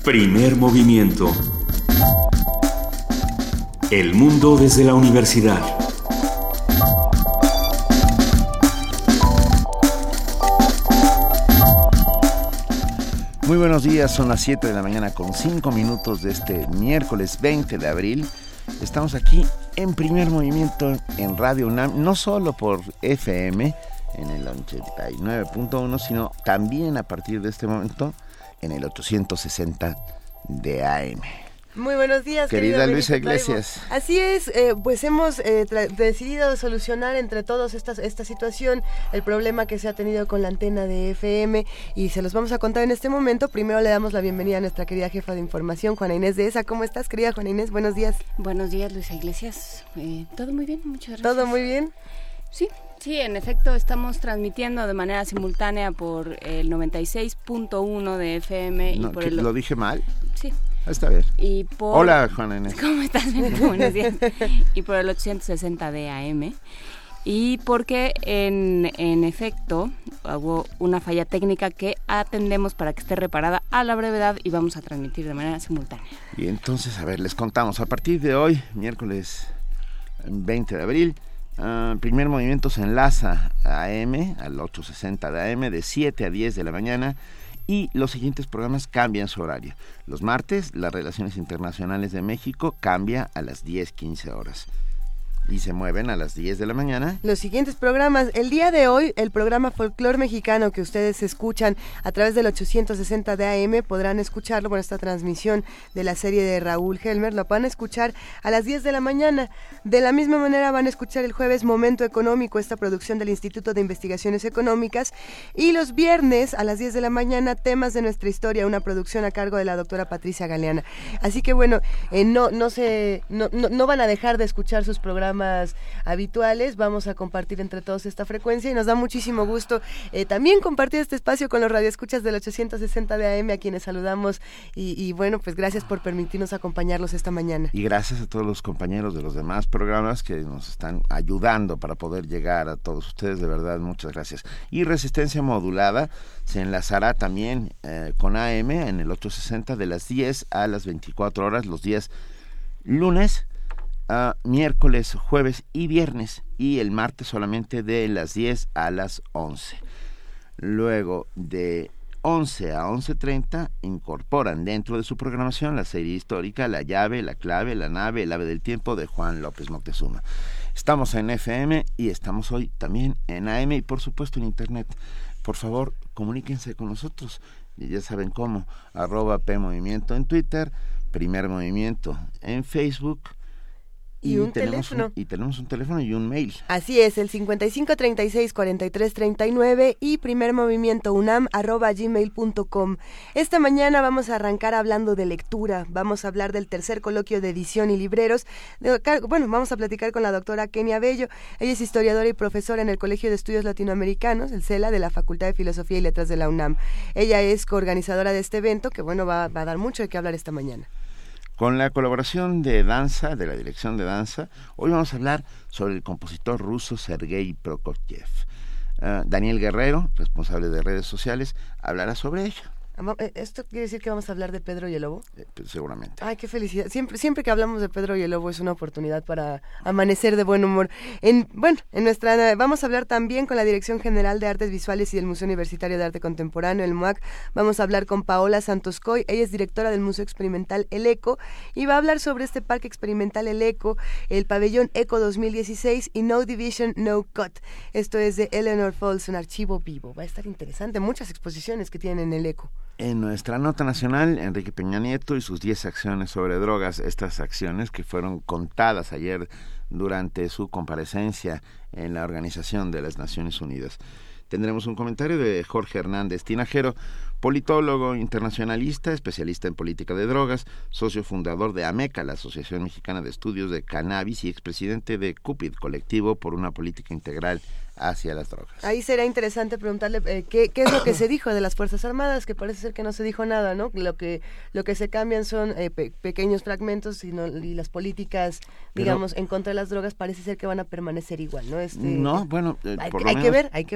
Primer movimiento. El mundo desde la universidad. Muy buenos días, son las 7 de la mañana con 5 minutos de este miércoles 20 de abril. Estamos aquí en Primer Movimiento en Radio UNAM, no solo por FM en el 89.1, sino también a partir de este momento en el 860 de AM. Muy buenos días, querida Luisa Iglesias. Así es, pues hemos decidido solucionar entre todos esta situación, el problema que se ha tenido con la antena de FM, y se los vamos a contar en este momento. Primero le damos la bienvenida a nuestra querida jefa de información, Juana Inés de ESA. ¿Cómo estás, querida Juana Inés? Buenos días. Buenos días, Luisa Iglesias. Todo muy bien, muchas gracias. ¿Todo muy bien? Sí, en efecto, estamos transmitiendo de manera simultánea por el 96.1 de FM. No, y por ¿lo dije mal? Sí. Está bien. Y Hola, Juana Inés. ¿Cómo estás? Buenos días. Y por el 860 de AM. Y porque en efecto hubo una falla técnica que atendemos para que esté reparada a la brevedad y vamos a transmitir de manera simultánea. Y entonces, a ver, les contamos. A partir de hoy, miércoles 20 de abril, Primer Movimiento se enlaza a AM, al 860 de AM, de 7 a 10 de la mañana. Y los siguientes programas cambian su horario. Los martes, las Relaciones Internacionales de México cambia a las 10:15 horas. Y se mueven a las 10 de la mañana. Los siguientes programas. El día de hoy, el programa Folclor Mexicano que ustedes escuchan a través del 860 de AM, podrán escucharlo, bueno, esta transmisión de la serie de Raúl Helmer, lo van a escuchar a las 10 de la mañana. De la misma manera van a escuchar el jueves Momento Económico, esta producción del Instituto de Investigaciones Económicas. Y los viernes a las 10 de la mañana, Temas de Nuestra Historia, una producción a cargo de la doctora Patricia Galeana. Así que bueno, no van a dejar de escuchar sus programas habituales. Vamos a compartir entre todos esta frecuencia y nos da muchísimo gusto también compartir este espacio con los radioescuchas del 860 de AM, a quienes saludamos y bueno, pues gracias por permitirnos acompañarlos esta mañana. Y gracias a todos los compañeros de los demás programas que nos están ayudando para poder llegar a todos ustedes, de verdad, muchas gracias. Y Resistencia Modulada se enlazará también con AM en el 860 de las 10 a las 24 horas, los días lunes, miércoles, jueves y viernes, y el martes solamente de las 10 a las 11. Luego de 11 a 11:30 incorporan dentro de su programación la serie histórica La llave, la clave, la nave, el ave del tiempo de Juan López Moctezuma. Estamos en FM y estamos hoy también en AM y por supuesto en Internet. Por favor, comuníquense con nosotros, ya saben cómo, @PMovimiento en Twitter, Primer Movimiento en Facebook. Y tenemos un teléfono y un mail. Así es, el 5536-4339 y primermovimientounam@gmail.com. Esta mañana vamos a arrancar hablando de lectura. Vamos a hablar del tercer coloquio de edición y libreros. Vamos a platicar con la doctora Kenia Bello. Ella es historiadora y profesora en el Colegio de Estudios Latinoamericanos, el CELA, de la Facultad de Filosofía y Letras de la UNAM. Ella es coorganizadora de este evento que va a dar mucho de qué hablar esta mañana. Con la colaboración de danza, de la dirección de danza, hoy vamos a hablar sobre el compositor ruso Sergei Prokofiev. Daniel Guerrero, responsable de redes sociales, hablará sobre ello. ¿Esto quiere decir que vamos a hablar de Pedro y el Lobo? Pues seguramente. Ay, qué felicidad. Siempre que hablamos de Pedro y el Lobo es una oportunidad para amanecer de buen humor. Vamos a hablar también con la Dirección General de Artes Visuales y del Museo Universitario de Arte Contemporáneo, el MUAC. Vamos a hablar con Paola Santoscoy. Ella es directora del Museo Experimental El Eco y va a hablar sobre este Parque Experimental El Eco, el Pabellón Eco 2016 y No Division, No Cut. Esto es de Eleanor Falls, un archivo vivo. Va a estar interesante. Muchas exposiciones que tienen en El Eco. En nuestra nota nacional, Enrique Peña Nieto y sus 10 acciones sobre drogas, estas acciones que fueron contadas ayer durante su comparecencia en la Organización de las Naciones Unidas. Tendremos un comentario de Jorge Hernández Tinajero, politólogo internacionalista, especialista en política de drogas, socio fundador de AMECA, la Asociación Mexicana de Estudios de Cannabis, y expresidente de CUPID, Colectivo por una Política Integral hacia las drogas. Ahí será interesante preguntarle qué es lo que se dijo de las Fuerzas Armadas, que parece ser que no se dijo nada, ¿no? Lo que se cambian son pequeños fragmentos y las políticas, digamos, en contra de las drogas parece ser que van a permanecer igual, ¿no? No, bueno, hay que ver. Parte de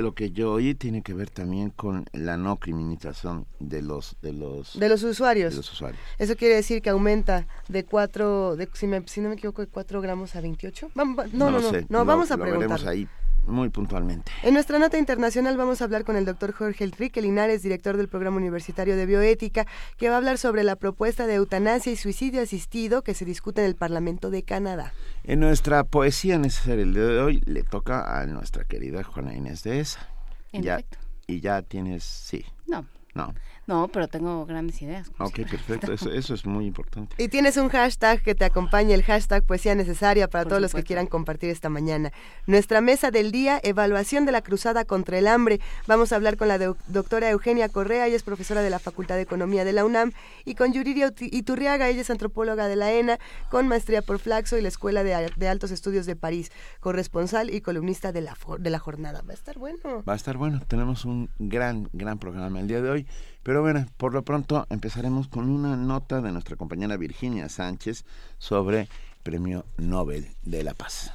lo que yo oí tiene que ver también con la no criminalización de los usuarios. Eso quiere decir que aumenta de 4, si no me equivoco, de 4 gramos a 28. No, vamos a preguntar. Veremos ahí muy puntualmente. En nuestra nota internacional vamos a hablar con el doctor Jorge Enrique Linares, director del Programa Universitario de Bioética, que va a hablar sobre la propuesta de eutanasia y suicidio asistido que se discute en el Parlamento de Canadá. En nuestra poesía necesaria el día de hoy le toca a nuestra querida Juana Inés de Esa. En efecto. Y ya tienes, sí. No, pero tengo grandes ideas. Ok, perfecto, eso es muy importante. Y tienes un hashtag que te acompaña, el hashtag Poesía Necesaria, para todos los que quieran compartir esta mañana. Nuestra mesa del día, evaluación de la cruzada contra el hambre. Vamos a hablar con la doctora Eugenia Correa, ella es profesora de la Facultad de Economía de la UNAM, y con Yuriria Iturriaga, ella es antropóloga de la ENA, con maestría por Flaxo y la Escuela de Altos Estudios de París, corresponsal y columnista de la jornada. Va a estar bueno. Tenemos un gran programa el día de hoy. Pero bueno, por lo pronto empezaremos con una nota de nuestra compañera Virginia Sánchez sobre Premio Nobel de la Paz.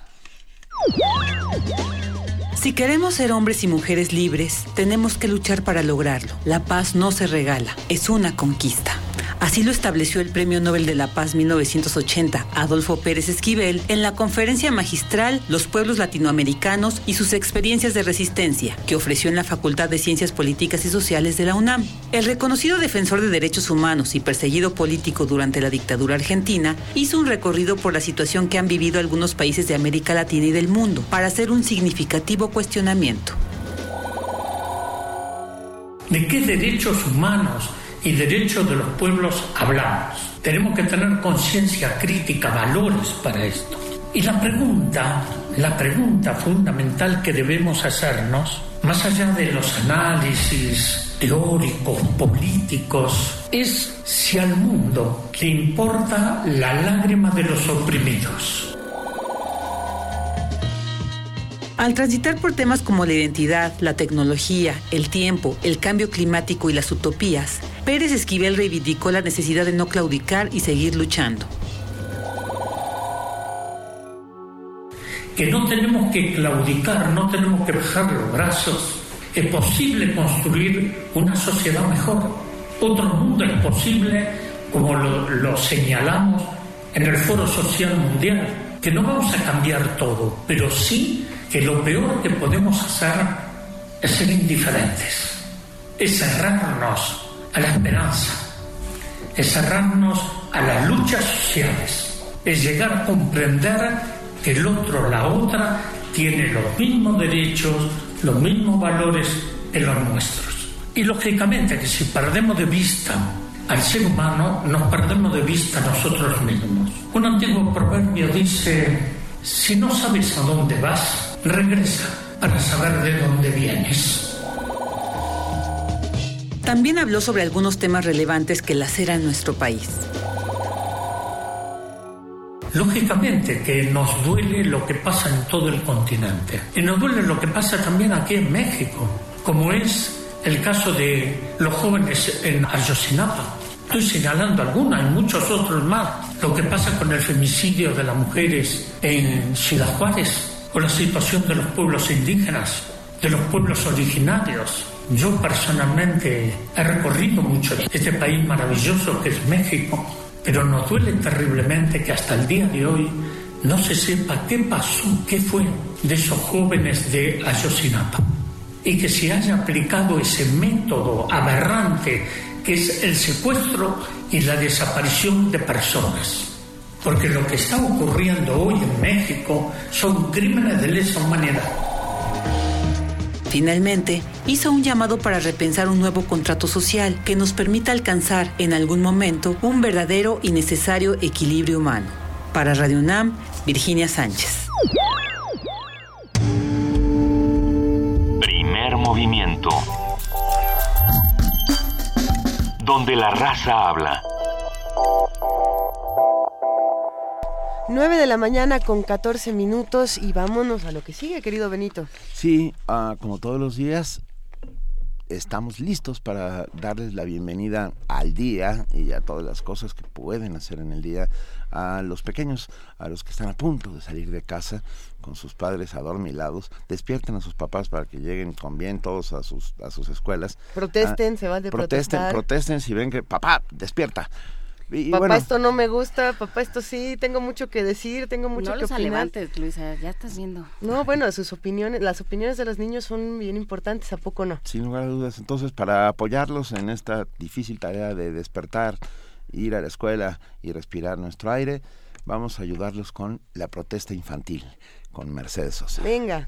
Si queremos ser hombres y mujeres libres, tenemos que luchar para lograrlo. La paz no se regala, es una conquista. Así lo estableció el Premio Nobel de la Paz 1980, Adolfo Pérez Esquivel, en la conferencia magistral Los pueblos latinoamericanos y sus experiencias de resistencia, que ofreció en la Facultad de Ciencias Políticas y Sociales de la UNAM. El reconocido defensor de derechos humanos y perseguido político durante la dictadura argentina, hizo un recorrido por la situación que han vivido algunos países de América Latina y del mundo, para hacer un significativo cuestionamiento. ¿De qué derechos humanos y derechos de los pueblos hablamos? Tenemos que tener conciencia crítica, valores para esto. Y la pregunta fundamental que debemos hacernos, más allá de los análisis teóricos, políticos, es si al mundo le importa la lágrima de los oprimidos. Al transitar por temas como la identidad, la tecnología, el tiempo, el cambio climático y las utopías, Pérez Esquivel reivindicó la necesidad de no claudicar y seguir luchando. Que no tenemos que claudicar, no tenemos que bajar los brazos. Es posible construir una sociedad mejor. Otro mundo es posible, como lo señalamos en el Foro Social Mundial, que no vamos a cambiar todo, pero sí que lo peor que podemos hacer es ser indiferentes, es cerrarnos a la esperanza, es cerrarnos a las luchas sociales, es llegar a comprender que el otro, la otra, tiene los mismos derechos, los mismos valores que los nuestros. Y lógicamente que si perdemos de vista al ser humano, nos perdemos de vista a nosotros mismos. Un antiguo proverbio dice: si no sabes a dónde vas, regresa para saber de dónde vienes. También habló sobre algunos temas relevantes que laceran nuestro país. Lógicamente que nos duele lo que pasa en todo el continente. Y nos duele lo que pasa también aquí en México, como es el caso de los jóvenes en Ayotzinapa. Estoy señalando algunos, hay muchos otros más. Lo que pasa con el femicidio de las mujeres en Ciudad Juárez, o la situación de los pueblos indígenas, de los pueblos originarios. Yo personalmente he recorrido mucho este país maravilloso que es México, pero nos duele terriblemente que hasta el día de hoy no se sepa qué pasó, qué fue de esos jóvenes de Ayotzinapa, y que se haya aplicado ese método aberrante que es el secuestro y la desaparición de personas. Porque lo que está ocurriendo hoy en México son crímenes de lesa humanidad. Finalmente, hizo un llamado para repensar un nuevo contrato social que nos permita alcanzar en algún momento un verdadero y necesario equilibrio humano. Para Radio UNAM, Virginia Sánchez. Primer movimiento. Donde la raza habla. 9 de la mañana con 14 minutos y vámonos a lo que sigue, querido Benito. Sí, como todos los días, estamos listos para darles la bienvenida al día y a todas las cosas que pueden hacer en el día a los pequeños, a los que están a punto de salir de casa con sus padres adormilados. Despierten a sus papás para que lleguen con bien todos a sus escuelas. Protesten, se vale protestar. Protesten si ven que papá despierta. Y papá, bueno, esto no me gusta, papá, esto sí, tengo mucho que decir, tengo mucho que opinar. No los levantes, Luisa, ya estás viendo. No, bueno, sus opiniones, las opiniones de los niños son bien importantes, ¿a poco no? Sin lugar a dudas. Entonces, para apoyarlos en esta difícil tarea de despertar, ir a la escuela y respirar nuestro aire, vamos a ayudarlos con la protesta infantil, con Mercedes Sosa. Venga.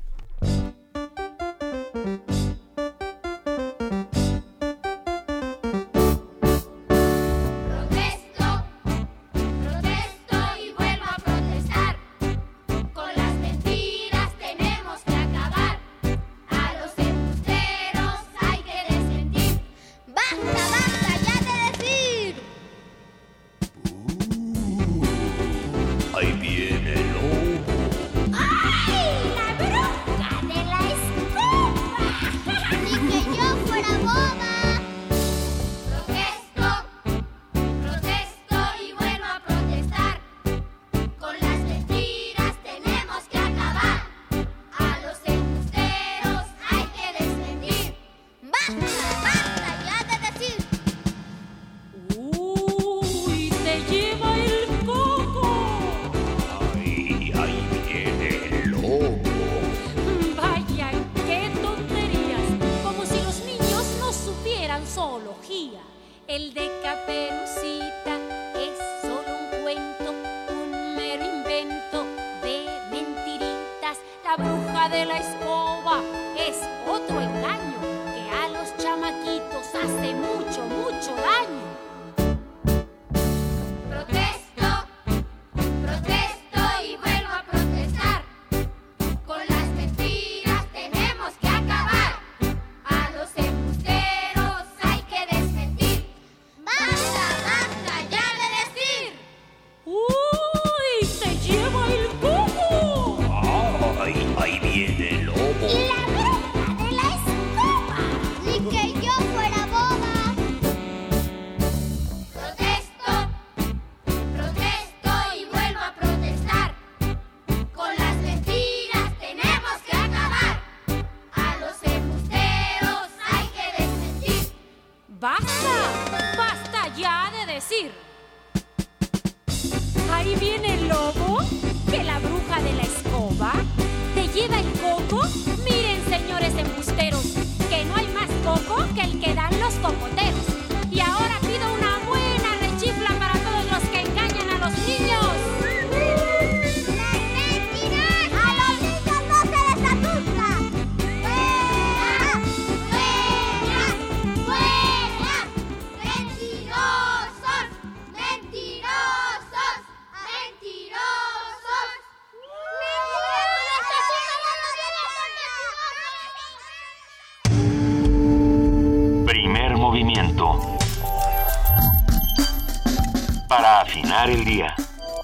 Para afinar el día.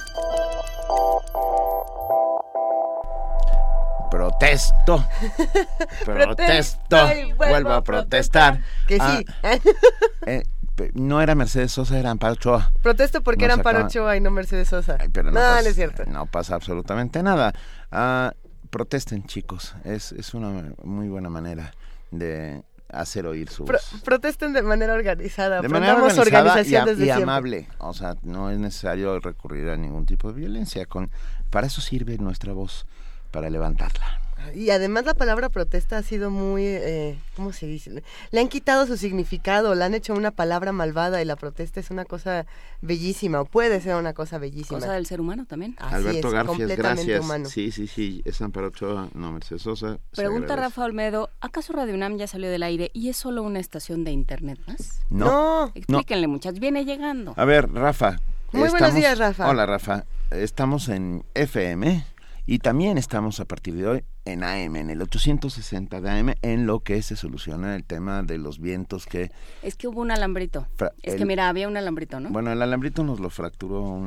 Protesto y vuelvo a protestar. Que sí. No era Mercedes Sosa, era Amparo Ochoa. Protesto porque era Amparo Ochoa y no Mercedes Sosa. Pero no es cierto. No pasa absolutamente nada. Protesten, chicos. Es una muy buena manera de hacer oír su voz. Protesten de manera organizada. De manera organizada y amable. amable. O sea, no es necesario recurrir a ningún tipo de violencia. Para eso sirve nuestra voz, para levantarla. Y además la palabra protesta ha sido muy, ¿cómo se dice? Le han quitado su significado, le han hecho una palabra malvada y la protesta es una cosa bellísima, o puede ser una cosa bellísima. Cosa del ser humano también. Así Alberto es, Garfias, gracias. Humano. Sí, es Amparo Ochoa, no Mercedes Sosa. Pregunta Rafa Olmedo, ¿acaso Radio UNAM ya salió del aire y es solo una estación de internet más? No. Explíquenle, muchachos, viene llegando. A ver, Rafa. Muy buenos días, Rafa. Hola, Rafa. Estamos en FM y también estamos a partir de hoy en AM, en el 860 de AM, en lo que se soluciona el tema de los vientos que... Es que hubo un alambrito. Mira, había un alambrito, ¿no? Bueno, el alambrito nos lo fracturó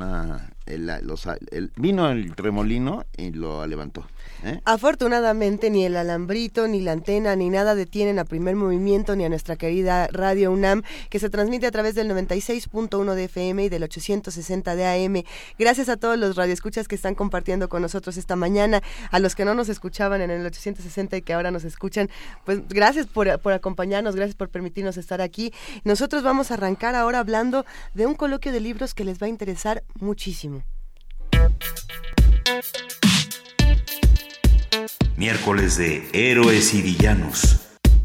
vino el remolino y lo levantó. Afortunadamente ni el alambrito, ni la antena, ni nada detienen a Primer Movimiento ni a nuestra querida Radio UNAM, que se transmite a través del 96.1 de FM y del 860 de AM. Gracias a todos los radioescuchas que están compartiendo con nosotros esta mañana, a los que no nos escuchaban en el 860 y que ahora nos escuchan, pues gracias por acompañarnos, gracias por permitirnos estar aquí. Nosotros vamos a arrancar ahora hablando de un coloquio de libros que les va a interesar muchísimo. Miércoles de Héroes y Villanos.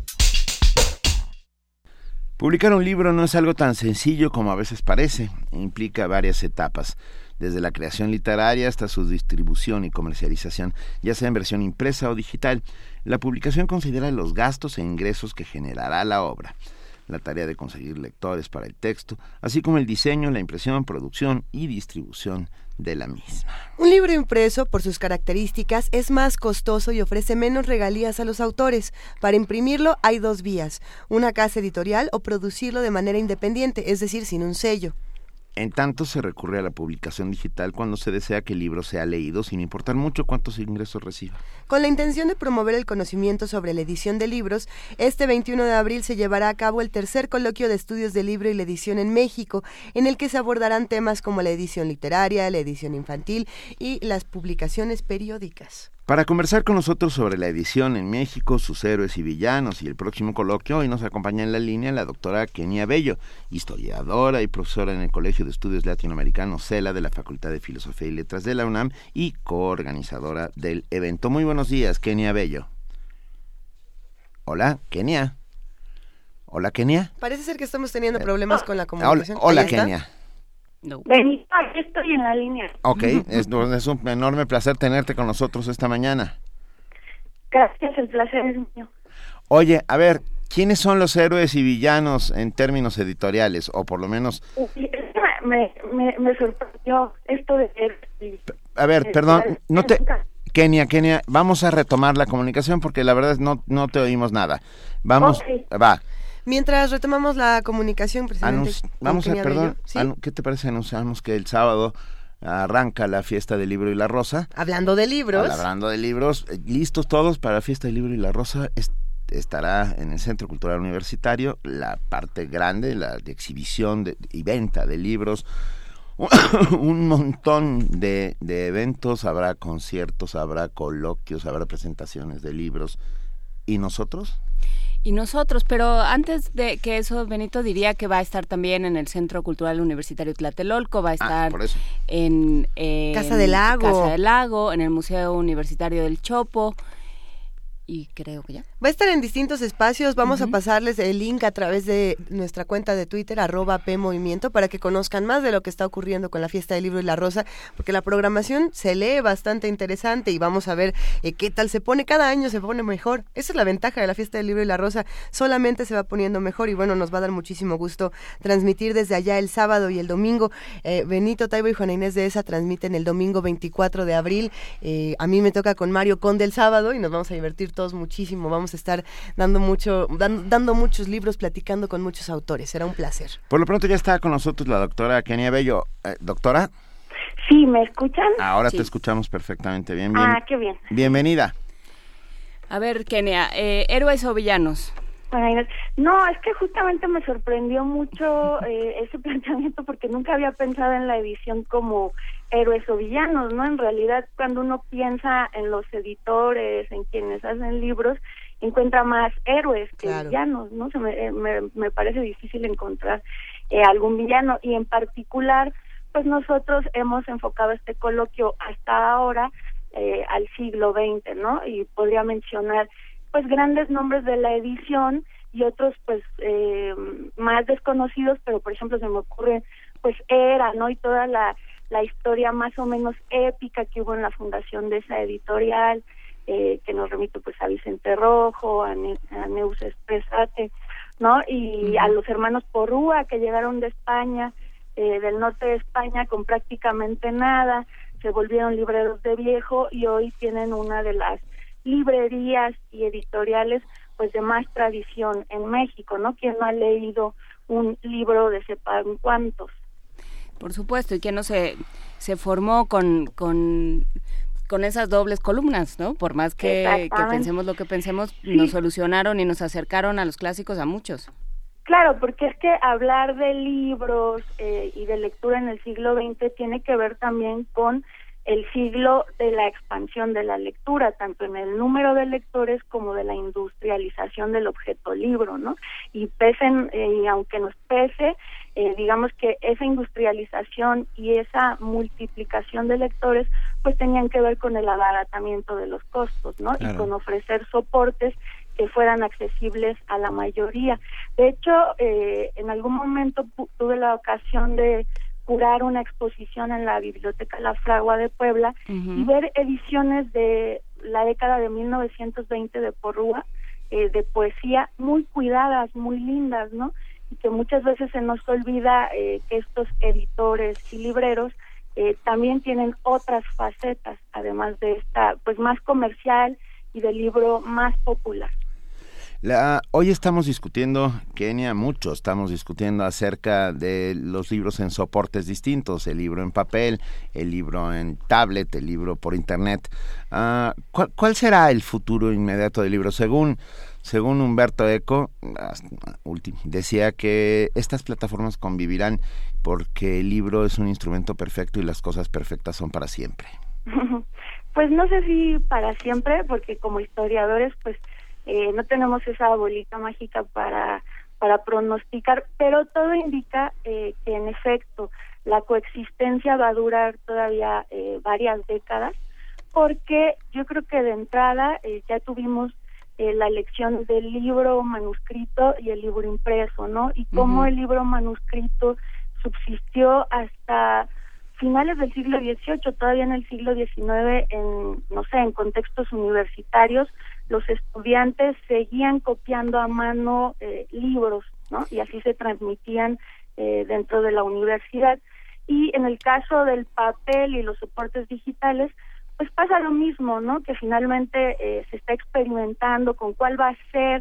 Publicar un libro no es algo tan sencillo como a veces parece, implica varias etapas, desde la creación literaria hasta su distribución y comercialización, ya sea en versión impresa o digital. La publicación considera los gastos e ingresos que generará la obra, la tarea de conseguir lectores para el texto, así como el diseño, la impresión, producción y distribución de la misma. Un libro impreso, por sus características, es más costoso y ofrece menos regalías a los autores. Para imprimirlo hay dos vías: una casa editorial o producirlo de manera independiente, es decir, sin un sello. En tanto, se recurre a la publicación digital cuando se desea que el libro sea leído sin importar mucho cuántos ingresos reciba. Con la intención de promover el conocimiento sobre la edición de libros, este 21 de abril se llevará a cabo el tercer coloquio de estudios del libro y la edición en México, en el que se abordarán temas como la edición literaria, la edición infantil y las publicaciones periódicas. Para conversar con nosotros sobre la edición en México, sus héroes y villanos y el próximo coloquio, hoy nos acompaña en la línea la doctora Kenia Bello, historiadora y profesora en el Colegio de Estudios Latinoamericanos CELA de la Facultad de Filosofía y Letras de la UNAM y coorganizadora del evento. Muy buenos días, Kenia Bello. Hola, Kenia. Hola, Kenia. Parece ser que estamos teniendo problemas con la comunicación. Hola, Kenia. No. Benito, aquí estoy en la línea. Ok, es un enorme placer tenerte con nosotros esta mañana. Gracias, el placer es mío. Oye, a ver, ¿quiénes son los héroes y villanos en términos editoriales? O por lo menos... Me sorprendió esto de... A ver, perdón, Kenia, vamos a retomar la comunicación porque la verdad no te oímos nada. Vamos, okay. Va. Mientras retomamos la comunicación, precisamente. ¿Sí? ¿Qué te parece? Anunciamos que el sábado arranca la fiesta del libro y la rosa. Hablando de libros, listos todos para la fiesta del libro y la rosa. Estará en el Centro Cultural Universitario la parte grande, la de exhibición y venta de libros. Un montón de eventos, habrá conciertos, habrá coloquios, habrá presentaciones de libros. ¿Y nosotros? Pero antes de que eso, Benito, diría que va a estar también en el Centro Cultural Universitario Tlatelolco, va a estar en Casa del Lago, en el Museo Universitario del Chopo, y creo que ya. Va a estar en distintos espacios, vamos a pasarles el link a través de nuestra cuenta de Twitter, @PMovimiento, para que conozcan más de lo que está ocurriendo con la Fiesta del Libro y la Rosa, porque la programación se lee bastante interesante y vamos a ver qué tal se pone, cada año se pone mejor. Esa es la ventaja de la Fiesta del Libro y la Rosa, solamente se va poniendo mejor y bueno, nos va a dar muchísimo gusto transmitir desde allá el sábado y el domingo. Benito Taibo y Juana Inés de ESA transmiten el domingo 24 de abril, a mí me toca con Mario Conde el sábado y nos vamos a divertir todos muchísimo, vamos a estar dando muchos libros, platicando con muchos autores, será un placer. Por lo pronto ya está con nosotros la doctora Kenia Bello. ¿Doctora? Sí, ¿me escuchan? Ahora sí. Te escuchamos perfectamente bien. Qué bien. Bienvenida. A ver, Kenia, ¿héroes o villanos? No, es que justamente me sorprendió mucho ese planteamiento porque nunca había pensado en la edición como héroes o villanos, ¿no? En realidad, cuando uno piensa en los editores, en quienes hacen libros, encuentra más héroes que villanos, ¿no? Me parece difícil encontrar algún villano y en particular, pues nosotros hemos enfocado este coloquio hasta ahora al siglo XX, ¿no? Y podría mencionar pues grandes nombres de la edición y otros pues más desconocidos, pero por ejemplo se me ocurre pues Era, ¿no? Y toda la historia más o menos épica que hubo en la fundación de esa editorial, que nos remite pues a Vicente Rojo, a Neus Espresate, ¿no? Y a los hermanos Porrúa que llegaron de España, del norte de España con prácticamente nada, se volvieron libreros de viejo y hoy tienen una de las librerías y editoriales pues de más tradición en México, ¿no? ¿Quién no ha leído un libro de sepan cuántos? Por supuesto, y que no se formó con esas dobles columnas, ¿no? Por más que pensemos lo que pensemos, sí, nos solucionaron y nos acercaron a los clásicos a muchos. Claro, porque es que hablar de libros y de lectura en el siglo XX tiene que ver también con el siglo de la expansión de la lectura, tanto en el número de lectores como de la industrialización del objeto libro, ¿no? Y aunque nos pese, digamos que esa industrialización y esa multiplicación de lectores pues tenían que ver con el abaratamiento de los costos, ¿no? Claro. Y con ofrecer soportes que fueran accesibles a la mayoría. De hecho, en algún momento tuve la ocasión de curar una exposición en la Biblioteca La Fragua de Puebla y ver ediciones de la década de 1920 de Porrúa, de poesía muy cuidadas, muy lindas, ¿no? Y que muchas veces se nos olvida que estos editores y libreros también tienen otras facetas, además de esta pues más comercial y del libro más popular. Hoy estamos discutiendo, Kenia, estamos discutiendo acerca de los libros en soportes distintos, el libro en papel, el libro en tablet, el libro por internet. ¿Cuál será el futuro inmediato del libro? Según Humberto Eco, decía que estas plataformas convivirán porque el libro es un instrumento perfecto y las cosas perfectas son para siempre. Pues no sé si para siempre, porque como historiadores, pues no tenemos esa bolita mágica para pronosticar, pero todo indica que en efecto la coexistencia va a durar todavía varias décadas, porque yo creo que de entrada ya tuvimos la elección del libro manuscrito y el libro impreso, ¿no? Y cómo el libro manuscrito subsistió hasta finales del siglo XVIII, todavía en el siglo XIX, en contextos universitarios, los estudiantes seguían copiando a mano libros, ¿no? Y así se transmitían dentro de la universidad. Y en el caso del papel y los soportes digitales, pues pasa lo mismo, ¿no? Que finalmente se está experimentando con cuál va a ser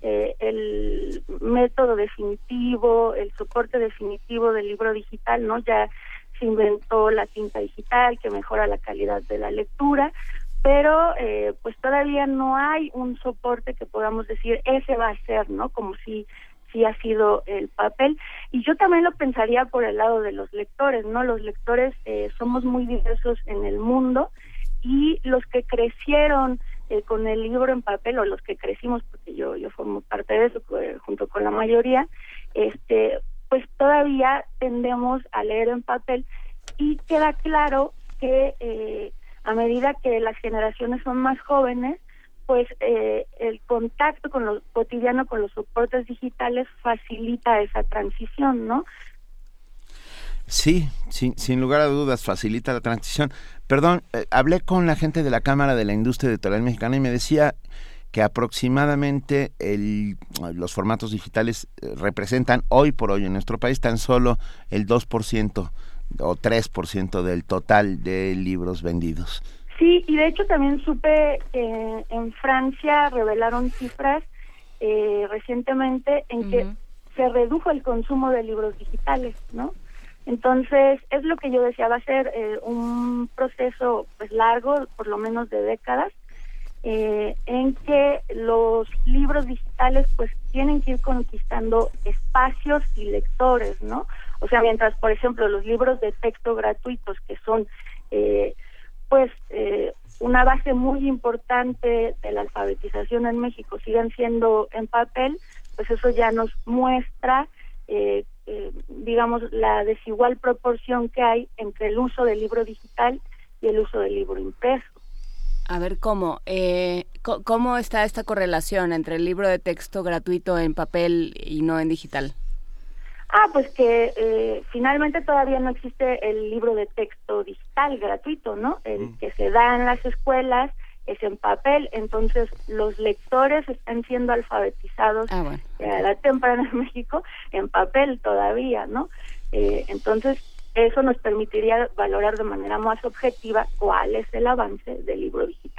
el método definitivo, el soporte definitivo del libro digital, ¿no? Ya se inventó la tinta digital que mejora la calidad de la lectura, pero pues todavía no hay un soporte que podamos decir ese va a ser, ¿no? Como si ha sido el papel. Y yo también lo pensaría por el lado de los lectores, ¿no? Los lectores somos muy diversos en el mundo, y los que crecieron con el libro en papel, o los que crecimos, porque yo formo parte de eso junto con la mayoría, pues todavía tendemos a leer en papel, y queda claro que a medida que las generaciones son más jóvenes, pues el contacto con lo cotidiano, con los soportes digitales, facilita esa transición, ¿no? Sí, sin lugar a dudas, facilita la transición. Perdón, hablé con la gente de la Cámara de la Industria Editorial Mexicana y me decía que aproximadamente los formatos digitales representan hoy por hoy en nuestro país tan solo el 2% o 3% del total de libros vendidos. Sí, y de hecho también supe que en Francia revelaron cifras recientemente en que se redujo el consumo de libros digitales, ¿no? Entonces, es lo que yo decía, va a ser un proceso pues largo, por lo menos de décadas, en que los libros digitales pues tienen que ir conquistando espacios y lectores, ¿no? O sea, mientras, por ejemplo, los libros de texto gratuitos, que son una base muy importante de la alfabetización en México, sigan siendo en papel, pues eso ya nos muestra digamos, la desigual proporción que hay entre el uso del libro digital y el uso del libro impreso. A ver, ¿cómo está esta correlación entre el libro de texto gratuito en papel y no en digital? Pues que finalmente todavía no existe el libro de texto digital gratuito, ¿no? El que se da en las escuelas es en papel, entonces los lectores están siendo alfabetizados a la temprana en México en papel todavía, ¿no? Entonces eso nos permitiría valorar de manera más objetiva cuál es el avance del libro digital.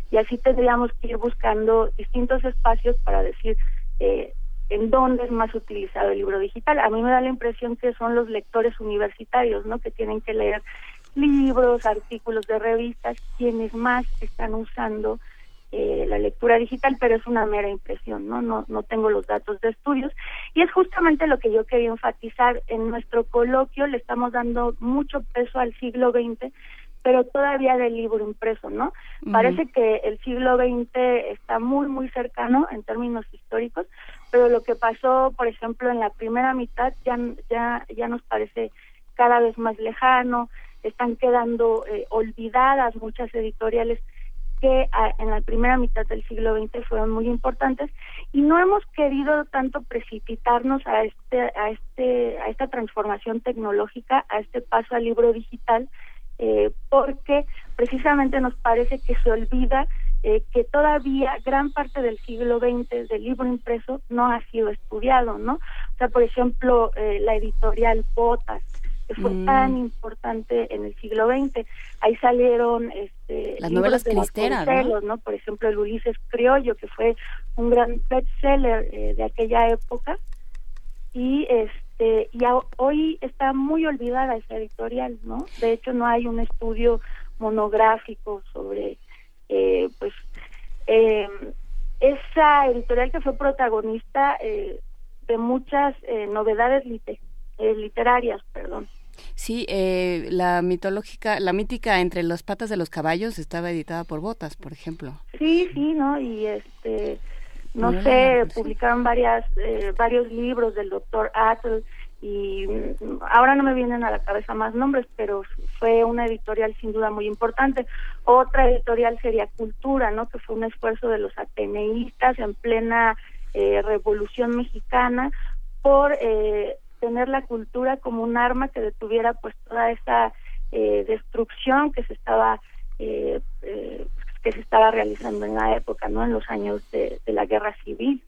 y así tendríamos que ir buscando distintos espacios para decir en dónde es más utilizado el libro digital. A mí me da la impresión que son los lectores universitarios, ¿no?, que tienen que leer libros, artículos de revistas, quienes más están usando la lectura digital, pero es una mera impresión, no tengo los datos de estudios, y es justamente lo que yo quería enfatizar. En nuestro coloquio le estamos dando mucho peso al siglo XX, pero todavía del libro impreso, ¿no? Parece que el siglo XX está muy, muy cercano en términos históricos, pero lo que pasó, por ejemplo, en la primera mitad ya nos parece cada vez más lejano. Están quedando olvidadas muchas editoriales que en la primera mitad del siglo XX fueron muy importantes, y no hemos querido tanto precipitarnos a esta transformación tecnológica, a este paso al libro digital, porque precisamente nos parece que se olvida que todavía gran parte del siglo XX del libro impreso no ha sido estudiado, ¿no? O sea, por ejemplo, la editorial Botas, que fue tan importante en el siglo XX. Ahí salieron las novelas cristeras, ¿no? Por ejemplo, el Ulises Criollo, que fue un gran bestseller de aquella época, y hoy está muy olvidada esa editorial, ¿no? De hecho, no hay un estudio monográfico sobre esa editorial que fue protagonista de muchas novedades literarias, perdón. Sí, la mítica Entre las patas de los caballos estaba editada por Botas, por ejemplo. Sí, ¿no? Y publicaron varios libros del doctor Atl, y ahora no me vienen a la cabeza más nombres, pero fue una editorial sin duda muy importante. Otra editorial sería Cultura, ¿no?, que fue un esfuerzo de los ateneístas en plena Revolución Mexicana por tener la cultura como un arma que detuviera pues toda esa destrucción que se estaba realizando en la época, ¿no?, en los años de la Guerra Civil.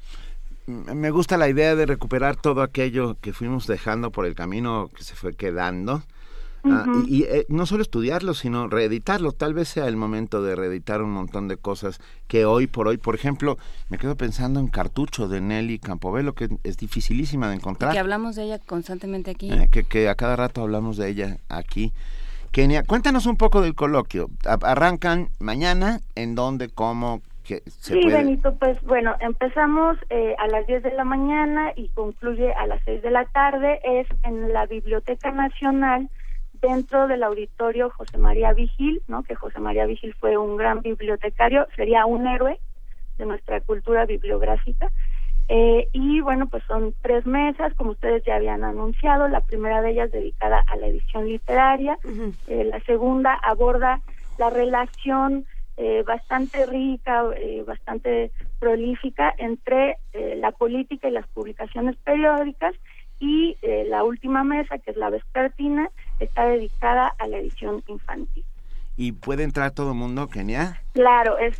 Me gusta la idea de recuperar todo aquello que fuimos dejando por el camino, que se fue quedando. Y no solo estudiarlo, sino reeditarlo. Tal vez sea el momento de reeditar un montón de cosas que hoy por hoy, por ejemplo, me quedo pensando en Cartucho de Nelly Campobello, que es dificilísima de encontrar. Y que hablamos de ella constantemente aquí. Que a cada rato hablamos de ella aquí. Kenia, cuéntanos un poco del coloquio. Arrancan mañana, ¿en dónde, cómo? Sí, Benito, pues bueno, empezamos a las 10 de la mañana y concluye a las 6 de la tarde. Es en la Biblioteca Nacional, dentro del auditorio José María Vigil, ¿no?, que José María Vigil fue un gran bibliotecario, sería un héroe de nuestra cultura bibliográfica. Y bueno, pues son 3 mesas, como ustedes ya habían anunciado. La primera de ellas dedicada a la edición literaria. La segunda aborda la relación bastante rica, bastante prolífica entre la política y las publicaciones periódicas, y la última mesa, que es la vespertina, está dedicada a la edición infantil. ¿Y puede entrar todo el mundo, Kenia? Claro, es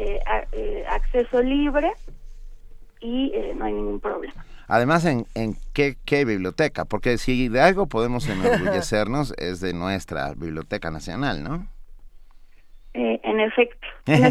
acceso libre y no hay ningún problema. Además, ¿en qué biblioteca? Porque si de algo podemos enorgullecernos es de nuestra Biblioteca Nacional, ¿no? En efecto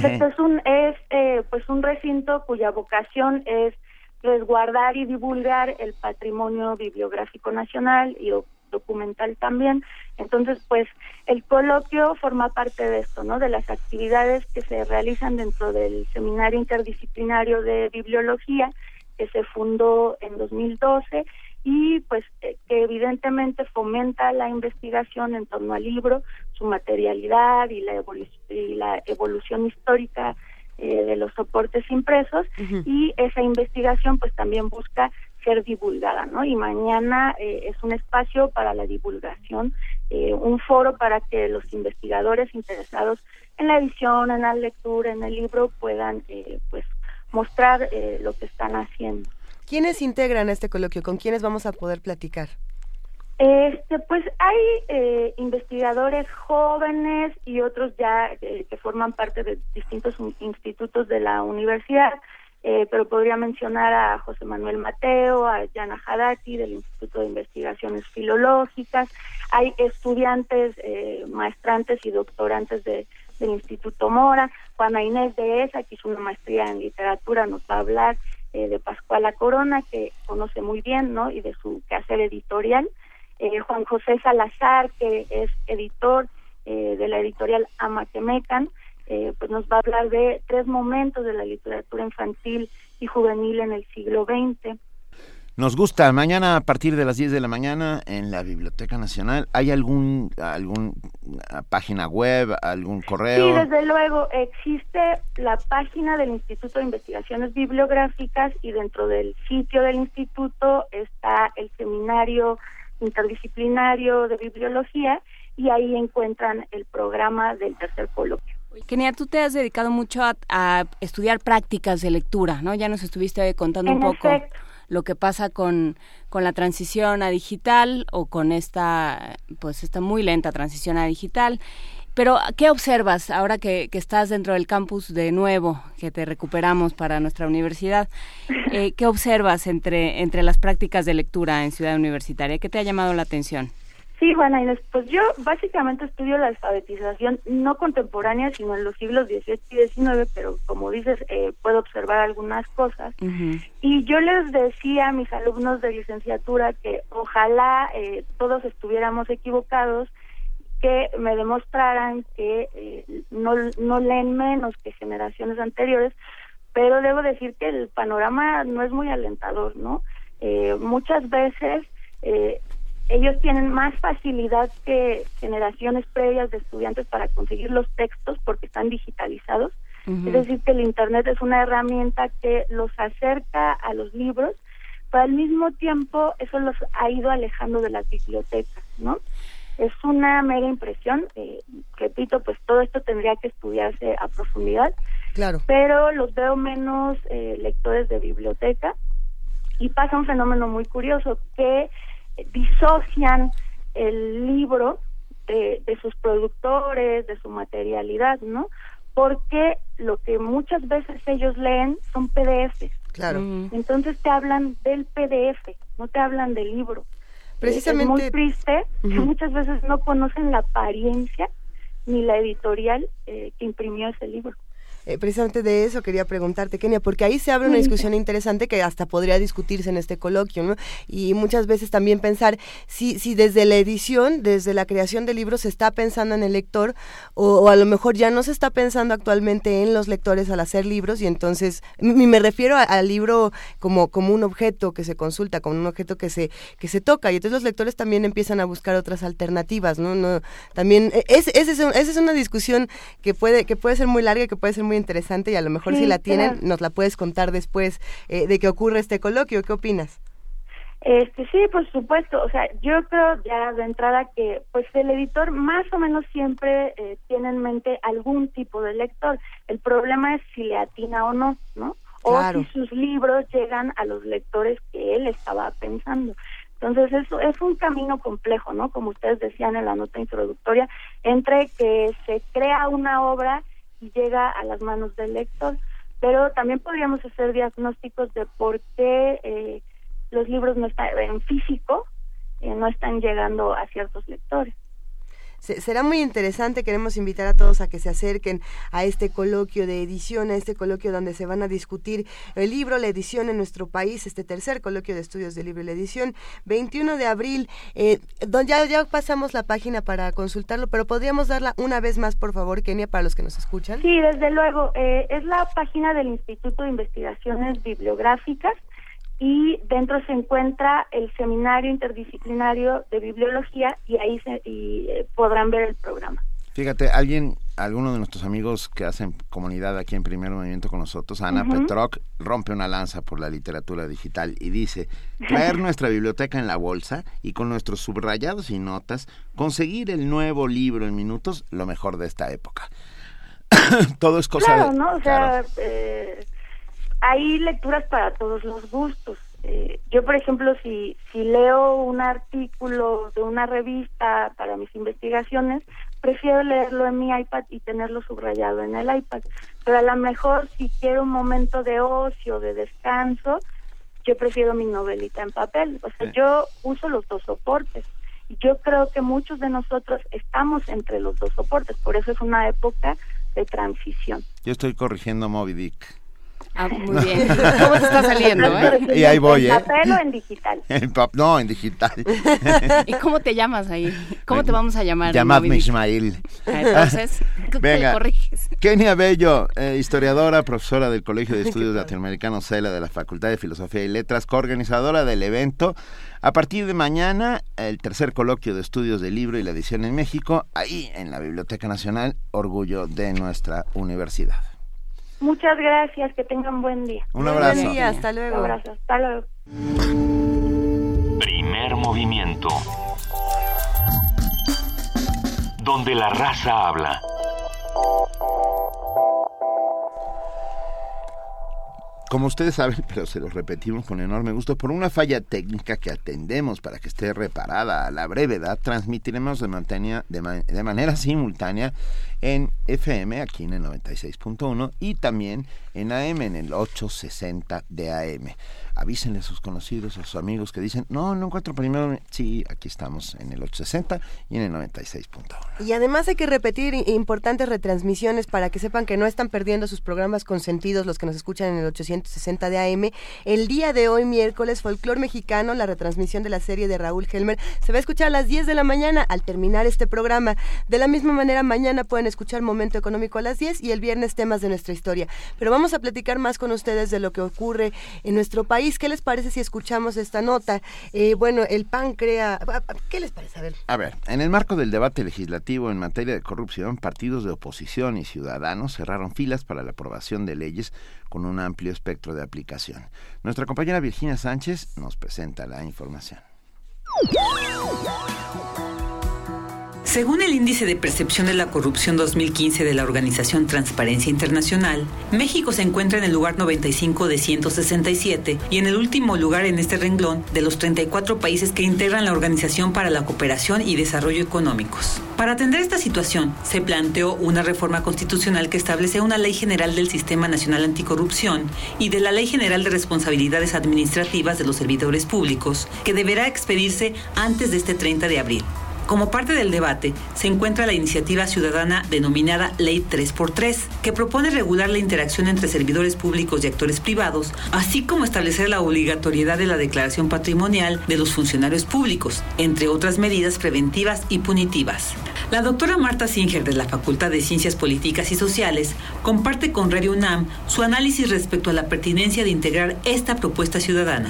es un recinto cuya vocación es resguardar y divulgar el patrimonio bibliográfico nacional y documental también. Entonces, pues el coloquio forma parte de esto, ¿no?, de las actividades que se realizan dentro del Seminario Interdisciplinario de Bibliología, que se fundó en 2012, y pues que evidentemente fomenta la investigación en torno al libro, su materialidad y la evolución histórica de los soportes impresos. Y esa investigación pues también busca ser divulgada, ¿no? Y mañana es un espacio para la divulgación, un foro para que los investigadores interesados en la edición, en la lectura, en el libro puedan pues mostrar lo que están haciendo. ¿Quiénes integran este coloquio? ¿Con quiénes vamos a poder platicar? Pues hay investigadores jóvenes y otros ya que forman parte de distintos institutos de la universidad, pero podría mencionar a José Manuel Mateo, a Yana Hadati del Instituto de Investigaciones Filológicas. Hay estudiantes, maestrantes y doctorantes de del Instituto Mora. Juana Inés de Esa, que hizo una maestría en literatura, nos va a hablar de Pascuala Corona, que conoce muy bien, ¿no? Y de su quehacer editorial. Juan José Salazar, que es editor de la editorial Amaquemecan, pues nos va a hablar de 3 momentos de la literatura infantil y juvenil en el siglo XX. Nos gusta. Mañana a partir de las 10 de la mañana en la Biblioteca Nacional. ¿Hay algún página web, algún correo? Sí, desde luego. Existe la página del Instituto de Investigaciones Bibliográficas y dentro del sitio del instituto está el seminario interdisciplinario de bibliología y ahí encuentran el programa del tercer coloquio. Kenia, tú te has dedicado mucho a estudiar prácticas de lectura, ¿no? Ya nos estuviste contando un poco lo que pasa con la transición a digital o con esta muy lenta transición a digital. Pero, ¿qué observas ahora que estás dentro del campus de nuevo, que te recuperamos para nuestra universidad? ¿Qué observas entre las prácticas de lectura en Ciudad Universitaria? ¿Qué te ha llamado la atención? Sí, Juana Inés, pues yo básicamente estudio la alfabetización no contemporánea, sino en los siglos XVIII y XIX, pero como dices, puedo observar algunas cosas. Uh-huh. Y yo les decía a mis alumnos de licenciatura que ojalá todos estuviéramos equivocados, que me demostraran que no leen menos que generaciones anteriores, pero debo decir que el panorama no es muy alentador, ¿no? Muchas veces ellos tienen más facilidad que generaciones previas de estudiantes para conseguir los textos porque están digitalizados. Uh-huh. Es decir, que el Internet es una herramienta que los acerca a los libros, pero al mismo tiempo eso los ha ido alejando de las bibliotecas, ¿no? Es una mera impresión, repito, pues todo esto tendría que estudiarse a profundidad, claro, pero los veo menos lectores de biblioteca y pasa un fenómeno muy curioso que disocian el libro de sus productores, de su materialidad, ¿no? Porque lo que muchas veces ellos leen son PDFs. Claro. Entonces te hablan del PDF, no te hablan del libro. Precisamente. Es muy triste que muchas veces no conocen la apariencia ni la editorial que imprimió ese libro. Precisamente de eso quería preguntarte, Kenia, porque ahí se abre una discusión interesante que hasta podría discutirse en este coloquio, ¿no? Y muchas veces también pensar si desde la edición, desde la creación de libros se está pensando en el lector o a lo mejor ya no se está pensando actualmente en los lectores al hacer libros y entonces me refiero al libro como un objeto que se consulta, como un objeto que se toca y entonces los lectores también empiezan a buscar otras alternativas, ¿no? También esa es una discusión que puede ser muy larga y que puede ser muy interesante y a lo mejor si la tienen, claro, nos la puedes contar después de que ocurre este coloquio. ¿Qué opinas? Sí, por supuesto. O sea, yo creo ya de entrada que pues el editor más o menos siempre tiene en mente algún tipo de lector. El problema es si le atina o no, ¿no? O claro, si sus libros llegan a los lectores que él estaba pensando. Entonces eso es un camino complejo, ¿no? Como ustedes decían en la nota introductoria, entre que se crea una obra y llega a las manos del lector, pero también podríamos hacer diagnósticos de por qué los libros no están en físico, no están llegando a ciertos lectores. Será muy interesante, queremos invitar a todos a que se acerquen a este coloquio de edición, a este coloquio donde se van a discutir el libro, la edición en nuestro país, este tercer coloquio de estudios de libro y la edición, 21 de abril, ya pasamos la página para consultarlo, pero podríamos darla una vez más, por favor, Kenia, para los que nos escuchan. Sí, desde luego, es la página del Instituto de Investigaciones Bibliográficas, y dentro se encuentra el seminario interdisciplinario de bibliología y ahí podrán ver el programa. Fíjate, alguno de nuestros amigos que hacen comunidad aquí en Primer Movimiento con nosotros, Ana Petroc, rompe una lanza por la literatura digital y dice, traer nuestra biblioteca en la bolsa y con nuestros subrayados y notas, conseguir el nuevo libro en minutos, lo mejor de esta época. Todo es cosa claro, ¿no? O sea, hay lecturas para todos los gustos. Yo, por ejemplo, si leo un artículo de una revista para mis investigaciones, prefiero leerlo en mi iPad y tenerlo subrayado en el iPad. Pero a lo mejor si quiero un momento de ocio, de descanso, yo prefiero mi novelita en papel. O sea, yo uso los dos soportes. Y yo creo que muchos de nosotros estamos entre los dos soportes, por eso es una época de transición. Yo estoy corrigiendo Moby Dick. Ah, muy bien. ¿Cómo te está saliendo, Y ahí voy, ¿En papel o en digital? No, en digital. ¿Y cómo te llamas ahí? ¿Cómo te vamos a llamar? Llamadme Ismael. Entonces, venga, te corriges. Kenia Bello, historiadora, profesora del Colegio de Estudios Latinoamericanos CELA de la Facultad de Filosofía y Letras, coorganizadora del evento. A partir de mañana, el tercer coloquio de estudios del libro y la edición en México, ahí en la Biblioteca Nacional, orgullo de nuestra universidad. Muchas gracias, que tengan buen día. Un abrazo. Buen día, hasta luego. Un abrazo, hasta luego. Primer movimiento. Donde la raza habla. Como ustedes saben, pero se los repetimos con enorme gusto, por una falla técnica que atendemos para que esté reparada a la brevedad, transmitiremos de manera simultánea en FM, aquí en el 96.1, y también en AM, en el 860 de AM. Avísenle a sus conocidos, a sus amigos que dicen, no encuentro primero. Sí, aquí estamos en el 860 y en el 96.1. Y además hay que repetir importantes retransmisiones para que sepan que no están perdiendo sus programas consentidos los que nos escuchan en el 860 de AM. El día de hoy, miércoles, Folclor Mexicano, la retransmisión de la serie de Raúl Helmer, se va a escuchar a las 10 de la mañana al terminar este programa. De la misma manera, mañana pueden escuchar Momento Económico a las 10 y el viernes Temas de nuestra historia. Pero vamos a platicar más con ustedes de lo que ocurre en nuestro país. ¿Qué les parece si escuchamos esta nota? Bueno, el PAN crea... ¿Qué les parece? A ver, en el marco del debate legislativo en materia de corrupción, partidos de oposición y ciudadanos cerraron filas para la aprobación de leyes con un amplio espectro de aplicación. Nuestra compañera Virginia Sánchez nos presenta la información. Según el Índice de Percepción de la Corrupción 2015 de la organización Transparencia Internacional, México se encuentra en el lugar 95 de 167 y en el último lugar en este renglón de los 34 países que integran la Organización para la Cooperación y Desarrollo Económicos. Para atender esta situación, se planteó una reforma constitucional que establece una Ley General del Sistema Nacional Anticorrupción y de la Ley General de Responsabilidades Administrativas de los Servidores Públicos, que deberá expedirse antes de este 30 de abril. Como parte del debate, se encuentra la iniciativa ciudadana denominada Ley 3x3, que propone regular la interacción entre servidores públicos y actores privados, así como establecer la obligatoriedad de la declaración patrimonial de los funcionarios públicos, entre otras medidas preventivas y punitivas. La doctora Marta Singer, de la Facultad de Ciencias Políticas y Sociales, comparte con Radio UNAM su análisis respecto a la pertinencia de integrar esta propuesta ciudadana.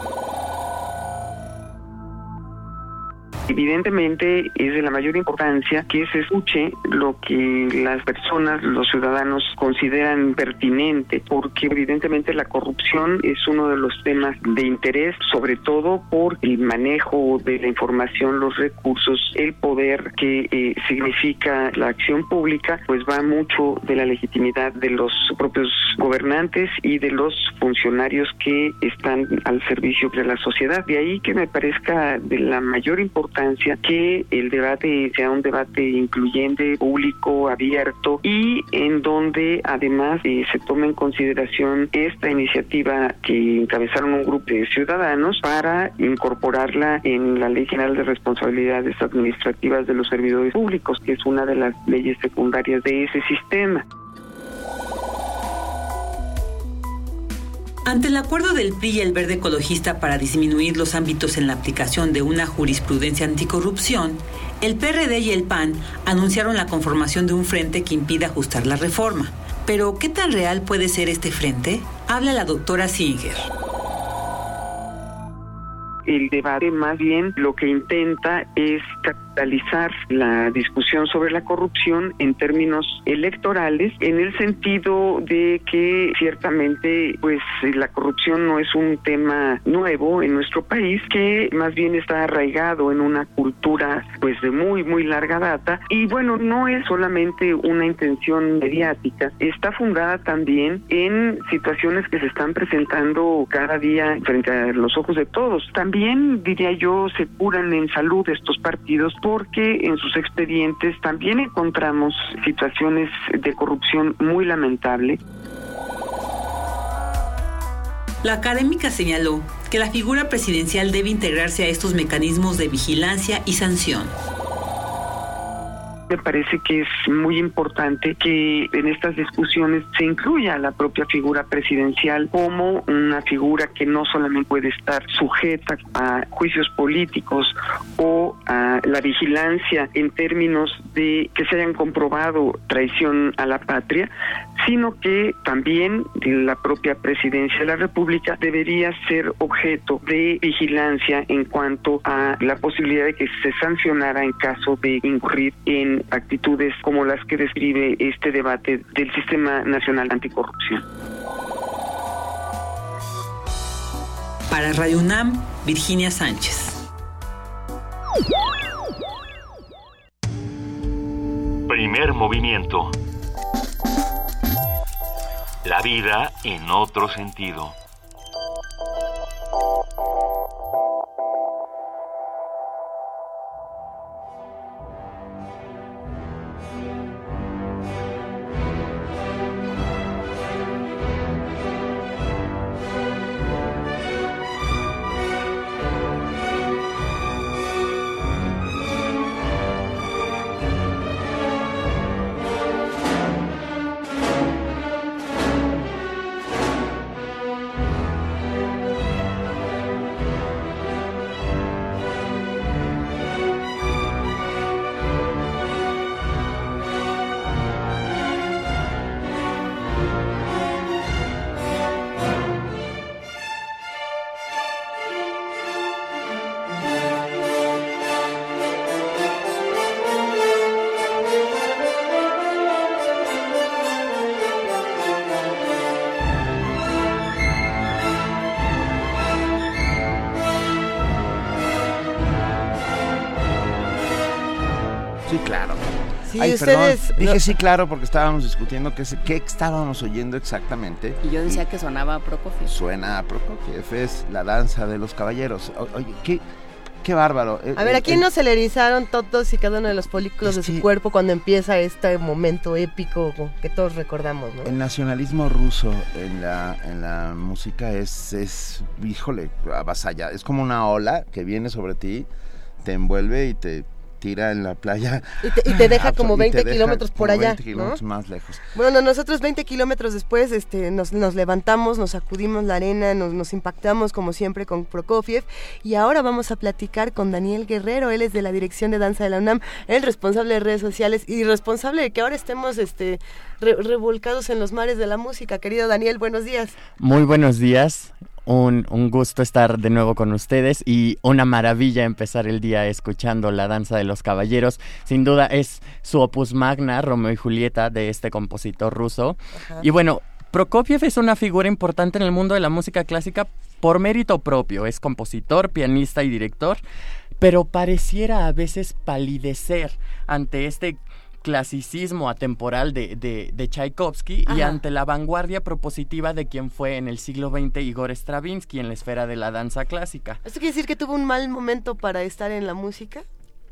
Evidentemente es de la mayor importancia que se escuche lo que las personas, los ciudadanos consideran pertinente, porque evidentemente la corrupción es uno de los temas de interés, sobre todo por el manejo de la información, los recursos, el poder que significa la acción pública, pues va mucho de la legitimidad de los propios gobernantes y de los funcionarios que están al servicio de la sociedad. De ahí que me parezca de la mayor importancia que el debate sea un debate incluyente, público, abierto y en donde además se tome en consideración esta iniciativa que encabezaron un grupo de ciudadanos para incorporarla en la Ley General de Responsabilidades Administrativas de los Servidores Públicos, que es una de las leyes secundarias de ese sistema. Ante el acuerdo del PRI y el Verde Ecologista para disminuir los ámbitos en la aplicación de una jurisprudencia anticorrupción, el PRD y el PAN anunciaron la conformación de un frente que impida ajustar la reforma. Pero, ¿qué tan real puede ser este frente? Habla la doctora Singer. El debate más bien lo que intenta es capitalizar la discusión sobre la corrupción en términos electorales, en el sentido de que ciertamente pues la corrupción no es un tema nuevo en nuestro país, que más bien está arraigado en una cultura pues de muy larga data, y bueno, no es solamente una intención mediática, está fundada también en situaciones que se están presentando cada día frente a los ojos de todos. También, diría yo, se curan en salud estos partidos porque en sus expedientes también encontramos situaciones de corrupción muy lamentables. La académica señaló que la figura presidencial debe integrarse a estos mecanismos de vigilancia y sanción. Me parece que es muy importante que en estas discusiones se incluya la propia figura presidencial como una figura que no solamente puede estar sujeta a juicios políticos o a la vigilancia en términos de que se hayan comprobado traición a la patria, sino que también la propia presidencia de la República debería ser objeto de vigilancia en cuanto a la posibilidad de que se sancionara en caso de incurrir en actitudes como las que describe este debate del Sistema Nacional Anticorrupción. Para Radio UNAM, Virginia Sánchez. Primer movimiento. La vida en otro sentido. Ay, ustedes... Perdón, dije sí, claro, porque estábamos discutiendo qué estábamos oyendo exactamente. Y yo decía que sonaba a Prokofiev. Suena a Prokofiev, es La danza de los caballeros. Oye, qué bárbaro. A ver, ¿a quién no se le erizaron todos y cada uno de los folículos de su cuerpo cuando empieza este momento épico que todos recordamos, ¿no? El nacionalismo ruso en la música es híjole, avasalla. Es como una ola que viene sobre ti, te envuelve y te tira en la playa. Y te deja como 20 kilómetros por allá, 20 kilómetros, ¿no? Más lejos. Bueno, nosotros 20 kilómetros después nos levantamos, nos sacudimos la arena, nos impactamos como siempre con Prokofiev, y ahora vamos a platicar con Daniel Guerrero. Él es de la Dirección de Danza de la UNAM, el responsable de redes sociales y responsable de que ahora estemos revolcados en los mares de la música. Querido Daniel, buenos días. Muy buenos días. Un gusto estar de nuevo con ustedes y una maravilla empezar el día escuchando La danza de los caballeros. Sin duda es su opus magna, Romeo y Julieta, de este compositor ruso. Ajá. Y bueno, Prokofiev es una figura importante en el mundo de la música clásica por mérito propio. Es compositor, pianista y director, pero pareciera a veces palidecer ante este clasicismo atemporal de Tchaikovsky. Ajá. Y ante la vanguardia propositiva de quien fue en el siglo XX Igor Stravinsky en la esfera de la danza clásica. ¿Esto quiere decir que tuvo un mal momento para estar en la música?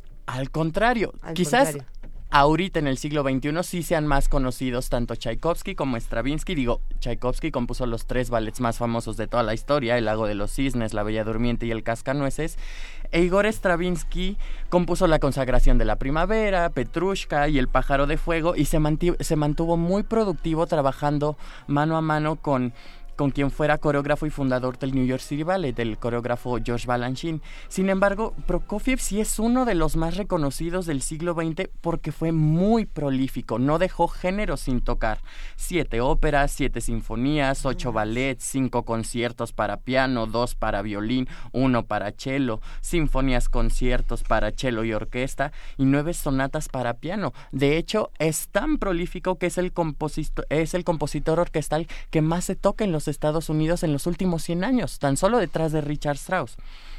Al contrario, quizás ahorita en el siglo XXI sí sean más conocidos tanto Tchaikovsky como Stravinsky. Digo, Tchaikovsky compuso los 3 ballets más famosos de toda la historia, El lago de los cisnes, La bella durmiente y El cascanueces. E Igor Stravinsky compuso La consagración de la primavera, Petrushka y El pájaro de fuego, y se mantuvo muy productivo trabajando mano a mano con quien fuera coreógrafo y fundador del New York City Ballet, el coreógrafo George Balanchine. Sin embargo, Prokofiev sí es uno de los más reconocidos del siglo XX porque fue muy prolífico, no dejó género sin tocar. 7 óperas, 7 sinfonías, 8 ballets, 5 conciertos para piano, 2 para violín, 1 para cello, sinfonías, conciertos para cello y orquesta y 9 sonatas para piano. De hecho, es tan prolífico que es el compositor orquestal que más se toca en los Estados Unidos en los últimos 100 años, tan solo detrás de Richard Strauss.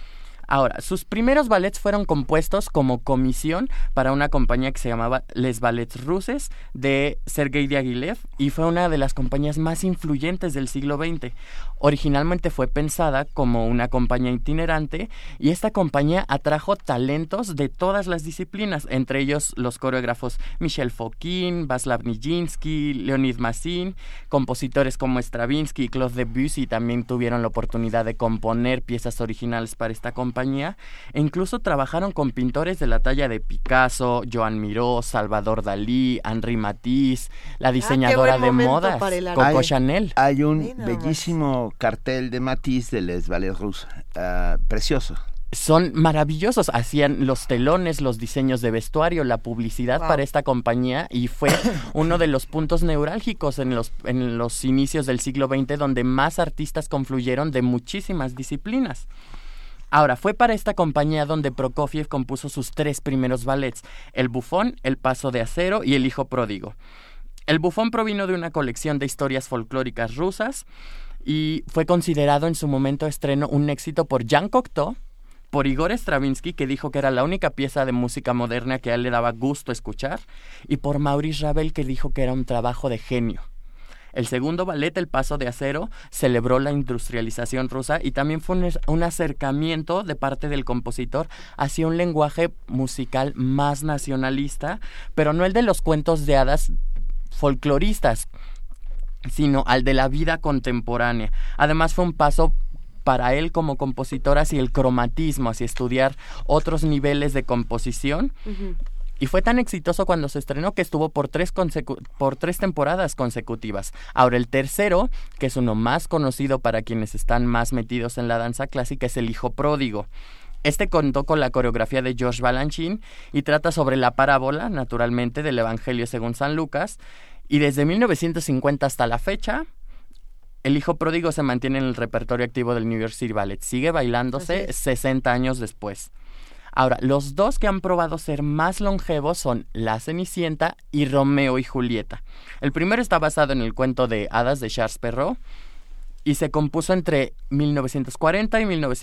Ahora, sus primeros ballets fueron compuestos como comisión para una compañía que se llamaba Les Ballets Russes de Sergei Diaghilev y fue una de las compañías más influyentes del siglo XX. Originalmente fue pensada como una compañía itinerante y esta compañía atrajo talentos de todas las disciplinas, entre ellos los coreógrafos Michel Fokine, Václav Nijinsky, Leonid Massin, compositores como Stravinsky y Claude Debussy también tuvieron la oportunidad de componer piezas originales para esta compañía. E incluso trabajaron con pintores de la talla de Picasso, Joan Miró, Salvador Dalí, Henri Matisse, la diseñadora de modas, Coco Chanel. Hay un bellísimo cartel de Matisse de Les Ballets Russes, precioso. Son maravillosos, hacían los telones, los diseños de vestuario, la publicidad para esta compañía y fue uno de los puntos neurálgicos en los inicios del siglo XX donde más artistas confluyeron de muchísimas disciplinas. Ahora, fue para esta compañía donde Prokofiev compuso sus 3 primeros ballets, El Bufón, El Paso de Acero y El Hijo Pródigo. El Bufón provino de una colección de historias folclóricas rusas y fue considerado en su momento de estreno un éxito por Jean Cocteau, por Igor Stravinsky, que dijo que era la única pieza de música moderna que a él le daba gusto escuchar, y por Maurice Ravel, que dijo que era un trabajo de genio. El segundo ballet, El Paso de Acero, celebró la industrialización rusa y también fue un acercamiento de parte del compositor hacia un lenguaje musical más nacionalista, pero no el de los cuentos de hadas folcloristas, sino al de la vida contemporánea. Además fue un paso para él como compositor hacia el cromatismo, hacia estudiar otros niveles de composición. Uh-huh. Y fue tan exitoso cuando se estrenó que estuvo por 3 temporadas consecutivas. Ahora, el tercero, que es uno más conocido para quienes están más metidos en la danza clásica, es El Hijo Pródigo. Este contó con la coreografía de Georges Balanchine y trata sobre la parábola, naturalmente, del Evangelio según San Lucas. Y desde 1950 hasta la fecha, El Hijo Pródigo se mantiene en el repertorio activo del New York City Ballet. Sigue bailándose 60 años después. Ahora, los 2 que han probado ser más longevos son La Cenicienta y Romeo y Julieta. El primero está basado en el cuento de hadas de Charles Perrault y se compuso entre 1940 y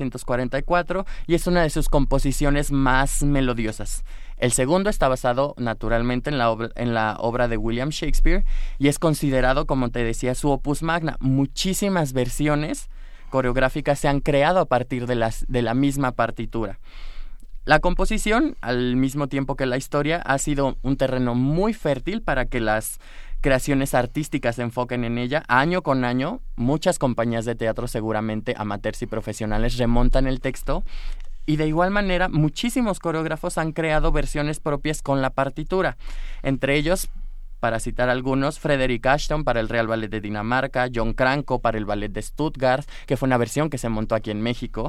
1944 y es una de sus composiciones más melodiosas. El segundo está basado naturalmente en la obra de William Shakespeare y es considerado, como te decía, su opus magna. Muchísimas versiones coreográficas se han creado a partir de la misma partitura. La composición, al mismo tiempo que la historia, ha sido un terreno muy fértil para que las creaciones artísticas se enfoquen en ella. Año con año, muchas compañías de teatro, seguramente amateurs y profesionales, remontan el texto. Y de igual manera, muchísimos coreógrafos han creado versiones propias con la partitura. Entre ellos, para citar algunos, Frederick Ashton para el Real Ballet de Dinamarca, John Cranko para el Ballet de Stuttgart, que fue una versión que se montó aquí en México.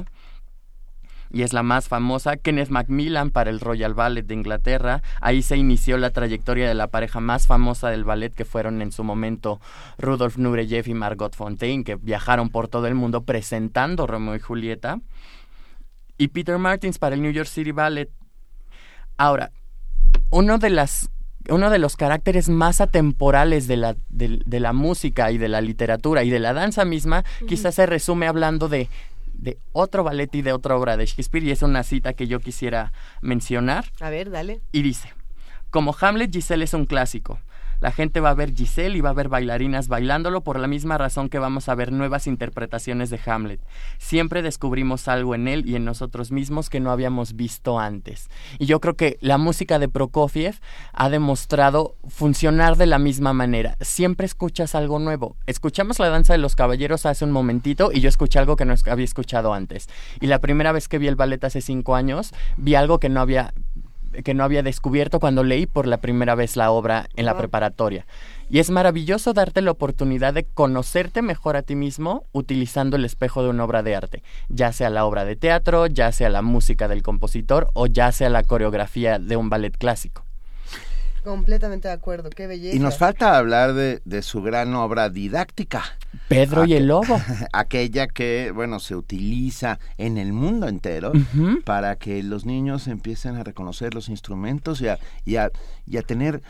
Y es la más famosa, Kenneth Macmillan para el Royal Ballet de Inglaterra. Ahí se inició la trayectoria de la pareja más famosa del ballet, que fueron en su momento Rudolf Nureyev y Margot Fonteyn, que viajaron por todo el mundo presentando Romeo y Julieta. Y Peter Martins para el New York City Ballet. Ahora, uno de los caracteres más atemporales de la música y de la literatura y de la danza misma, quizás se resume hablando de otro ballet y de otra obra de Shakespeare, y es una cita que yo quisiera mencionar. A ver, dale. Y dice: como Hamlet, Giselle es un clásico. La gente va a ver Giselle y va a ver bailarinas bailándolo por la misma razón que vamos a ver nuevas interpretaciones de Hamlet. Siempre descubrimos algo en él y en nosotros mismos que no habíamos visto antes. Y yo creo que la música de Prokofiev ha demostrado funcionar de la misma manera. Siempre escuchas algo nuevo. Escuchamos La Danza de los Caballeros hace un momentito y yo escuché algo que no había escuchado antes. Y la primera vez que vi el ballet hace 5 años, vi algo que no había descubierto cuando leí por la primera vez la obra en la preparatoria. Y es maravilloso darte la oportunidad de conocerte mejor a ti mismo utilizando el espejo de una obra de arte, ya sea la obra de teatro, ya sea la música del compositor o ya sea la coreografía de un ballet clásico. Completamente de acuerdo, qué belleza. Y nos falta hablar de su gran obra didáctica. Pedro y el Lobo. Aquella que, bueno, se utiliza en el mundo entero para que los niños empiecen a reconocer los instrumentos y a tener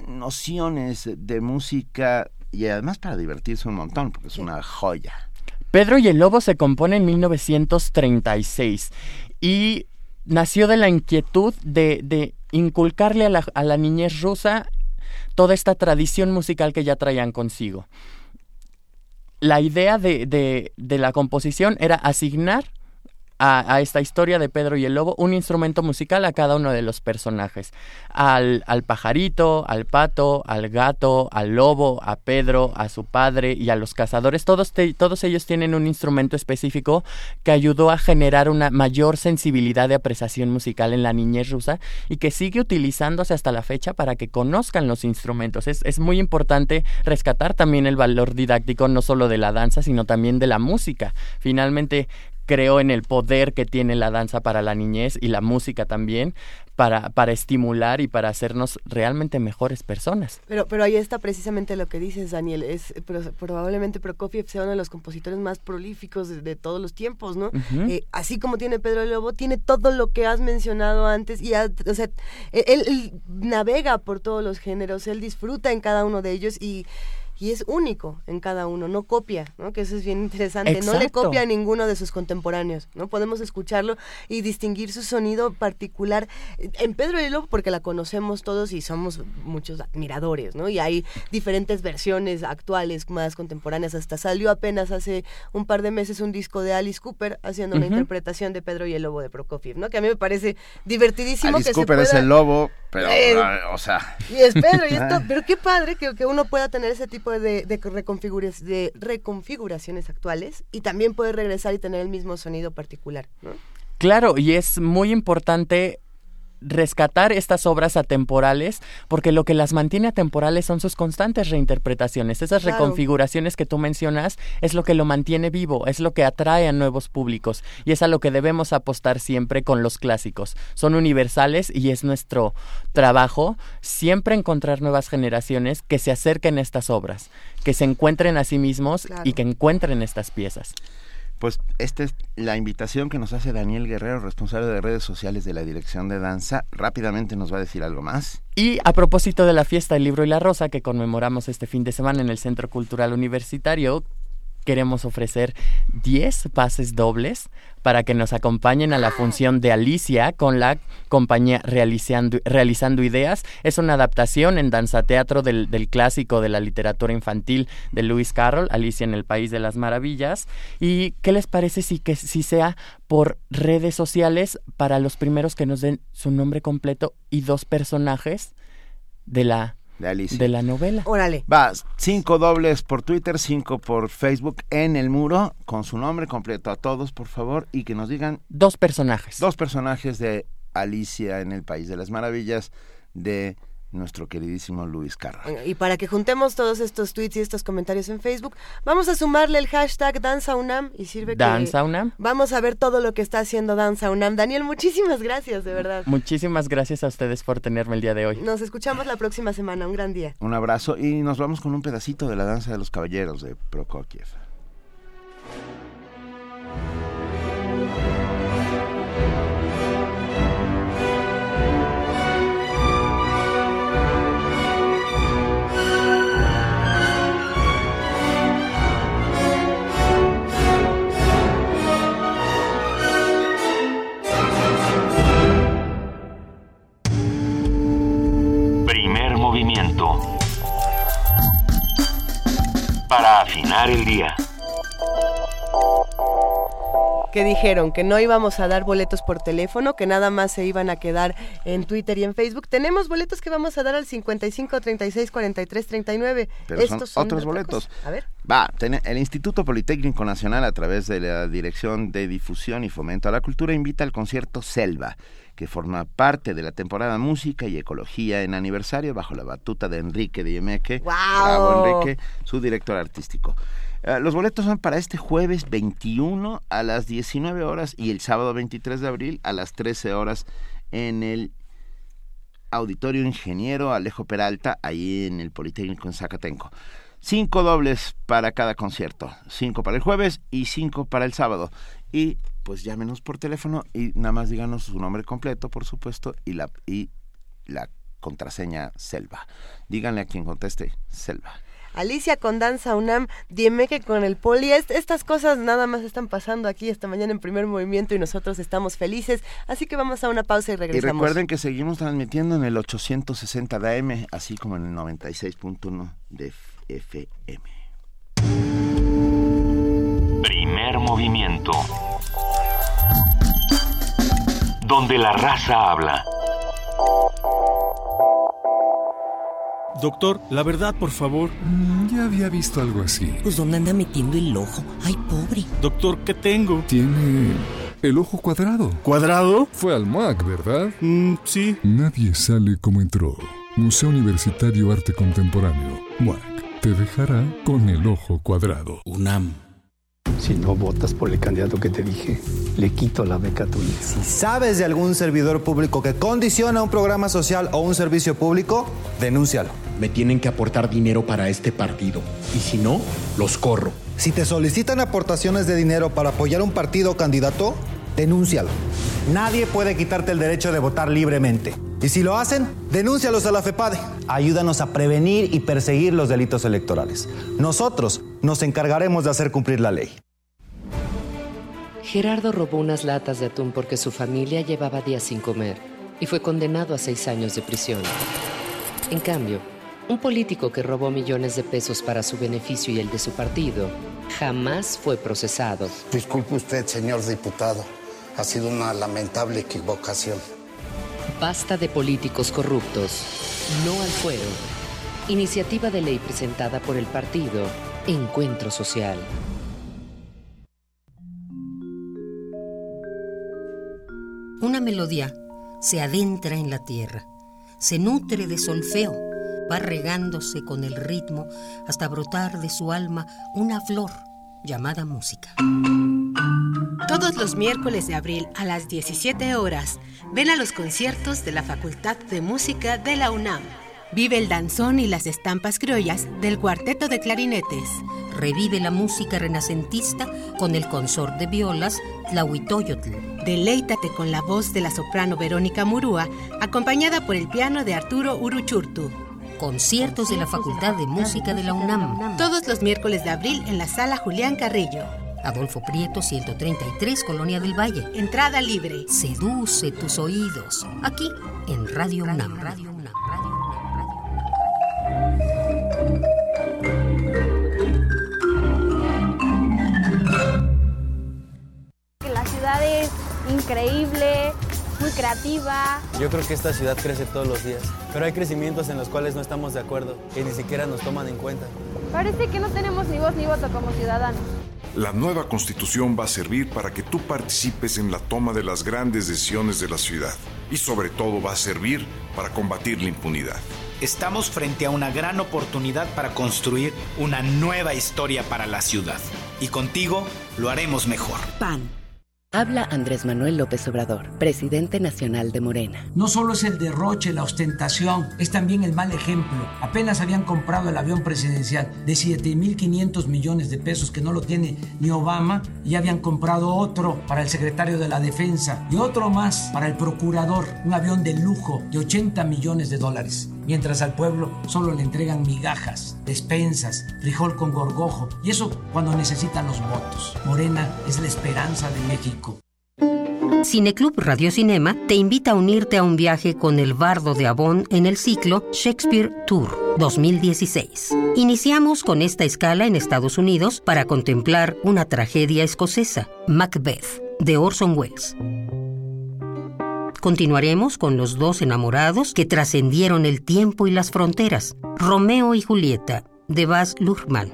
nociones de música y además para divertirse un montón, porque es una joya. Pedro y el Lobo se compone en 1936 y nació de la inquietud de inculcarle a la niñez rusa toda esta tradición musical que ya traían consigo. La idea de la composición era asignar a esta historia de Pedro y el Lobo un instrumento musical a cada uno de los personajes. Al pajarito, al pato, al gato, al lobo, a Pedro, a su padre y a los cazadores. Todos ellos tienen un instrumento específico que ayudó a generar una mayor sensibilidad de apreciación musical en la niñez rusa y que sigue utilizándose hasta la fecha para que conozcan los instrumentos. Es muy importante rescatar también el valor didáctico no solo de la danza, sino también de la música. Finalmente, creo en el poder que tiene la danza para la niñez y la música también para estimular y para hacernos realmente mejores personas. Pero ahí está precisamente lo que dices, Daniel. Probablemente Prokofiev sea uno de los compositores más prolíficos de todos los tiempos, ¿no? Uh-huh. Así como tiene Pedro el Lobo, tiene todo lo que has mencionado antes y él navega por todos los géneros, él disfruta en cada uno de ellos y es único en cada uno, no copia, ¿no? Que eso es bien interesante. Exacto. No le copia a ninguno de sus contemporáneos, ¿no? Podemos escucharlo y distinguir su sonido particular en Pedro y el Lobo porque la conocemos todos y somos muchos admiradores, ¿no? Y hay diferentes versiones actuales, más contemporáneas. Hasta salió apenas hace un par de meses un disco de Alice Cooper haciendo una interpretación de Pedro y el Lobo de Prokofiev, ¿no? Que a mí me parece divertidísimo. Alice que Cooper es el lobo, pero, y es Pedro, y esto, pero qué padre que uno pueda tener ese tipo de reconfiguraciones actuales y también puede regresar y tener el mismo sonido particular, ¿no? Claro, y es muy importante rescatar estas obras atemporales porque lo que las mantiene atemporales son sus constantes reinterpretaciones. Esas reconfiguraciones que tú mencionas es lo que lo mantiene vivo, es lo que atrae a nuevos públicos y es a lo que debemos apostar siempre con los clásicos. Son universales y es nuestro trabajo siempre encontrar nuevas generaciones que se acerquen a estas obras, que se encuentren a sí mismos y que encuentren estas piezas. Pues esta es la invitación que nos hace Daniel Guerrero, responsable de redes sociales de la Dirección de Danza. Rápidamente nos va a decir algo más. Y a propósito de la fiesta del Libro y la Rosa que conmemoramos este fin de semana en el Centro Cultural Universitario, queremos ofrecer 10 pases dobles para que nos acompañen a la función de Alicia con la compañía Realizando Ideas. Es una adaptación en danzateatro del clásico de la literatura infantil de Lewis Carroll, Alicia en el País de las Maravillas. ¿Y qué les parece si sea por redes sociales para los primeros que nos den su nombre completo y 2 personajes de la novela? Órale. Va, 5 dobles por Twitter, 5 por Facebook en el muro, con su nombre completo a todos, por favor, y que nos digan 2 personajes. 2 personajes de Alicia en el País de las Maravillas de nuestro queridísimo Lewis Carroll. Y para que juntemos todos estos tweets y estos comentarios en Facebook, vamos a sumarle el hashtag DanzaUNAM y sirve DanzaUNAM. Vamos a ver todo lo que está haciendo DanzaUNAM. Daniel, muchísimas gracias, de verdad. Muchísimas gracias a ustedes por tenerme el día de hoy. Nos escuchamos la próxima semana. Un gran día. Un abrazo y nos vamos con un pedacito de la Danza de los Caballeros de Prokofiev. Movimiento para afinar el día. Que dijeron que no íbamos a dar boletos por teléfono, que nada más se iban a quedar en Twitter y en Facebook. Tenemos boletos que vamos a dar al 55 36 43 39. Pero estos son otros boletos. A ver. El Instituto Politécnico Nacional, a través de la Dirección de Difusión y Fomento a la Cultura, invita al concierto Selva, que forma parte de la temporada Música y Ecología en aniversario, bajo la batuta de Enrique Diemeque. ¡Wow! Bravo, Enrique, su director artístico. Los boletos son para este jueves 21 a las 19 horas y el sábado 23 de abril a las 13 horas en el Auditorio Ingeniero Alejo Peralta, ahí en el Politécnico en Zacatenco. 5 dobles para cada concierto, 5 para el jueves y 5 para el sábado. Y pues llámenos por teléfono y nada más díganos su nombre completo, por supuesto, y la contraseña Selva. Díganle a quien conteste Selva. Alicia con Danza UNAM, Diemeque con el Poli. Estas cosas nada más están pasando aquí esta mañana en Primer Movimiento y nosotros estamos felices, así que vamos a una pausa y regresamos. Y recuerden que seguimos transmitiendo en el 860 de AM, así como en el 96.1 de FM. Primer movimiento. Donde la raza habla. Doctor, la verdad, por favor. Ya había visto algo así. Pues ¿dónde anda metiendo el ojo? Ay, pobre. Doctor, ¿qué tengo? Tiene el ojo cuadrado. ¿Cuadrado? Fue al MUAC, ¿verdad? Sí. Nadie sale como entró. Museo Universitario Arte Contemporáneo. MUAC. Te dejará con el ojo cuadrado. UNAM. Si no votas por el candidato que te dije, le quito la beca a tu hija. Si sabes de algún servidor público que condiciona un programa social o un servicio público, denúncialo. Me tienen que aportar dinero para este partido. Y si no, los corro. Si te solicitan aportaciones de dinero para apoyar un partido o candidato, denúncialo. Nadie puede quitarte el derecho de votar libremente. Y si lo hacen, denúncialos a la FEPADE. Ayúdanos a prevenir y perseguir los delitos electorales. Nosotros nos encargaremos de hacer cumplir la ley. Gerardo robó unas latas de atún porque su familia llevaba días sin comer y fue condenado a 6 años de prisión. En cambio, un político que robó millones de pesos para su beneficio y el de su partido jamás fue procesado. Disculpe usted, señor diputado. Ha sido una lamentable equivocación. Basta de políticos corruptos. No al fuero. Iniciativa de ley presentada por el partido Encuentro Social. Una melodía se adentra en la tierra, se nutre de solfeo, va regándose con el ritmo hasta brotar de su alma una flor llamada música. Todos los miércoles de abril a las 17 horas, ven a los conciertos de la Facultad de Música de la UNAM. Vive el danzón y las estampas criollas del Cuarteto de Clarinetes. Revive la música renacentista con el consort de violas Tlahuitoyotl. Deleítate con la voz de la soprano Verónica Murúa, acompañada por el piano de Arturo Uruchurtu. Conciertos de la Facultad de Música de la UNAM. Todos los miércoles de abril en la Sala Julián Carrillo. Adolfo Prieto, 133, Colonia del Valle. Entrada libre. Seduce tus oídos. Aquí, en Radio UNAM. La ciudad es increíble, muy creativa. Yo creo que esta ciudad crece todos los días, pero hay crecimientos en los cuales no estamos de acuerdo, que ni siquiera nos toman en cuenta. Parece que no tenemos ni voz ni voto como ciudadanos. La nueva Constitución va a servir para que tú participes en la toma de las grandes decisiones de la ciudad y sobre todo va a servir para combatir la impunidad. Estamos frente a una gran oportunidad para construir una nueva historia para la ciudad y contigo lo haremos mejor. PAN. Habla Andrés Manuel López Obrador, presidente nacional de Morena. No solo es el derroche, la ostentación, es también el mal ejemplo. Apenas habían comprado el avión presidencial de 7.500 millones de pesos que no lo tiene ni Obama, y ya habían comprado otro para el secretario de la Defensa y otro más para el procurador, un avión de lujo de 80 millones de dólares. Mientras al pueblo solo le entregan migajas, despensas, frijol con gorgojo, y eso cuando necesitan los votos. Morena es la esperanza de México. Cineclub Radio Cinema te invita a unirte a un viaje con el Bardo de Avon en el ciclo Shakespeare Tour 2016. Iniciamos con esta escala en Estados Unidos para contemplar una tragedia escocesa, Macbeth, de Orson Welles. Continuaremos con los dos enamorados que trascendieron el tiempo y las fronteras, Romeo y Julieta, de Baz Luhrmann.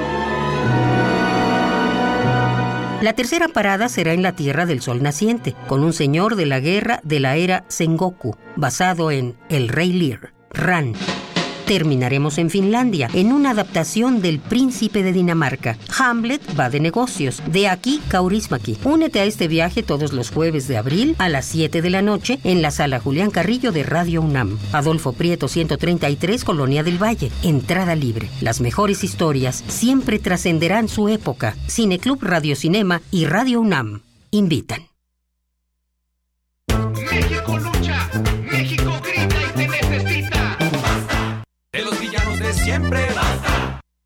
La tercera parada será en la Tierra del Sol Naciente, con un señor de la guerra de la era Sengoku, basado en El Rey Lear, Ran. Terminaremos en Finlandia, en una adaptación del Príncipe de Dinamarca. Hamlet va de negocios, de aquí Kaurismäki. Únete a este viaje todos los jueves de abril a las 7 de la noche en la Sala Julián Carrillo de Radio UNAM. Adolfo Prieto, 133, Colonia del Valle. Entrada libre. Las mejores historias siempre trascenderán su época. Cineclub Radio Cinema y Radio UNAM invitan. México lucha, México grita y te necesita. De los villanos de siempre, basta.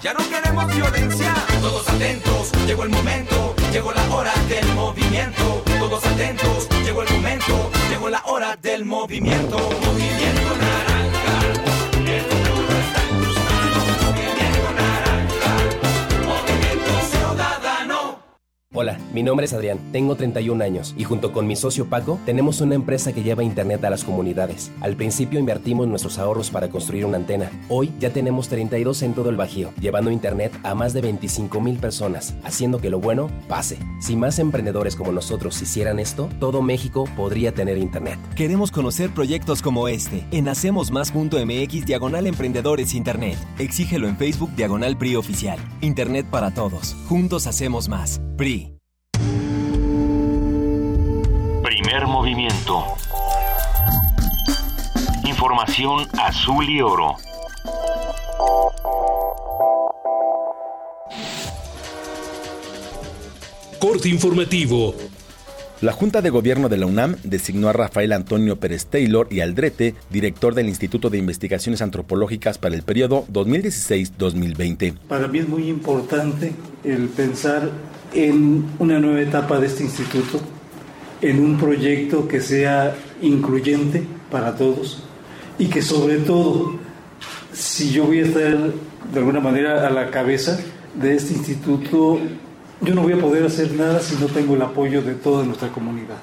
Ya no queremos violencia. Todos atentos, llegó el momento, llegó la hora del movimiento. Todos atentos, llegó el momento, llegó la hora del movimiento. Movimiento naranja, el futuro está en tus manos. Movimiento naranja, movimiento ciudadano. Hola, mi nombre es Adrián, tengo 31 años y junto con mi socio Paco tenemos una empresa que lleva internet a las comunidades. Al principio invertimos nuestros ahorros para construir una antena. Hoy ya tenemos 32 en todo el Bajío, llevando internet a más de 25,000 personas, haciendo que lo bueno pase. Si más emprendedores como nosotros hicieran esto, todo México podría tener internet. Queremos conocer proyectos como este en hacemosmás.mx/emprendedores internet. Exígelo en Facebook /PRI oficial. Internet para todos. Juntos hacemos más. PRI. Primer movimiento. Información azul y oro. Corte informativo. La Junta de Gobierno de la UNAM designó a Rafael Antonio Pérez Taylor y Aldrete, director del Instituto de Investigaciones Antropológicas para el periodo 2016-2020. Para mí es muy importante el pensar en una nueva etapa de este instituto, en un proyecto que sea incluyente para todos y que sobre todo, si yo voy a estar de alguna manera a la cabeza de este instituto, yo no voy a poder hacer nada si no tengo el apoyo de toda nuestra comunidad.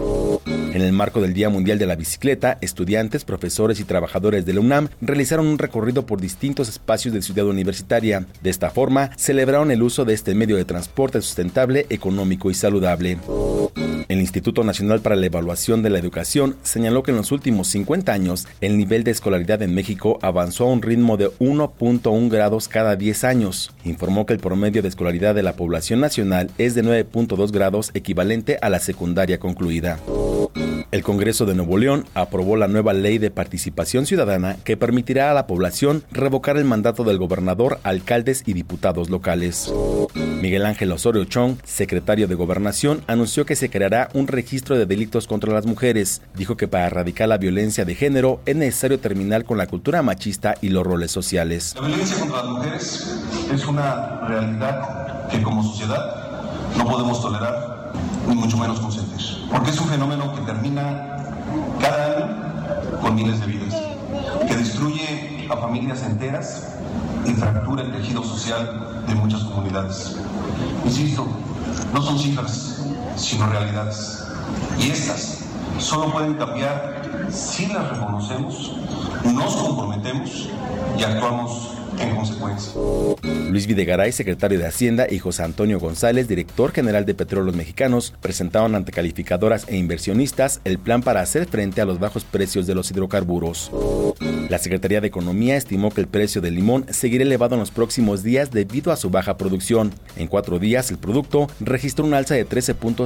En el marco del Día Mundial de la Bicicleta, estudiantes, profesores y trabajadores de la UNAM realizaron un recorrido por distintos espacios de Ciudad Universitaria. De esta forma, celebraron el uso de este medio de transporte sustentable, económico y saludable. El Instituto Nacional para la Evaluación de la Educación señaló que en los últimos 50 años, el nivel de escolaridad en México avanzó a un ritmo de 1.1 grados cada 10 años. Informó que el promedio de escolaridad de la población nacional es de 9.2 grados, equivalente a la secundaria concluida. El Congreso de Nuevo León aprobó la nueva ley de participación ciudadana que permitirá a la población revocar el mandato del gobernador, alcaldes y diputados locales. Miguel Ángel Osorio Chong, secretario de Gobernación, anunció que se creará un registro de delitos contra las mujeres. Dijo que para erradicar la violencia de género es necesario terminar con la cultura machista y los roles sociales. La violencia contra las mujeres es una realidad que como sociedad no podemos tolerar, ni mucho menos consentir, porque es un fenómeno que termina cada año con miles de vidas, que destruye a familias enteras y fractura el tejido social de muchas comunidades. Insisto, no son cifras, sino realidades, y estas solo pueden cambiar si las reconocemos, nos comprometemos y actuamos en consecuencia. Luis Videgaray, secretario de Hacienda, y José Antonio González, director general de Petróleos Mexicanos, presentaron ante calificadoras e inversionistas el plan para hacer frente a los bajos precios de los hidrocarburos. La Secretaría de Economía estimó que el precio del limón seguirá elevado en los próximos días debido a su baja producción. En 4 días, el producto registró un alza de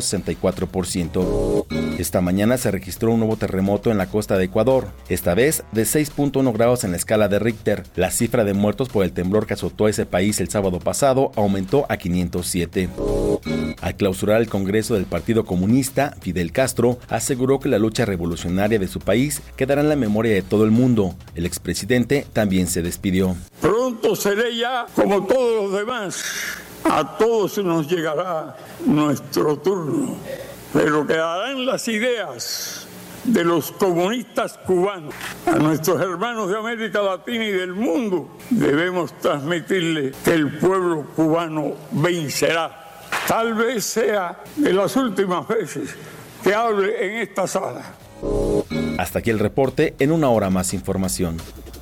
13.64%. Esta mañana se registró un nuevo terremoto en la costa de Ecuador, esta vez de 6.1 grados en la escala de Richter. La cifra de muertos por el temblor que azotó ese país el sábado pasado aumentó a 507. Al clausurar el Congreso del Partido Comunista, Fidel Castro aseguró que la lucha revolucionaria de su país quedará en la memoria de todo el mundo. El expresidente también se despidió. Pronto seré ya como todos los demás. A todos nos llegará nuestro turno, pero quedarán las ideas de los comunistas cubanos. A nuestros hermanos de América Latina y del mundo debemos transmitirle que el pueblo cubano vencerá. Tal vez sea de las últimas veces que hable en esta sala. Hasta aquí el reporte. En una hora más información.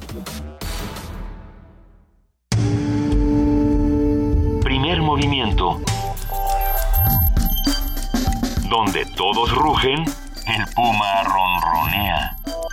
Primer movimiento. Donde todos rugen, el puma ronronea.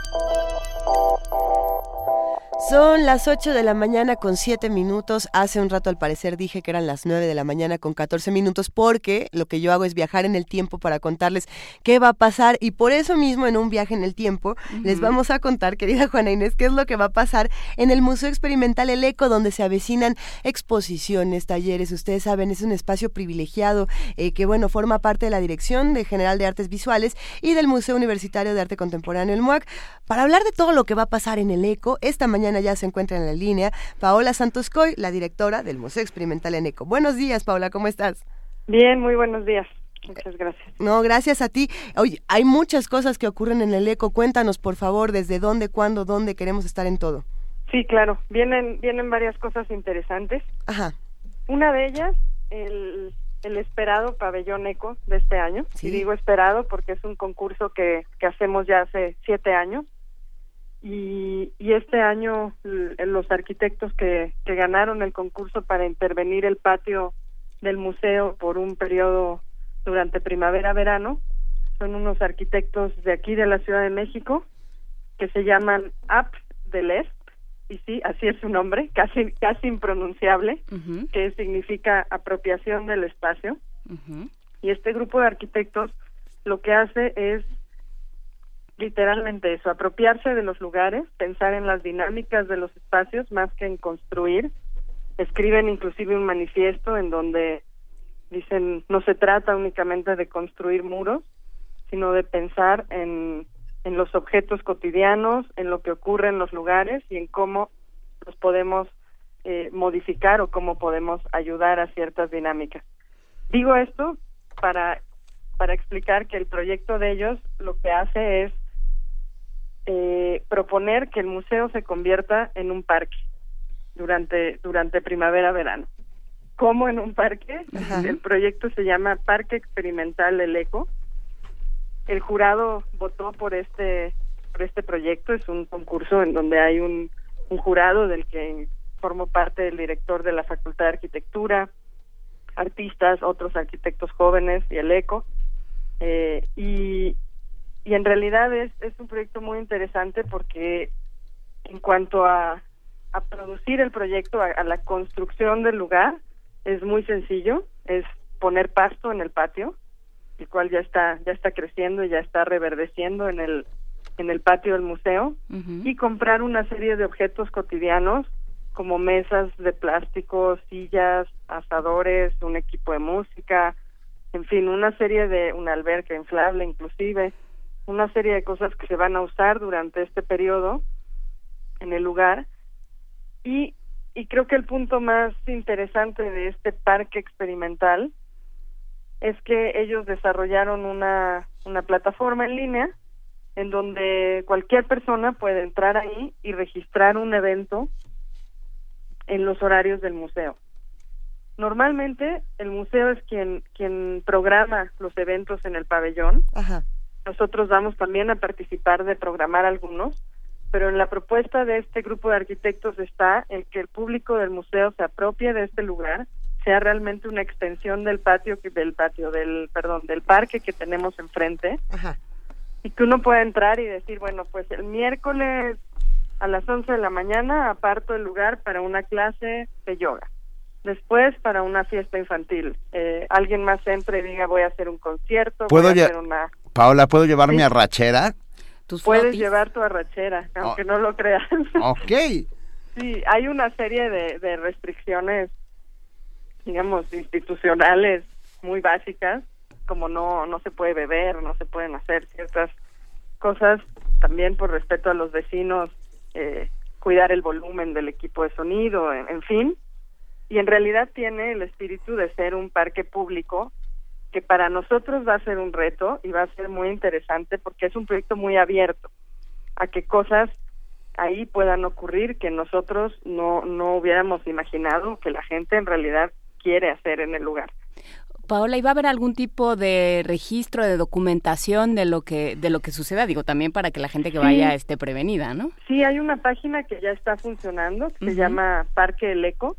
Son las 8 de la mañana con 7 minutos. Hace un rato al parecer dije que eran las 9 de la mañana con 14 minutos porque lo que yo hago es viajar en el tiempo para contarles qué va a pasar, y por eso mismo en un viaje en el tiempo les vamos a contar, querida Juana Inés, qué es lo que va a pasar en el Museo Experimental El Eco, donde se avecinan exposiciones, talleres. Ustedes saben, es un espacio privilegiado que bueno, forma parte de la Dirección General de Artes Visuales y del Museo Universitario de Arte Contemporáneo, el MUAC. Para hablar de todo lo que va a pasar en El Eco, esta mañana mañana ya se encuentra en la línea Paola Santoscoy, la directora del Museo Experimental ENECO. Buenos días, Paola, ¿cómo estás? Bien, muy buenos días. Muchas gracias. No, gracias a ti. Oye, hay muchas cosas que ocurren en el ECO. Cuéntanos, por favor, desde dónde, cuándo, dónde queremos estar en todo. Sí, claro. Vienen varias cosas interesantes. Ajá. Una de ellas, el esperado pabellón ECO de este año. Sí. Y digo esperado porque es un concurso que hacemos ya hace 7 años. Y este año los arquitectos que ganaron el concurso para intervenir el patio del museo por un periodo durante primavera-verano son unos arquitectos de aquí de la Ciudad de México que se llaman Apt del Est, y sí, así es su nombre, casi impronunciable, que significa apropiación del espacio. Y este grupo de arquitectos lo que hace es literalmente eso, apropiarse de los lugares, pensar en las dinámicas de los espacios más que en construir. Escriben inclusive un manifiesto en donde dicen, no se trata únicamente de construir muros, sino de pensar en los objetos cotidianos, en lo que ocurre en los lugares y en cómo los podemos modificar o cómo podemos ayudar a ciertas dinámicas. Digo esto para explicar que el proyecto de ellos lo que hace es proponer que el museo se convierta en un parque durante primavera-verano. ¿Cómo en un parque? Ajá. El proyecto se llama Parque Experimental del ECO. El jurado votó por este proyecto. Es un concurso en donde hay un jurado del que formo parte el director de la Facultad de Arquitectura, artistas, otros arquitectos jóvenes y el ECO. Y en realidad es un proyecto muy interesante porque en cuanto a producir el proyecto, a la construcción del lugar, es muy sencillo, es poner pasto en el patio, el cual ya está creciendo y ya está reverdeciendo en el patio del museo, y comprar una serie de objetos cotidianos como mesas de plástico, sillas, asadores, un equipo de música, en fin, una alberca inflable inclusive, una serie de cosas que se van a usar durante este periodo en el lugar. Y creo que el punto más interesante de este parque experimental es que ellos desarrollaron una plataforma en línea en donde cualquier persona puede entrar ahí y registrar un evento en los horarios del museo. Normalmente el museo es quien programa los eventos en el pabellón. Ajá. Nosotros vamos también a participar de programar algunos, pero en la propuesta de este grupo de arquitectos está el que el público del museo se apropie de este lugar, sea realmente una extensión del parque que tenemos enfrente. Ajá. Y que uno pueda entrar y decir, bueno, pues el miércoles a las 11 de la mañana aparto el lugar para una clase de yoga. Después para una fiesta infantil. Alguien más entre y diga, voy a hacer un concierto, Paola, ¿puedo llevar mi arrachera? Puedes llevar tu arrachera, aunque no lo creas. Ok. Sí, hay una serie de restricciones, digamos, institucionales muy básicas, como no se puede beber, no se pueden hacer ciertas cosas, también por respeto a los vecinos, cuidar el volumen del equipo de sonido, en fin. Y en realidad tiene el espíritu de ser un parque público que para nosotros va a ser un reto y va a ser muy interesante porque es un proyecto muy abierto a que cosas ahí puedan ocurrir que nosotros no hubiéramos imaginado que la gente en realidad quiere hacer en el lugar. Paola, ¿y va a haber algún tipo de registro, de documentación de lo que suceda? Digo, también para que la gente que vaya esté prevenida, ¿no? Sí, hay una página que ya está funcionando, que se llama parqueeleco.com.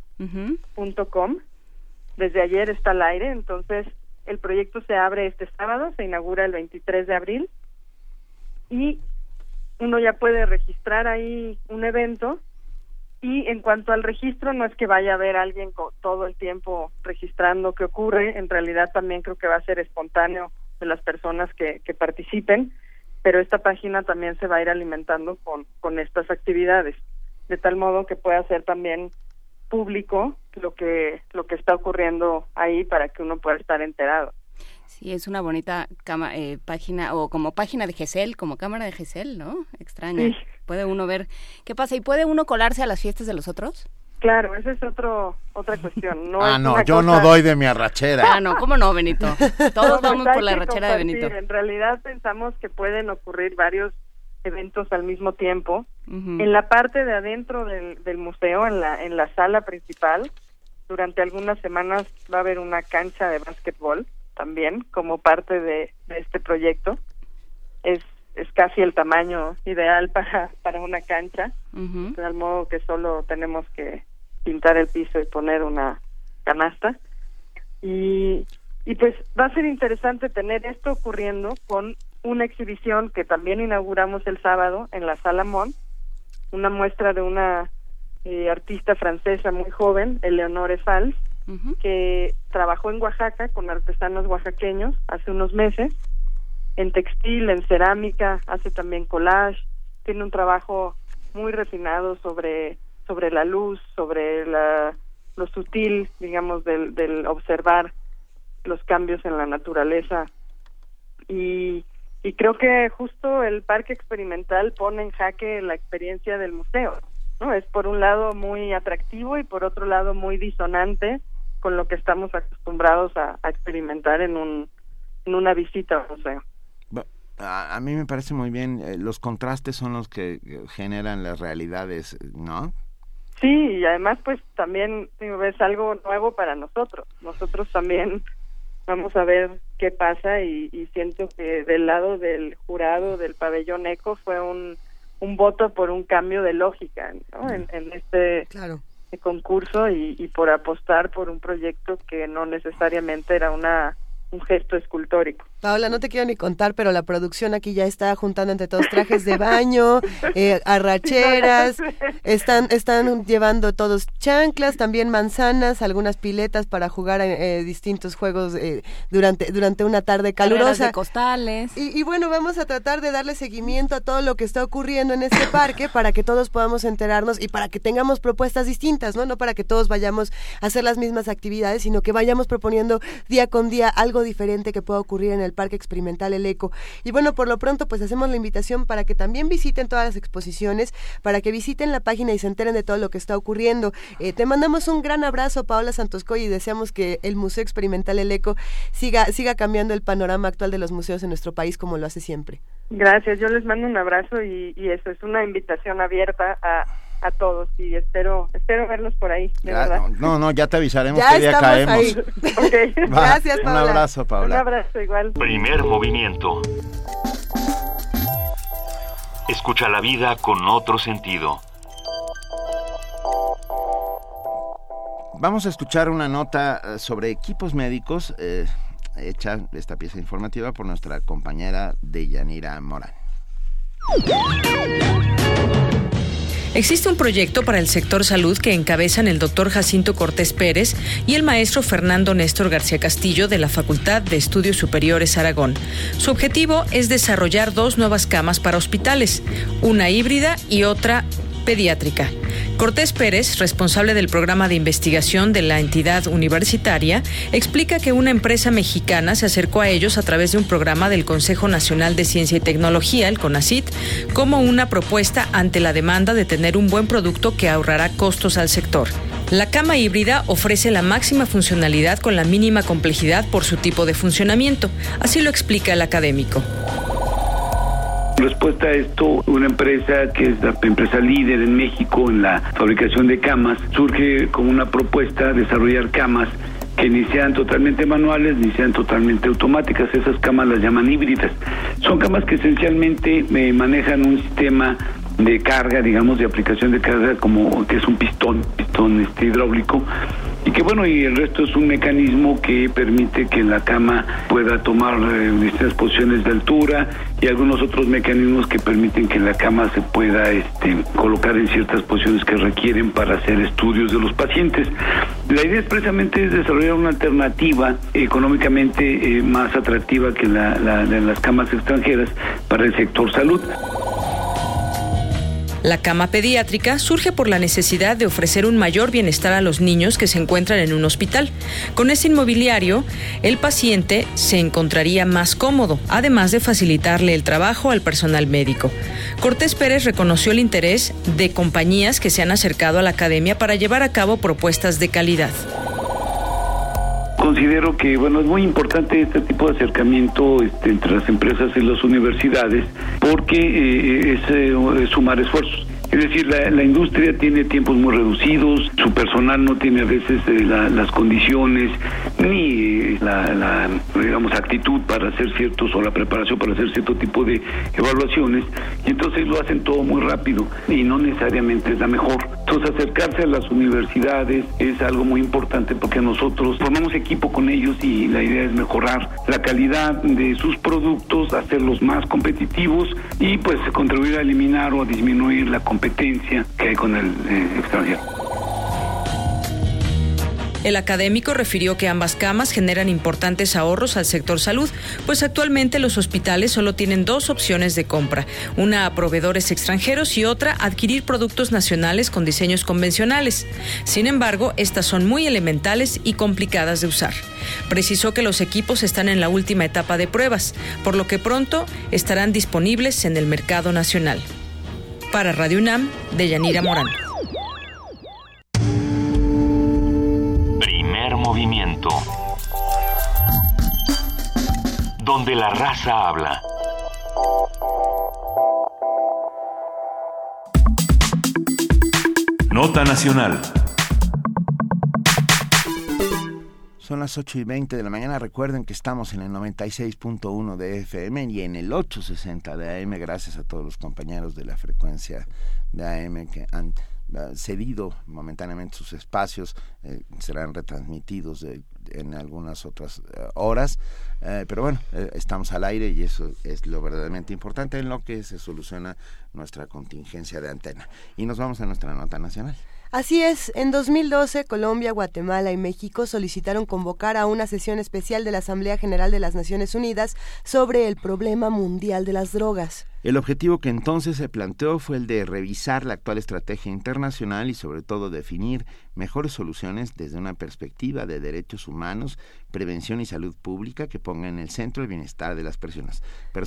Desde ayer está al aire, entonces el proyecto se abre este sábado, se inaugura el 23 de abril, y uno ya puede registrar ahí un evento. Y en cuanto al registro, no es que vaya a haber alguien todo el tiempo registrando qué ocurre, en realidad también creo que va a ser espontáneo de las personas que participen, pero esta página también se va a ir alimentando con estas actividades, de tal modo que pueda ser también público lo que está ocurriendo ahí para que uno pueda estar enterado. Sí, es una bonita página, o como página de GESEL, como cámara de GESEL, ¿no? Extraña. Puede uno ver qué pasa. ¿Y puede uno colarse a las fiestas de los otros? Claro, esa es otra cuestión. Yo no doy de mi arrachera. No, ¿cómo no, Benito? Todos vamos por la arrachera de Benito. En realidad pensamos que pueden ocurrir varios eventos al mismo tiempo. En la parte de adentro del museo, en la sala principal, durante algunas semanas va a haber una cancha de básquetbol también, como parte de este proyecto. Es casi el tamaño ideal para una cancha, de tal modo que solo tenemos que pintar el piso y poner una canasta. Y pues va a ser interesante tener esto ocurriendo con una exhibición que también inauguramos el sábado en la Sala Mont, una muestra de una artista francesa muy joven, Eleonore Fals, que trabajó en Oaxaca con artesanos oaxaqueños hace unos meses, en textil, en cerámica, hace también collage, tiene un trabajo muy refinado sobre la luz, sobre lo sutil, digamos, del observar los cambios en la naturaleza. Y creo que justo el parque experimental pone en jaque la experiencia del museo, ¿no? Es por un lado muy atractivo y por otro lado muy disonante con lo que estamos acostumbrados a experimentar en una visita al museo. A mí me parece muy bien, los contrastes son los que generan las realidades, ¿no? Sí, y además pues también es algo nuevo para nosotros también vamos a ver qué pasa y siento que del lado del jurado del pabellón Eco fue un voto por un cambio de lógica, ¿no? En este concurso y por apostar por un proyecto que no necesariamente era un gesto escultórico. Paola, no te quiero ni contar, pero la producción aquí ya está juntando entre todos trajes de baño, arracheras, están llevando todos chanclas, también manzanas, algunas piletas para jugar distintos juegos durante una tarde calurosa. Carreras de costales. Y bueno, vamos a tratar de darle seguimiento a todo lo que está ocurriendo en este parque para que todos podamos enterarnos y para que tengamos propuestas distintas, ¿no? No para que todos vayamos a hacer las mismas actividades, sino que vayamos proponiendo día con día algo diferente que pueda ocurrir en el Parque Experimental El Eco. Y bueno, por lo pronto pues hacemos la invitación para que también visiten todas las exposiciones, para que visiten la página y se enteren de todo lo que está ocurriendo. Te mandamos un gran abrazo, Paola Santoscoy, y deseamos que el Museo Experimental El Eco siga cambiando el panorama actual de los museos en nuestro país como lo hace siempre. Gracias, yo les mando un abrazo y eso es una invitación abierta a todos y espero verlos por ahí, de verdad. No, ya te avisaremos qué día caemos. Okay. Gracias, Paola. Un abrazo, Paola. Un abrazo igual. Primer movimiento. Escucha la vida con otro sentido. Vamos a escuchar una nota sobre equipos médicos, hecha esta pieza informativa por nuestra compañera Deyanira Morán. Existe un proyecto para el sector salud que encabezan el doctor Jacinto Cortés Pérez y el maestro Fernando Néstor García Castillo de la Facultad de Estudios Superiores Aragón. Su objetivo es desarrollar 2 nuevas camas para hospitales, una híbrida y otra pediátrica. Cortés Pérez, responsable del programa de investigación de la entidad universitaria, explica que una empresa mexicana se acercó a ellos a través de un programa del Consejo Nacional de Ciencia y Tecnología, el CONACYT, como una propuesta ante la demanda de tener un buen producto que ahorrará costos al sector. La cama híbrida ofrece la máxima funcionalidad con la mínima complejidad por su tipo de funcionamiento. Así lo explica el académico. Respuesta a esto, una empresa que es la empresa líder en México en la fabricación de camas, surge con una propuesta de desarrollar camas que ni sean totalmente manuales ni sean totalmente automáticas. Esas camas las llaman híbridas. Son camas que esencialmente manejan un sistema de carga, digamos, de aplicación de carga, como que es un pistón hidráulico, y que bueno, y el resto es un mecanismo que permite que la cama pueda tomar distintas posiciones de altura y algunos otros mecanismos que permiten que la cama se pueda colocar en ciertas posiciones que requieren para hacer estudios de los pacientes. La idea expresamente es desarrollar una alternativa económicamente más atractiva que de las camas extranjeras para el sector salud. La cama pediátrica surge por la necesidad de ofrecer un mayor bienestar a los niños que se encuentran en un hospital. Con este inmobiliario, el paciente se encontraría más cómodo, además de facilitarle el trabajo al personal médico. Cortés Pérez reconoció el interés de compañías que se han acercado a la academia para llevar a cabo propuestas de calidad. Considero que, es muy importante este tipo de acercamiento entre las empresas y las universidades, porque es sumar esfuerzos. Es decir, la industria tiene tiempos muy reducidos, su personal no tiene a veces las condiciones ni la actitud para hacer ciertos, o la preparación para hacer cierto tipo de evaluaciones, y entonces lo hacen todo muy rápido y no necesariamente es la mejor. Entonces acercarse a las universidades es algo muy importante, porque nosotros formamos equipo con ellos y la idea es mejorar la calidad de sus productos, hacerlos más competitivos y pues contribuir a eliminar o a disminuir la competencia que hay con el extranjero. El académico refirió que ambas camas generan importantes ahorros al sector salud, pues actualmente los hospitales solo tienen dos opciones de compra, una a proveedores extranjeros y otra adquirir productos nacionales con diseños convencionales. Sin embargo, estas son muy elementales y complicadas de usar. Precisó que los equipos están en la última etapa de pruebas, por lo que pronto estarán disponibles en el mercado nacional. Para Radio UNAM, Deyanira Morán. Movimiento. Donde la raza habla. Nota nacional. Son las 8:20 de la mañana. Recuerden que estamos en el 96.1 de FM y en el 860 de AM, gracias a todos los compañeros de la frecuencia de AM que han cedido momentáneamente sus espacios, serán retransmitidos en algunas otras horas, pero bueno, estamos al aire y eso es lo verdaderamente importante en lo que se soluciona nuestra contingencia de antena. Y nos vamos a nuestra nota nacional. Así es, en 2012 Colombia, Guatemala y México solicitaron convocar a una sesión especial de la Asamblea General de las Naciones Unidas sobre el problema mundial de las drogas. El objetivo que entonces se planteó fue el de revisar la actual estrategia internacional y sobre todo definir mejores soluciones desde una perspectiva de derechos humanos, prevención y salud pública que ponga en el centro el bienestar de las personas.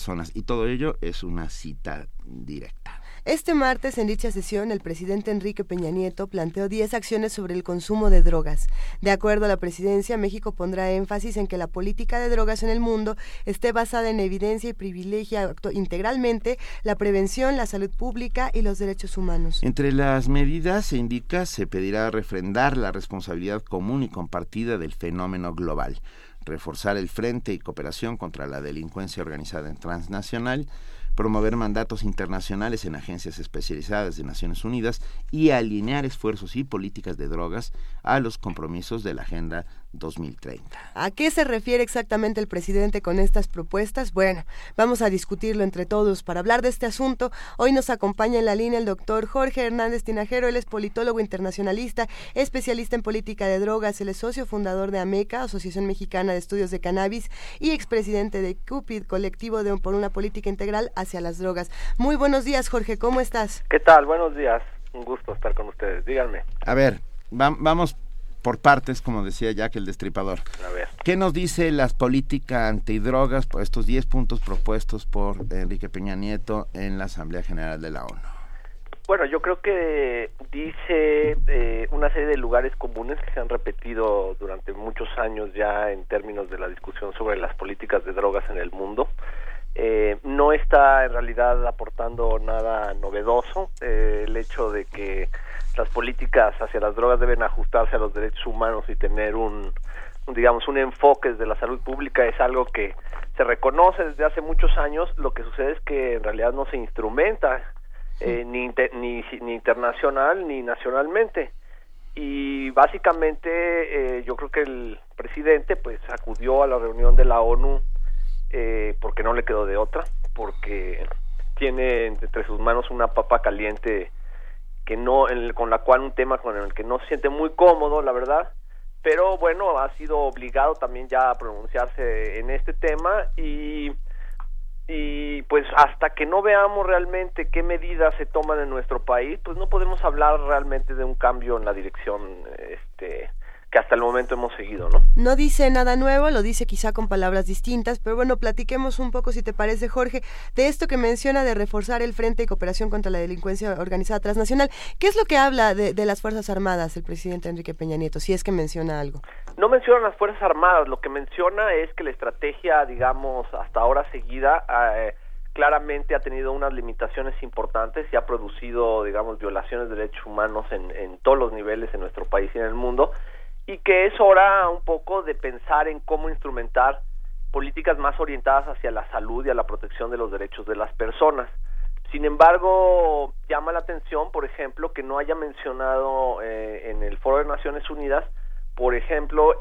Y todo ello es una cita directa. Este martes, en dicha sesión, el presidente Enrique Peña Nieto planteó 10 acciones sobre el consumo de drogas. De acuerdo a la presidencia, México pondrá énfasis en que la política de drogas en el mundo esté basada en evidencia y privilegia integralmente la prevención, la salud pública y los derechos humanos. Entre las medidas se indica se pedirá refrendar la responsabilidad común y compartida del fenómeno global, reforzar el frente y cooperación contra la delincuencia organizada transnacional, promover mandatos internacionales en agencias especializadas de Naciones Unidas y alinear esfuerzos y políticas de drogas a los compromisos de la Agenda 2030. ¿A qué se refiere exactamente el presidente con estas propuestas? Bueno, vamos a discutirlo entre todos. Para hablar de este asunto, hoy nos acompaña en la línea el doctor Jorge Hernández Tinajero. Él es politólogo internacionalista, especialista en política de drogas, él es socio fundador de AMECA, Asociación Mexicana de Estudios de Cannabis, y expresidente de CUPID, Colectivo por una Política Integral hacia las Drogas. Muy buenos días, Jorge, ¿cómo estás? ¿Qué tal? Buenos días, un gusto estar con ustedes, díganme. A ver, vamos por partes, como decía Jack el Destripador. A ver. ¿Qué nos dice las políticas antidrogas por estos 10 puntos propuestos por Enrique Peña Nieto en la Asamblea General de la ONU? Bueno, yo creo que dice una serie de lugares comunes que se han repetido durante muchos años ya en términos de la discusión sobre las políticas de drogas en el mundo. No está en realidad aportando nada novedoso. El hecho de que las políticas hacia las drogas deben ajustarse a los derechos humanos y tener un enfoque de la salud pública es algo que se reconoce desde hace muchos años. Lo que sucede es que en realidad no se instrumenta ni internacional ni nacionalmente, y básicamente yo creo que el presidente pues acudió a la reunión de la ONU porque no le quedó de otra, porque tiene entre sus manos una papa caliente con la cual un tema con el que no se siente muy cómodo, la verdad, pero bueno, ha sido obligado también ya a pronunciarse en este tema, y y pues hasta que no veamos realmente qué medidas se toman en nuestro país, pues no podemos hablar realmente de un cambio en la dirección que hasta el momento hemos seguido, ¿no? No dice nada nuevo, lo dice quizá con palabras distintas, pero bueno, platiquemos un poco, si te parece, Jorge, de esto que menciona de reforzar el Frente de Cooperación contra la Delincuencia Organizada Transnacional. ¿Qué es lo que habla de las Fuerzas Armadas el presidente Enrique Peña Nieto, si es que menciona algo? No menciona las Fuerzas Armadas, lo que menciona es que la estrategia, digamos, hasta ahora seguida, claramente ha tenido unas limitaciones importantes y ha producido, digamos, violaciones de derechos humanos en todos los niveles en nuestro país y en el mundo, y que es hora un poco de pensar en cómo instrumentar políticas más orientadas hacia la salud y a la protección de los derechos de las personas. Sin embargo, llama la atención, por ejemplo, que no haya mencionado en el Foro de Naciones Unidas, por ejemplo,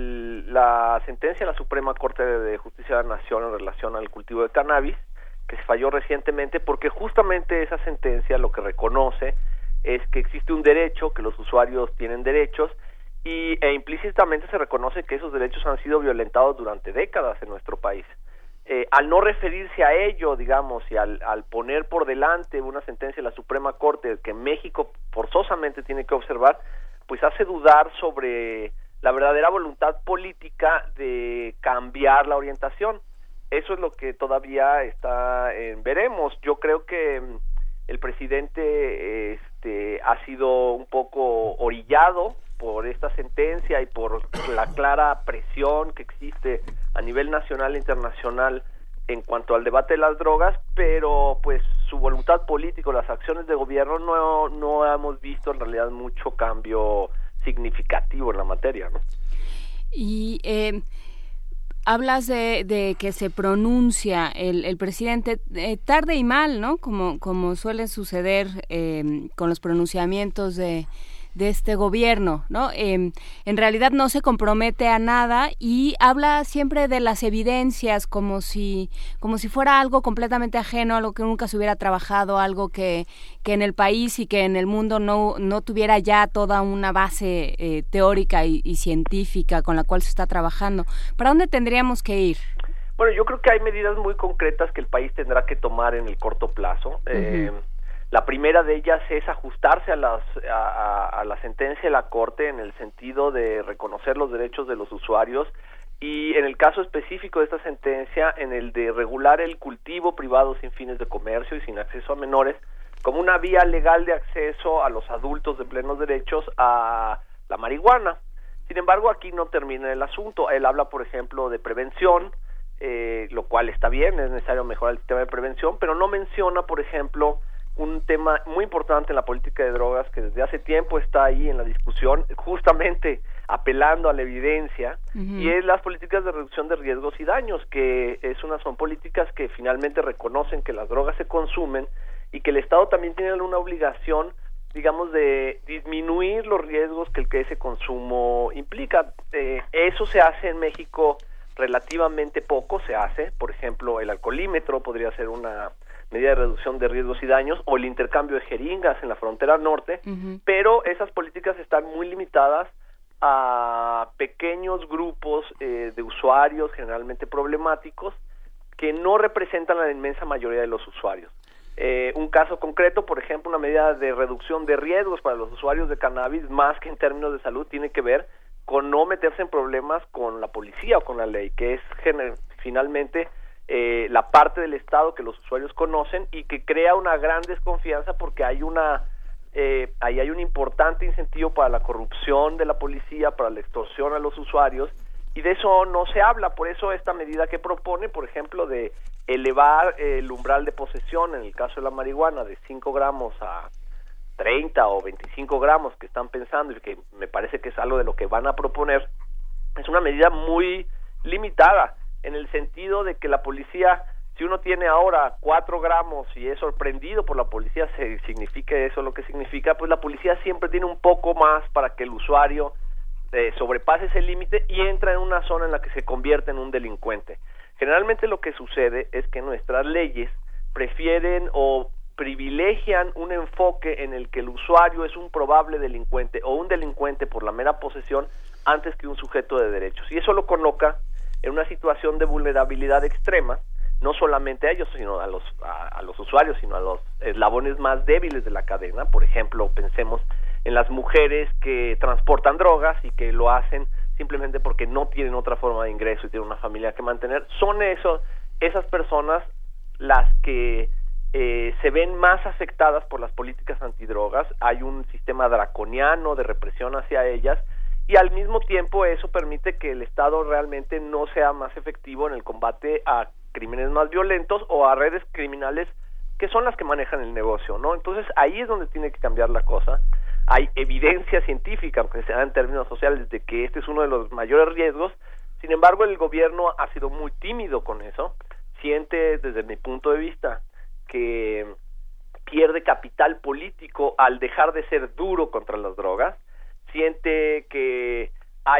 la sentencia de la Suprema Corte de Justicia de la Nación en relación al cultivo de cannabis, que se falló recientemente, porque justamente esa sentencia lo que reconoce es que existe un derecho, que los usuarios tienen derechos, e implícitamente se reconoce que esos derechos han sido violentados durante décadas en nuestro país. Al no referirse a ello, digamos, y al poner por delante una sentencia de la Suprema Corte que México forzosamente tiene que observar, pues hace dudar sobre la verdadera voluntad política de cambiar la orientación. Eso es lo que todavía veremos. Yo creo que el presidente ha sido un poco orillado por esta sentencia y por la clara presión que existe a nivel nacional e internacional en cuanto al debate de las drogas, pero pues su voluntad política, las acciones de gobierno no hemos visto en realidad mucho cambio significativo en la materia, ¿no? Y hablas de que se pronuncia el presidente tarde y mal, ¿no? Como suele suceder con los pronunciamientos de este gobierno, ¿no? En realidad no se compromete a nada y habla siempre de las evidencias como si fuera algo completamente ajeno, algo que nunca se hubiera trabajado, algo que en el país y que en el mundo no tuviera ya toda una base teórica y científica con la cual se está trabajando. ¿Para dónde tendríamos que ir? Bueno, yo creo que hay medidas muy concretas que el país tendrá que tomar en el corto plazo. La primera de ellas es ajustarse a la sentencia de la Corte en el sentido de reconocer los derechos de los usuarios y en el caso específico de esta sentencia, en el de regular el cultivo privado sin fines de comercio y sin acceso a menores como una vía legal de acceso a los adultos de plenos derechos a la marihuana. Sin embargo, aquí no termina el asunto. Él habla, por ejemplo, de prevención, lo cual está bien, es necesario mejorar el sistema de prevención, pero no menciona, por ejemplo, un tema muy importante en la política de drogas que desde hace tiempo está ahí en la discusión, justamente apelando a la evidencia, y es las políticas de reducción de riesgos y daños, que son políticas que finalmente reconocen que las drogas se consumen y que el Estado también tiene una obligación, digamos, de disminuir los riesgos que ese consumo implica. Eso se hace en México relativamente poco, se hace, por ejemplo, el alcoholímetro podría ser una medida de reducción de riesgos y daños, o el intercambio de jeringas en la frontera norte, pero esas políticas están muy limitadas a pequeños grupos de usuarios generalmente problemáticos que no representan a la inmensa mayoría de los usuarios. Un caso concreto, por ejemplo, una medida de reducción de riesgos para los usuarios de cannabis, más que en términos de salud, tiene que ver con no meterse en problemas con la policía o con la ley, que es finalmente la parte del Estado que los usuarios conocen y que crea una gran desconfianza porque hay ahí hay un importante incentivo para la corrupción de la policía, para la extorsión a los usuarios, y de eso no se habla. Por eso esta medida que propone, por ejemplo, de elevar el umbral de posesión en el caso de la marihuana de 5 gramos a 30 o 25 gramos que están pensando, y que me parece que es algo de lo que van a proponer, es una medida muy limitada, en el sentido de que la policía, si uno tiene ahora 4 gramos y es sorprendido por la policía, significa eso lo que significa, pues la policía siempre tiene un poco más para que el usuario sobrepase ese límite y entra en una zona en la que se convierte en un delincuente. Generalmente lo que sucede es que nuestras leyes prefieren o privilegian un enfoque en el que el usuario es un probable delincuente o un delincuente por la mera posesión antes que un sujeto de derechos, y eso lo coloca en una situación de vulnerabilidad extrema, no solamente a ellos, sino a los usuarios, sino a los eslabones más débiles de la cadena. Por ejemplo, pensemos en las mujeres que transportan drogas y que lo hacen simplemente porque no tienen otra forma de ingreso y tienen una familia que mantener. Son esas personas las que se ven más afectadas por las políticas antidrogas. Hay un sistema draconiano de represión hacia ellas, y al mismo tiempo eso permite que el Estado realmente no sea más efectivo en el combate a crímenes más violentos o a redes criminales que son las que manejan el negocio, ¿no? Entonces ahí es donde tiene que cambiar la cosa. Hay evidencia científica, aunque sea en términos sociales, de que este es uno de los mayores riesgos. Sin embargo, el gobierno ha sido muy tímido con eso. Siente, desde mi punto de vista, que pierde capital político al dejar de ser duro contra las drogas. Siente que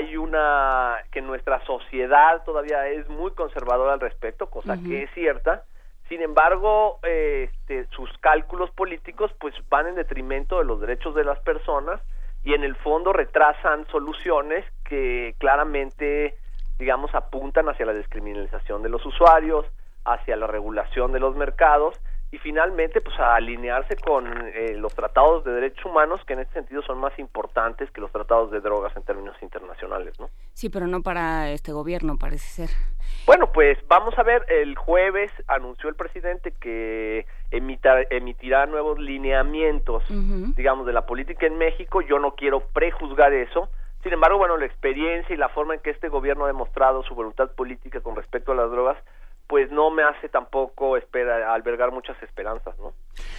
que nuestra sociedad todavía es muy conservadora al respecto, cosa que es cierta. Sin embargo, sus cálculos políticos pues van en detrimento de los derechos de las personas, y en el fondo retrasan soluciones que claramente, digamos, apuntan hacia la descriminalización de los usuarios, hacia la regulación de los mercados, y finalmente pues a alinearse con los tratados de derechos humanos, que en este sentido son más importantes que los tratados de drogas en términos internacionales, ¿no? Sí, pero no para este gobierno, parece ser. Bueno, pues vamos a ver. El jueves anunció el presidente que emitirá nuevos lineamientos, digamos, de la política en México. Yo no quiero prejuzgar eso. Sin embargo, bueno, la experiencia y la forma en que este gobierno ha demostrado su voluntad política con respecto a las drogas, pues no me hace tampoco albergar muchas esperanzas, ¿no?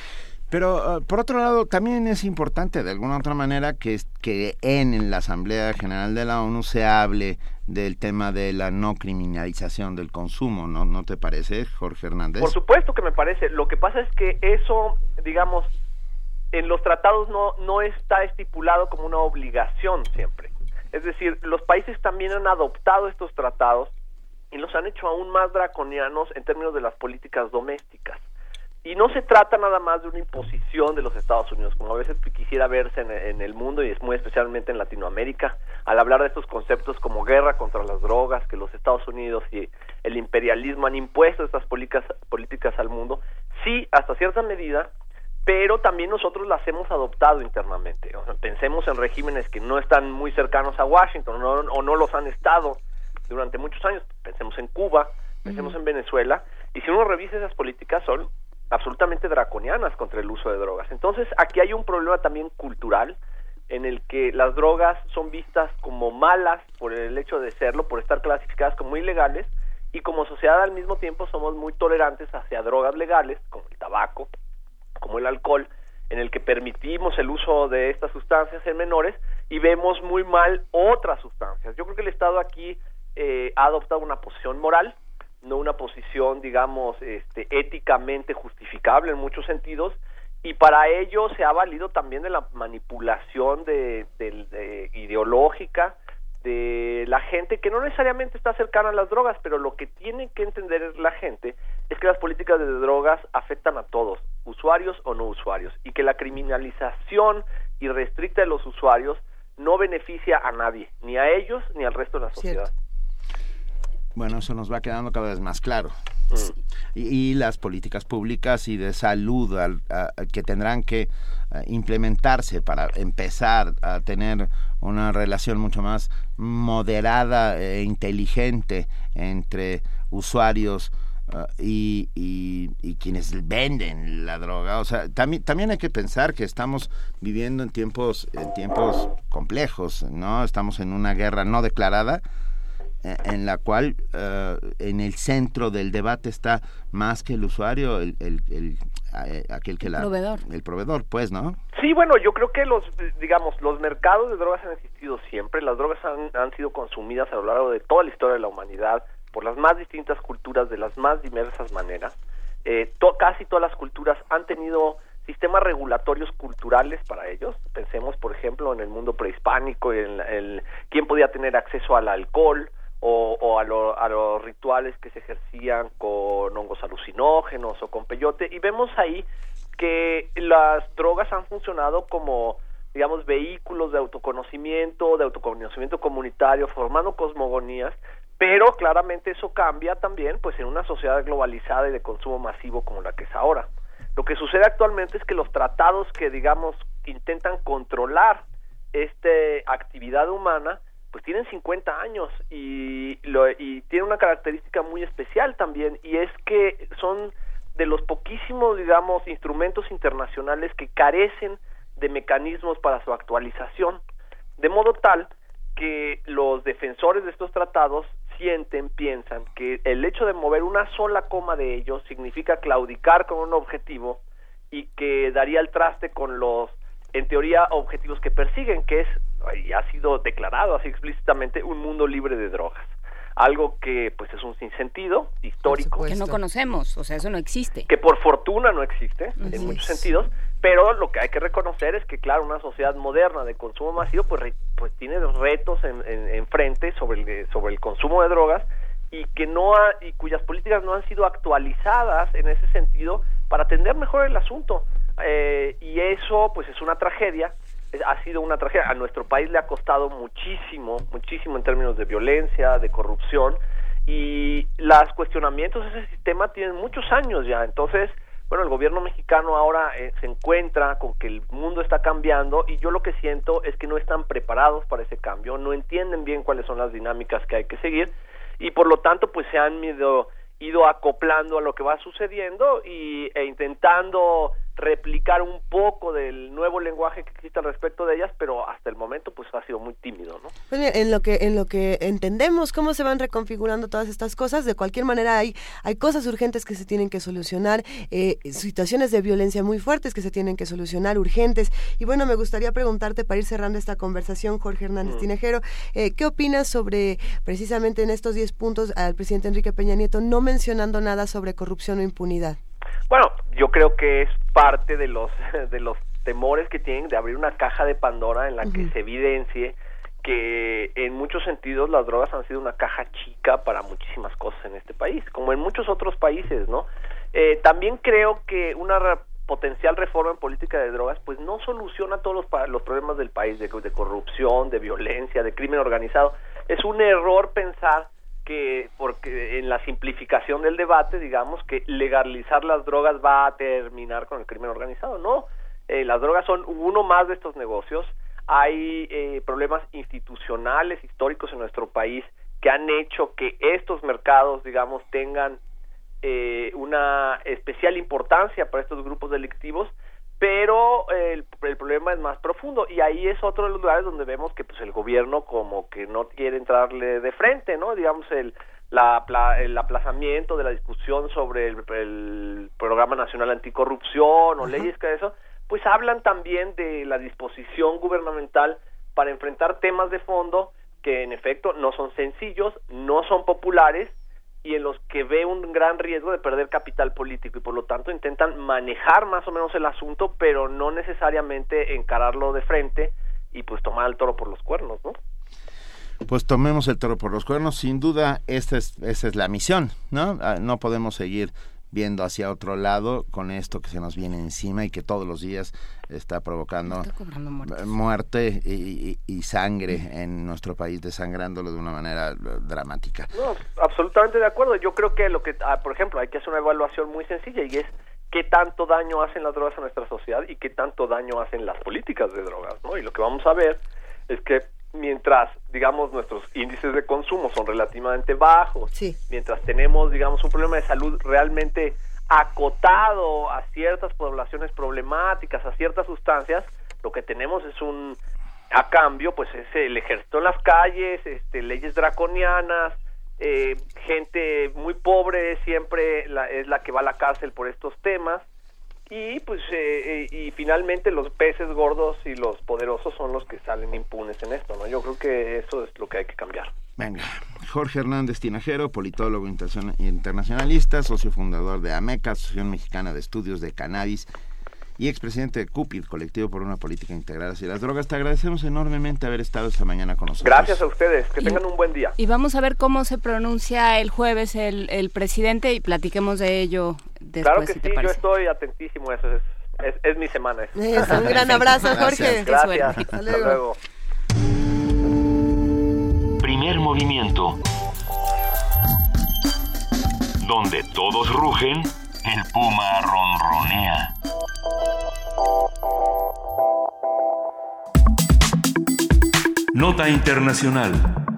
Pero, por otro lado, también es importante, de alguna otra manera, que en la Asamblea General de la ONU se hable del tema de la no criminalización del consumo, ¿no? ¿No te parece, Jorge Hernández? Por supuesto que me parece. Lo que pasa es que eso, digamos, en los tratados no está estipulado como una obligación siempre. Es decir, los países también han adoptado estos tratados y los han hecho aún más draconianos en términos de las políticas domésticas. Y no se trata nada más de una imposición de los Estados Unidos, como a veces quisiera verse en el mundo, y es muy especialmente en Latinoamérica, al hablar de estos conceptos como guerra contra las drogas, que los Estados Unidos y el imperialismo han impuesto estas políticas al mundo. Sí, hasta cierta medida, pero también nosotros las hemos adoptado internamente. O sea, pensemos en regímenes que no están muy cercanos a Washington o no los han estado durante muchos años. Pensemos en Cuba, pensemos en Venezuela, y si uno revisa esas políticas son absolutamente draconianas contra el uso de drogas. Entonces aquí hay un problema también cultural en el que las drogas son vistas como malas por el hecho de serlo, por estar clasificadas como ilegales, y como sociedad al mismo tiempo somos muy tolerantes hacia drogas legales como el tabaco, como el alcohol, en el que permitimos el uso de estas sustancias en menores y vemos muy mal otras sustancias. Yo creo que el Estado aquí ha adoptado una posición moral, no una posición, digamos, éticamente justificable en muchos sentidos, y para ello se ha valido también de la manipulación ideológica de la gente que no necesariamente está cercana a las drogas, pero lo que tiene que entender la gente es que las políticas de drogas afectan a todos, usuarios o no usuarios, y que la criminalización irrestricta de los usuarios no beneficia a nadie, ni a ellos ni al resto de la sociedad. Cierto. Bueno, eso nos va quedando cada vez más claro. Y las políticas públicas y de salud que tendrán que implementarse para empezar a tener una relación mucho más moderada e inteligente entre usuarios y quienes venden la droga. O sea, también hay que pensar que estamos viviendo en tiempos complejos, ¿no? Estamos en una guerra no declarada, en la cual en el centro del debate está más que el usuario, el proveedor, pues, ¿no? Sí, bueno, yo creo que los mercados de drogas han existido siempre. Las drogas han sido consumidas a lo largo de toda la historia de la humanidad por las más distintas culturas, de las más diversas maneras. Casi todas las culturas han tenido sistemas regulatorios culturales para ellos. Pensemos, por ejemplo, en el mundo prehispánico, en quién podía tener acceso al alcohol, o a los rituales que se ejercían con hongos alucinógenos o con peyote, y vemos ahí que las drogas han funcionado como, digamos, vehículos de autoconocimiento comunitario, formando cosmogonías, Pero claramente eso cambia también pues en una sociedad globalizada y de consumo masivo como la que es ahora. Lo que sucede actualmente es que los tratados que, digamos, intentan controlar esta actividad humana, pues tienen 50 años y tiene una característica muy especial también, y es que son de los poquísimos, digamos, instrumentos internacionales que carecen de mecanismos para su actualización, de modo tal que los defensores de estos tratados piensan que el hecho de mover una sola coma de ellos significa claudicar con un objetivo y que daría el traste con los, en teoría, objetivos que persiguen, que es, y ha sido declarado así explícitamente, un mundo libre de drogas. Algo que pues es un sinsentido histórico. Que no conocemos, o sea, eso no existe. Que por fortuna no existe, en muchos sentidos, pero lo que hay que reconocer es que, claro, una sociedad moderna de consumo masivo pues tiene retos en frente sobre el consumo de drogas y cuyas políticas no han sido actualizadas en ese sentido para atender mejor el asunto. Y eso pues es una tragedia. Ha sido una tragedia. A nuestro país le ha costado muchísimo en términos de violencia, de corrupción, y los cuestionamientos de ese sistema tienen muchos años ya. Entonces, bueno, el gobierno mexicano ahora se encuentra con que el mundo está cambiando, y yo lo que siento es que no están preparados para ese cambio, no entienden bien cuáles son las dinámicas que hay que seguir, y por lo tanto pues se han ido acoplando a lo que va sucediendo e intentando replicar un poco del nuevo lenguaje que existe al respecto de ellas, pero hasta el momento pues ha sido muy tímido, ¿no? Pues en lo que entendemos cómo se van reconfigurando todas estas cosas, de cualquier manera hay cosas urgentes que se tienen que solucionar, situaciones de violencia muy fuertes que se tienen que solucionar, urgentes. Y bueno, me gustaría preguntarte, para ir cerrando esta conversación, Jorge Hernández Tinajero, ¿qué opinas sobre, precisamente en estos 10 puntos, al presidente Enrique Peña Nieto no mencionando nada sobre corrupción o impunidad? Bueno, yo creo que es parte de los temores que tienen de abrir una caja de Pandora en la que se evidencie que en muchos sentidos las drogas han sido una caja chica para muchísimas cosas en este país, como en muchos otros países, ¿no? También creo que una potencial reforma en política de drogas pues no soluciona todos los problemas del país, de corrupción, de violencia, de crimen organizado. Es un error pensar porque en la simplificación del debate, digamos, que legalizar las drogas va a terminar con el crimen organizado. No, las drogas son uno más de estos negocios. Hay problemas institucionales, históricos en nuestro país que han hecho que estos mercados, digamos, tengan una especial importancia para estos grupos delictivos, pero el problema es más profundo, y ahí es otro de los lugares donde vemos que pues el gobierno como que no quiere entrarle de frente, ¿no? Digamos, el aplazamiento de la discusión sobre el Programa Nacional Anticorrupción o leyes que eso, pues hablan también de la disposición gubernamental para enfrentar temas de fondo que en efecto no son sencillos, no son populares, y en los que ve un gran riesgo de perder capital político, y por lo tanto intentan manejar más o menos el asunto, pero no necesariamente encararlo de frente y pues tomar el toro por los cuernos, ¿no? Pues tomemos el toro por los cuernos, sin duda esa es la misión, ¿no? No podemos seguir viendo hacia otro lado con esto que se nos viene encima y que todos los días está provocando muerte y sangre en nuestro país, desangrándolo de una manera dramática. No, absolutamente de acuerdo. Yo creo que por ejemplo, hay que hacer una evaluación muy sencilla, y es qué tanto daño hacen las drogas a nuestra sociedad y qué tanto daño hacen las políticas de drogas, ¿no? Y lo que vamos a ver es que mientras, digamos, nuestros índices de consumo son relativamente bajos, mientras tenemos, digamos, un problema de salud realmente acotado a ciertas poblaciones problemáticas, a ciertas sustancias, lo que tenemos es a cambio, pues es el ejército en las calles, leyes draconianas, gente muy pobre siempre es la que va a la cárcel por estos temas, y pues y finalmente los peces gordos y los poderosos son los que salen impunes en esto, ¿no? Yo creo que eso es lo que hay que cambiar. Venga, Jorge Hernández Tinajero, politólogo internacionalista, socio fundador de AMECA, Asociación Mexicana de Estudios de Cannabis, y expresidente de CUPID, Colectivo por una Política Integral hacia las Drogas. Te agradecemos enormemente haber estado esta mañana con nosotros. Gracias a ustedes, que tengan un buen día. Y vamos a ver cómo se pronuncia el jueves el presidente, y platiquemos de ello después. Claro que si sí, yo estoy atentísimo a eso, es mi semana. Un gran abrazo, Jorge. Gracias. Hasta luego. Primer movimiento. Donde todos rugen, el puma ronronea. Nota internacional.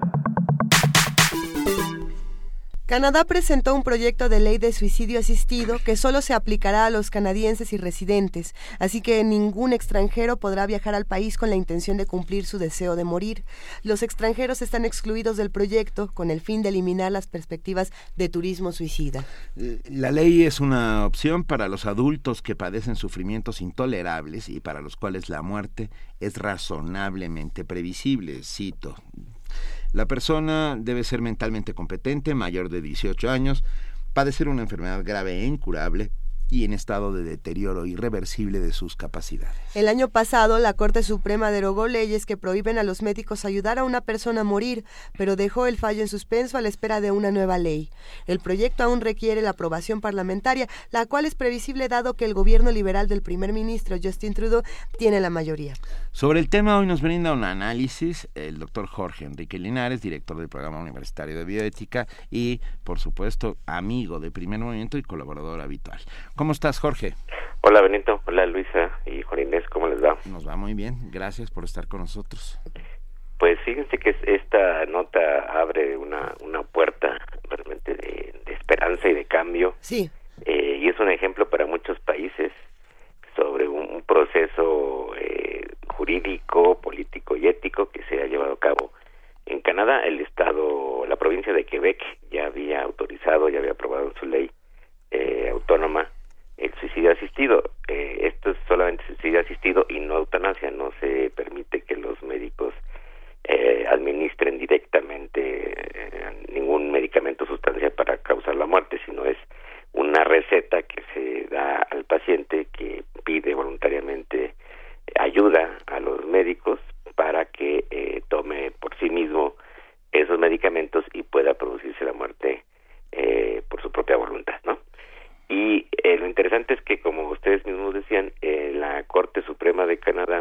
Canadá presentó un proyecto de ley de suicidio asistido que solo se aplicará a los canadienses y residentes, así que ningún extranjero podrá viajar al país con la intención de cumplir su deseo de morir. Los extranjeros están excluidos del proyecto con el fin de eliminar las perspectivas de turismo suicida. La ley es una opción para los adultos que padecen sufrimientos intolerables y para los cuales la muerte es razonablemente previsible, cito. La persona debe ser mentalmente competente, mayor de 18 años, padecer una enfermedad grave e incurable y en estado de deterioro irreversible de sus capacidades. El año pasado, la Corte Suprema derogó leyes que prohíben a los médicos ayudar a una persona a morir, pero dejó el fallo en suspenso a la espera de una nueva ley. El proyecto aún requiere la aprobación parlamentaria, la cual es previsible dado que el gobierno liberal del primer ministro Justin Trudeau tiene la mayoría. Sobre el tema hoy nos brinda un análisis el doctor Jorge Enrique Linares, director del Programa Universitario de Bioética y, por supuesto, amigo de Primer Movimiento y colaborador habitual. ¿Cómo estás, Jorge? Hola, Benito. Hola, Luisa y Juan Inés. ¿Cómo les va? Nos va muy bien. Gracias por estar con nosotros. Pues fíjense que esta nota abre una puerta realmente de esperanza y de cambio. Sí. Y es un ejemplo para muchos países sobre un proceso jurídico, político y ético que se ha llevado a cabo. En Canadá, la provincia de Quebec ya había autorizado, ya había aprobado en su ley autónoma el suicidio asistido. Esto es solamente suicidio asistido y no eutanasia. No se permite que los médicos administren directamente ningún medicamento o sustancia para causar la muerte, sino es una receta que se da al paciente que pide voluntariamente ayuda a los médicos para que tome por sí mismo esos medicamentos y pueda producirse la muerte por su propia voluntad, ¿no? Y lo interesante es que, como ustedes mismos decían, la Corte Suprema de Canadá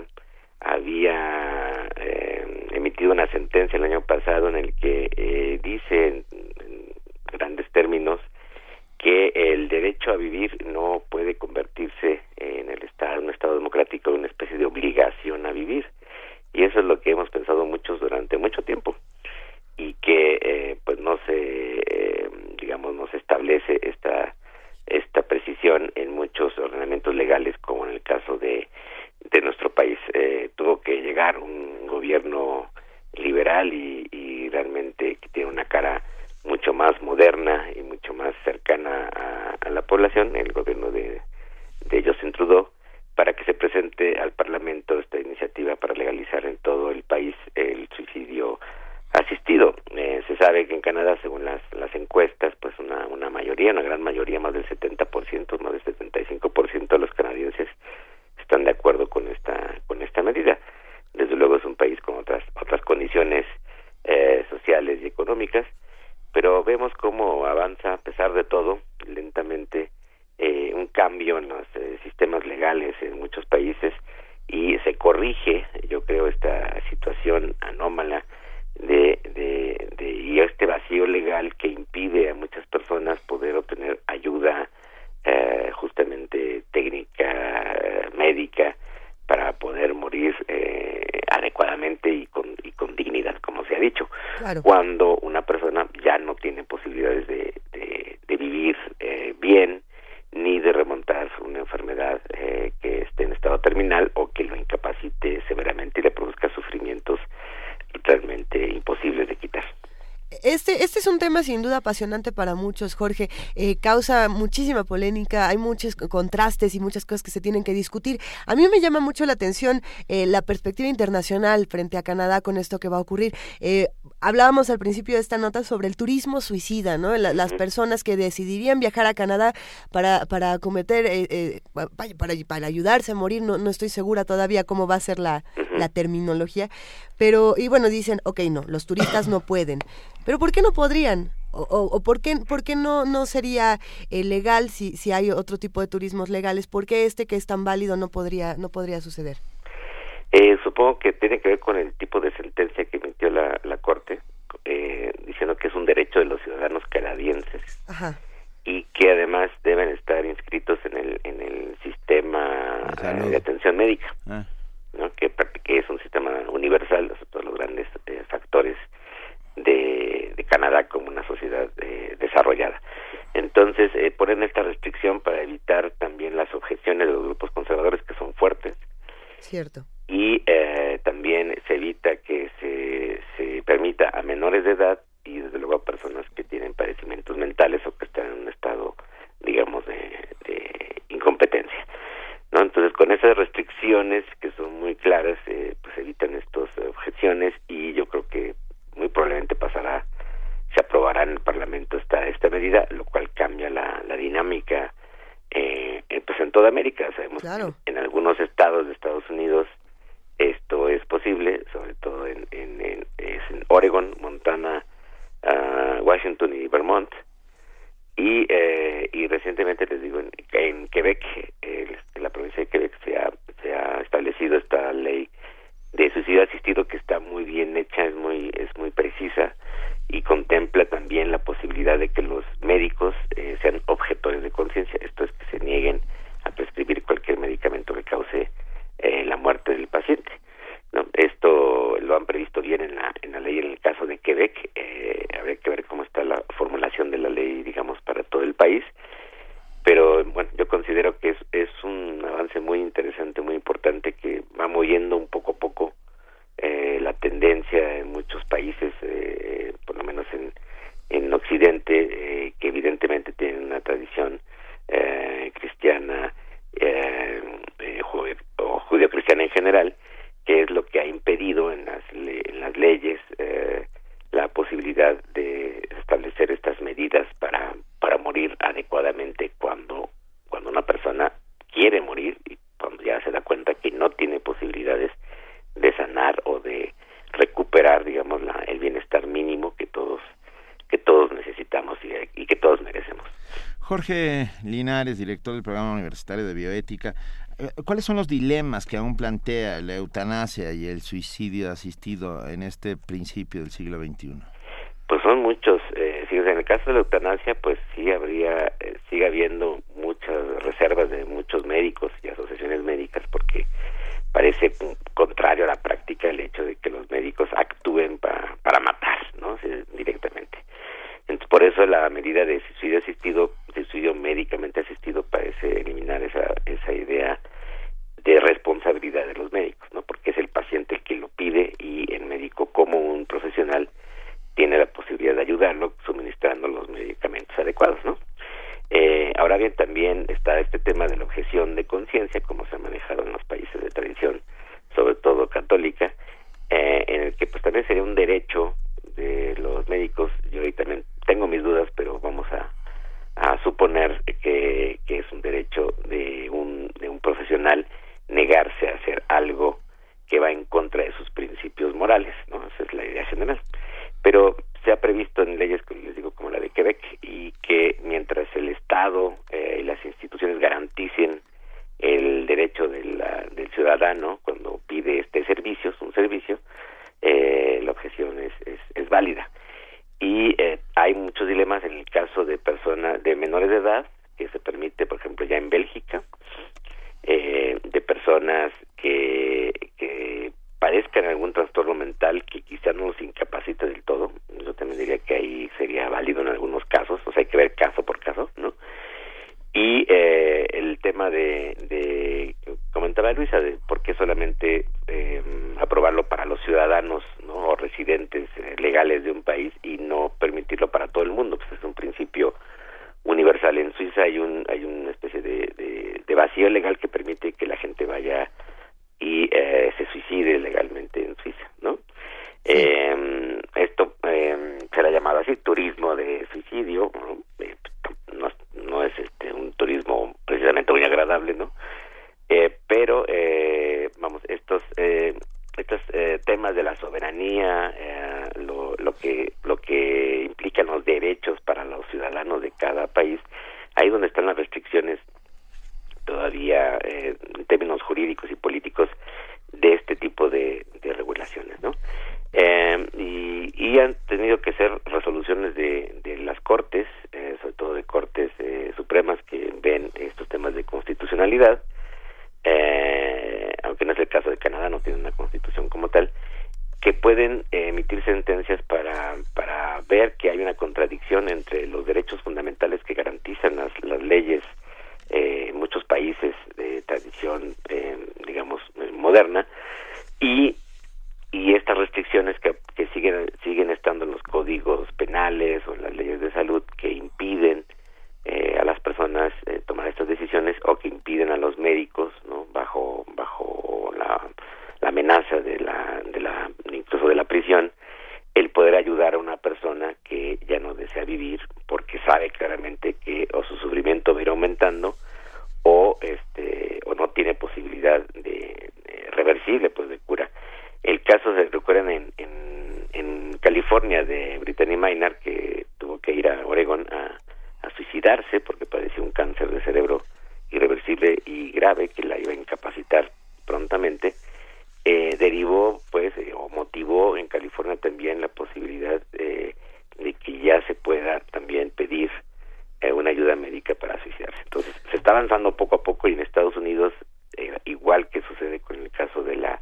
había emitido una sentencia el año pasado en el que dice en grandes términos que el derecho a vivir no puede convertirse en un estado democrático en una especie de obligación a vivir. Y eso es lo que hemos pensado muchos durante mucho tiempo. Y que pues no se establece esta precisión en muchos ordenamientos legales, como en el caso de nuestro país. Tuvo que llegar un gobierno liberal y realmente que tiene una cara mucho más moderna y mucho más cercana a la población, el gobierno de Justin Trudeau, para que se presente al Parlamento esta iniciativa para legalizar en todo el país el suicidio asistido. Se sabe que en Canadá, según las encuestas, pues una gran mayoría, más del 70%, más del 75% de los canadienses están de acuerdo con esta medida. Desde luego es un país con otras condiciones sociales y económicas, pero vemos cómo avanza, a pesar de todo, lentamente, un cambio en los sistemas legales en muchos países, y se corrige, yo creo, esta situación anómala y este vacío legal que impide a muchas personas poder obtener ayuda justamente técnica, médica, para poder morir adecuadamente y con dignidad, como se ha dicho. Claro. Cuando una persona ya no tiene posibilidades de vivir bien, ni de remontar una enfermedad que esté en estado terminal o que lo incapacite severamente y le produzca sufrimientos realmente imposibles de quitar. Este es un tema sin duda apasionante para muchos, Jorge. Causa muchísima polémica, hay muchos contrastes y muchas cosas que se tienen que discutir. A mí me llama mucho la atención la perspectiva internacional frente a Canadá con esto que va a ocurrir. Hablábamos al principio de esta nota sobre el turismo suicida, ¿no? Las personas que decidirían viajar a Canadá para cometer, para ayudarse a morir. No estoy segura todavía cómo va a ser la terminología, pero, y bueno, dicen, okay, no, los turistas no pueden. Pero ¿por qué no podrían? ¿O por qué no sería legal si hay otro tipo de turismos legales? ¿Por qué que es tan válido no podría suceder? Supongo que tiene que ver con el tipo de sentencia que emitió la Corte, diciendo que es un derecho de los ciudadanos canadienses. Ajá. Y Canadá como una sociedad desarrollada. Entonces, ponen esta restricción para evitar también las objeciones de los grupos conservadores, que son fuertes. Cierto. Y también se evita que se permita a menores de edad y desde luego a personas que tienen padecimientos mentales o que están en un estado, digamos, de incompetencia, ¿no? Entonces, con esas restricciones que son muy claras, pues evitan estas objeciones, y yo creo que muy probablemente se aprobará en el Parlamento esta medida, lo cual cambia la dinámica pues en toda América. Sabemos que en algunos estados de Estados Unidos esto es posible, sobre todo en Oregon, Montana, Washington y Vermont, y recientemente, les digo, en Quebec, en la provincia de Quebec se ha establecido esta ley de suicidio asistido, que está muy bien hecha, es muy precisa, y contempla también la posibilidad de que los médicos sean objetores de conciencia. Esto es, que se nieguen a prescribir cualquier medicamento que cause la muerte del paciente, ¿no? Esto lo han previsto bien en la ley en el caso de Quebec. Habría que ver cómo está la formulación de la ley, digamos, para todo el país, pero bueno, yo considero que es un avance muy interesante, muy importante, que va moviendo un poco a poco la tendencia en muchos países, por lo menos en Occidente, que evidentemente tienen una tradición cristiana o judeo-cristiana en general, que es lo que ha impedido en las leyes la posibilidad de establecer estas medidas para morir adecuadamente cuando una persona quiere morir, y cuando ya se da cuenta que no tiene posibilidades de sanar o de recuperar, digamos, el bienestar mínimo que todos necesitamos y que todos merecemos. Jorge Linares, director del Programa Universitario de Bioética, ¿cuáles son los dilemas que aún plantea la eutanasia y el suicidio asistido en este principio del siglo XXI? Pues son muchos. En el caso de la eutanasia, pues sigue habiendo muchas reservas de muchos médicos y asociaciones médicas, porque parece contrario a la práctica el hecho de que los médicos actúen para matar, ¿no? Directamente. Entonces, por eso la medida de suicidio médicamente asistido, parece eliminar esa idea de responsabilidad de los médicos, ¿no? Porque es el paciente el que lo pide, y el médico, como un profesional, tiene la posibilidad de ayudarlo suministrando los medicamentos adecuados, ¿no? Ahora bien, también está este tema de la objeción de conciencia, como se ha manejado en los países de tradición, sobre todo católica, en el que pues también sería un derecho de los médicos. Yo ahí también tengo mis dudas, pero vamos a suponer que es un derecho de un profesional negarse a hacer algo que va en contra de sus principios morales, ¿no? Esa es la idea general. Pero se ha previsto en leyes, como les digo, como la de Quebec, y que mientras el Estado y las instituciones garanticen el derecho del ciudadano cuando pide un servicio, la objeción es válida. Y hay muchos dilemas en el caso de menores de edad, que se permite, por ejemplo, ya en Bélgica, de personas que padezcan algún trastorno mental que quizá no los incapacite del todo. Yo también diría que ahí sería válido en algunos casos, o sea, hay que ver caso por caso, ¿no? Y el tema de comentaba Luisa, de por qué solamente aprobarlo para los ciudadanos, ¿no?, o residentes legales de un país, y no permitirlo para todo el mundo. Pues es un principio universal. En Suiza hay una especie de vacío legal que permite que la gente vaya y se suicide legalmente en Suiza, ¿no? Esto se le ha llamado así, turismo de suicidio, ¿no? No es un turismo precisamente muy agradable, ¿no? Pero vamos, estos temas de la soberanía, lo que implican los derechos para los ciudadanos de cada país, ahí donde están las restricciones todavía en términos jurídicos y políticos de este tipo de regulaciones, ¿no? Y han tenido que ser resoluciones de las cortes, sobre todo de cortes supremas, que ven estos temas de constitucionalidad, aunque no es el caso de Canadá, no tiene una constitución como tal, que pueden emitir sentencias para ver que hay una contradicción entre los derechos fundamentales que garantizan las leyes en muchos países de tradición, digamos, moderna, y estas restricciones que siguen estando en los códigos penales o en las leyes de salud, que impiden a las personas tomar estas decisiones, o que impiden a los médicos, ¿no?, bajo la amenaza incluso de la prisión, el poder ayudar a una persona que ya no desea vivir porque sabe claramente que o su sufrimiento va a ir aumentando o no tiene posibilidad de reversible, pues, de cura. El caso, se recuerdan, en California, de Brittany Maynard, que tuvo que ir a Oregón a suicidarse porque padeció un cáncer de cerebro irreversible y grave que la iba a incapacitar prontamente. Derivó, pues, o motivó en California también la posibilidad de que ya se pueda también pedir una ayuda médica para suicidarse. Entonces, se está avanzando poco a poco, y en Estados Unidos, igual que sucede con el caso de la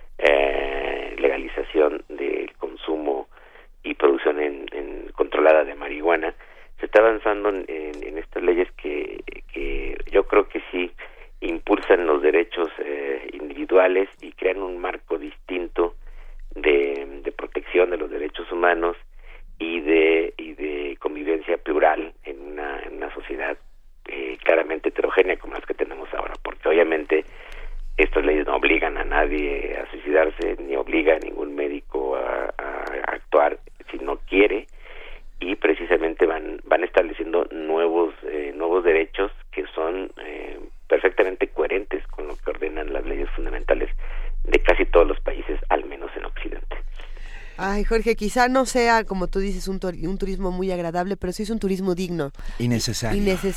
legalización del consumo y producción controlada de marihuana, se está avanzando en estas leyes que yo creo que sí impulsan los derechos individuales y crean un marco distinto de protección de los derechos humanos y de convivencia plural en una sociedad claramente heterogénea como las que tenemos ahora, porque obviamente estas leyes no obligan a nadie a suicidarse, ni obliga a ningún médico a actuar si no quiere, y precisamente van estableciendo nuevos derechos que son perfectamente coherentes con lo que ordenan las leyes fundamentales de casi todos los países, al menos en Occidente. Ay, Jorge, quizá no sea, como tú dices, un turismo muy agradable, pero sí es un turismo digno. Y necesario.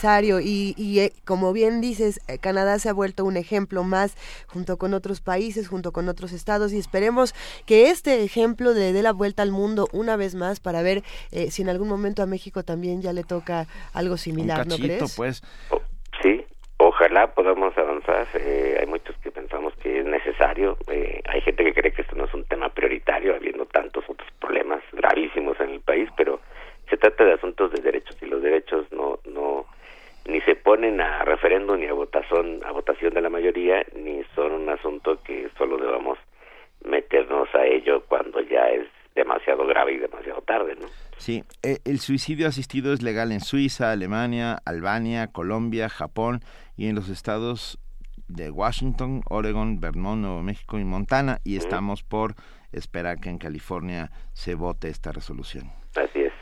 Y como bien dices, Canadá se ha vuelto un ejemplo más, junto con otros países, junto con otros estados, y esperemos que este ejemplo le dé la vuelta al mundo una vez más para ver si en algún momento a México también ya le toca algo similar, un cachito, ¿no crees? Pues. Sí, ojalá podamos avanzar. Hay muchos que pensamos que es necesario. Hay gente que cree que esto no es un tema prioritario, habiendo tantos otros problemas gravísimos en el país, pero se trata de asuntos de derechos, y los derechos no ni se ponen a referéndum ni a votación de la mayoría, ni son un asunto que solo debamos meternos a ello cuando ya es demasiado grave y demasiado tarde, ¿no? Sí, el suicidio asistido es legal en Suiza, Alemania, Albania, Colombia, Japón y en los estados de Washington, Oregon, Vermont, Nuevo México y Montana, y estamos por esperar que en California se vote esta resolución. Así es.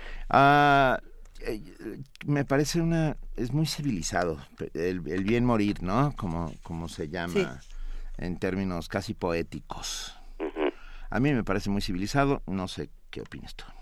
Me parece es muy civilizado el bien morir, ¿no? Como se llama, sí, en términos casi poéticos. A mí me parece muy civilizado, no sé qué opinas tú.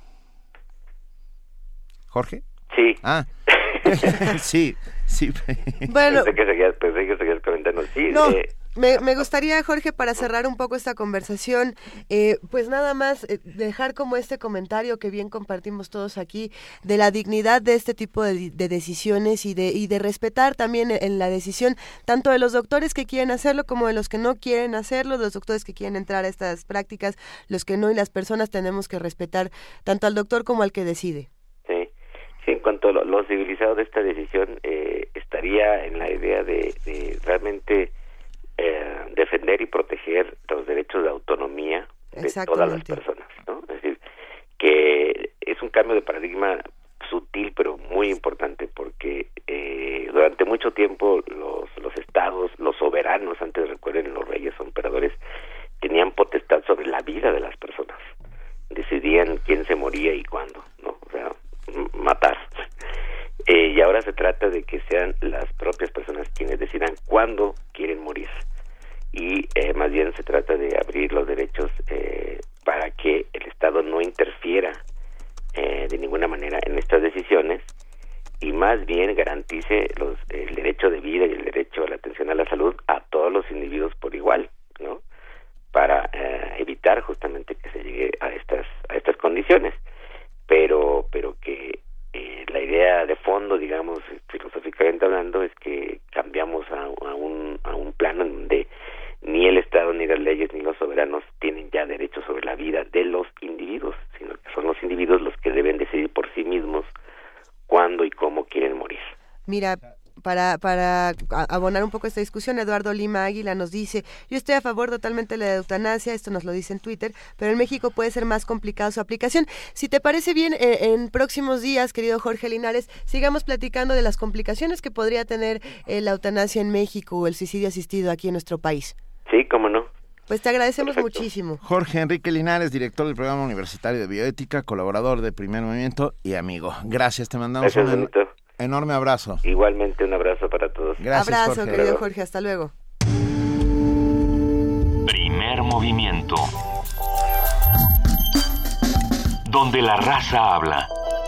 ¿Jorge? Sí. Sí. Bueno, pensé que seguías comentando. Sí, no, me gustaría, Jorge, para cerrar un poco esta conversación, pues nada más dejar como este comentario que bien compartimos todos aquí, de la dignidad de este tipo de decisiones y de respetar también en la decisión tanto de los doctores que quieren hacerlo como de los que no quieren hacerlo, de los doctores que quieren entrar a estas prácticas, los que no, y las personas tenemos que respetar tanto al doctor como al que decide. Sí, en cuanto a lo civilizado de esta decisión, estaría en la idea de realmente defender y proteger los derechos de autonomía de todas las personas, ¿no? Es decir, que es un cambio de paradigma sutil pero muy importante, porque durante mucho tiempo los estados, los soberanos, antes recuerden, los reyes o emperadores, tenían potestad sobre la vida de las personas, decidían quién se moría y cuándo, ¿no? O sea, matar. Y ahora se trata de que sean las propias personas quienes decidan cuándo quieren morir, y más bien se trata de abrir los derechos para que el Estado no interfiera de ninguna manera en estas decisiones, y más bien garantice el derecho de vida y el derecho a la atención a la salud a todos los individuos por igual, ¿no? Para evitar justamente que se llegue a estas condiciones, pero que la idea de fondo, digamos, filosóficamente hablando, es que cambiamos a un plano en donde ni el Estado, ni las leyes, ni los soberanos tienen ya derecho sobre la vida de los individuos, sino que son los individuos los que deben decidir Mira, para abonar un poco esta discusión, Eduardo Lima Águila nos dice: yo estoy a favor totalmente de la eutanasia, esto nos lo dice en Twitter, pero en México puede ser más complicado su aplicación. Si te parece bien, en próximos días, querido Jorge Linares, sigamos platicando de las complicaciones que podría tener la eutanasia en México o el suicidio asistido aquí en nuestro país. Sí, cómo no. Pues te agradecemos muchísimo. Jorge Enrique Linares, director del Programa Universitario de Bioética, colaborador de Primer Movimiento y amigo. Gracias, te mandamos un enorme abrazo. Igualmente un abrazo para todos. Gracias, abrazo, Jorge. querido Jorge, hasta luego. Primer movimiento. Donde la raza habla.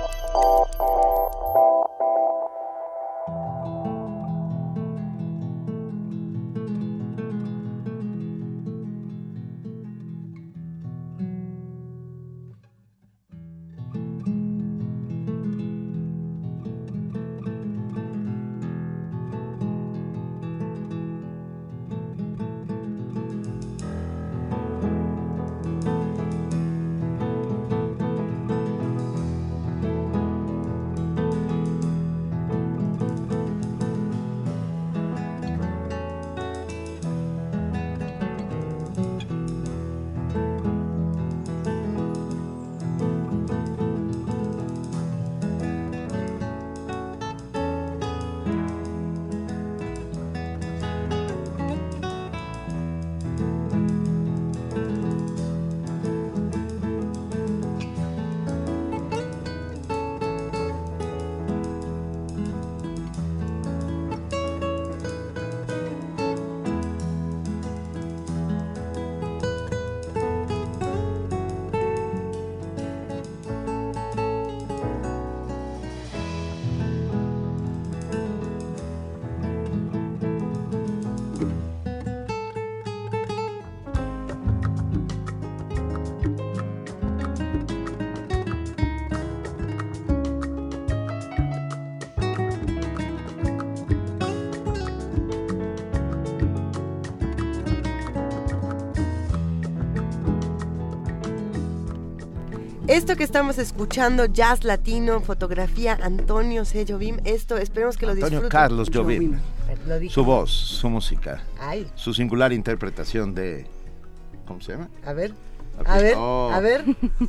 Esto que estamos escuchando, jazz latino, fotografía, Antonio C. Jobim, esto esperemos que lo disfruten. Antonio Carlos Jobim, su voz, su música, ay, su singular interpretación de... ¿Cómo se llama? A ver, a ver, a ver,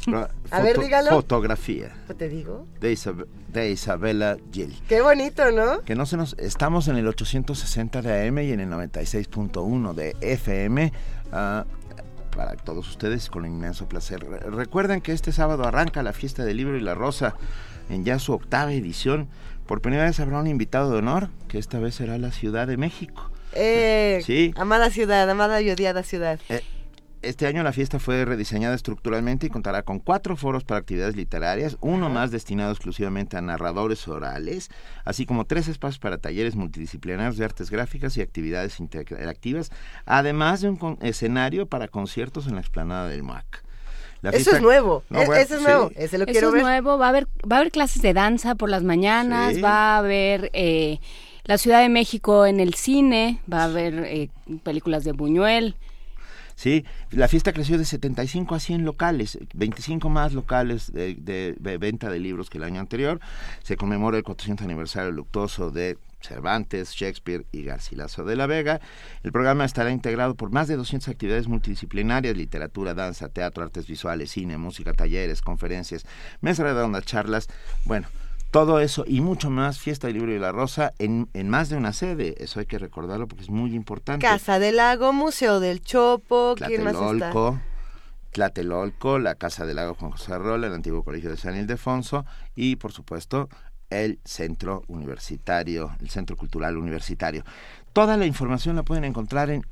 a ver, dígalo. Fotografía. ¿Te digo? De Isabella Gil. Qué bonito, ¿no? Que no se nos... Estamos en el 860 de AM y en el 96.1 de FM, para todos ustedes, con inmenso placer. Recuerden que este sábado arranca la Fiesta del Libro y la Rosa, en ya su 8ª edición. Por primera vez habrá un invitado de honor, que esta vez será la Ciudad de México. Sí. Amada ciudad, amada y odiada ciudad. Este año la fiesta fue rediseñada estructuralmente y contará con 4 foros para actividades literarias, uno más destinado exclusivamente a narradores orales, así como 3 espacios para talleres multidisciplinarios de artes gráficas y actividades interactivas, además de un escenario para conciertos en la explanada del MUAC. Eso es nuevo, eso es nuevo, ese lo quiero ver. Eso es nuevo, va a haber clases de danza por las mañanas, sí. Va a haber... la Ciudad de México en el cine, va a haber películas de Buñuel. Sí, la fiesta creció de 75 a 100 locales, 25 más locales de venta de libros que el año anterior. Se conmemora el 400 aniversario luctuoso de Cervantes, Shakespeare y Garcilaso de la Vega. El programa estará integrado por más de 200 actividades multidisciplinarias: literatura, danza, teatro, artes visuales, cine, música, talleres, conferencias, mesas redondas, charlas, bueno... Todo eso y mucho más, Fiesta del Libro y la Rosa, en más de una sede. Eso hay que recordarlo porque es muy importante. Casa del Lago, Museo del Chopo, ¿quién más está? Tlatelolco, la Casa del Lago Juan José Arrola, el antiguo Colegio de San Ildefonso y, por supuesto, el Centro Universitario, el Centro Cultural Universitario. Toda la información la pueden encontrar en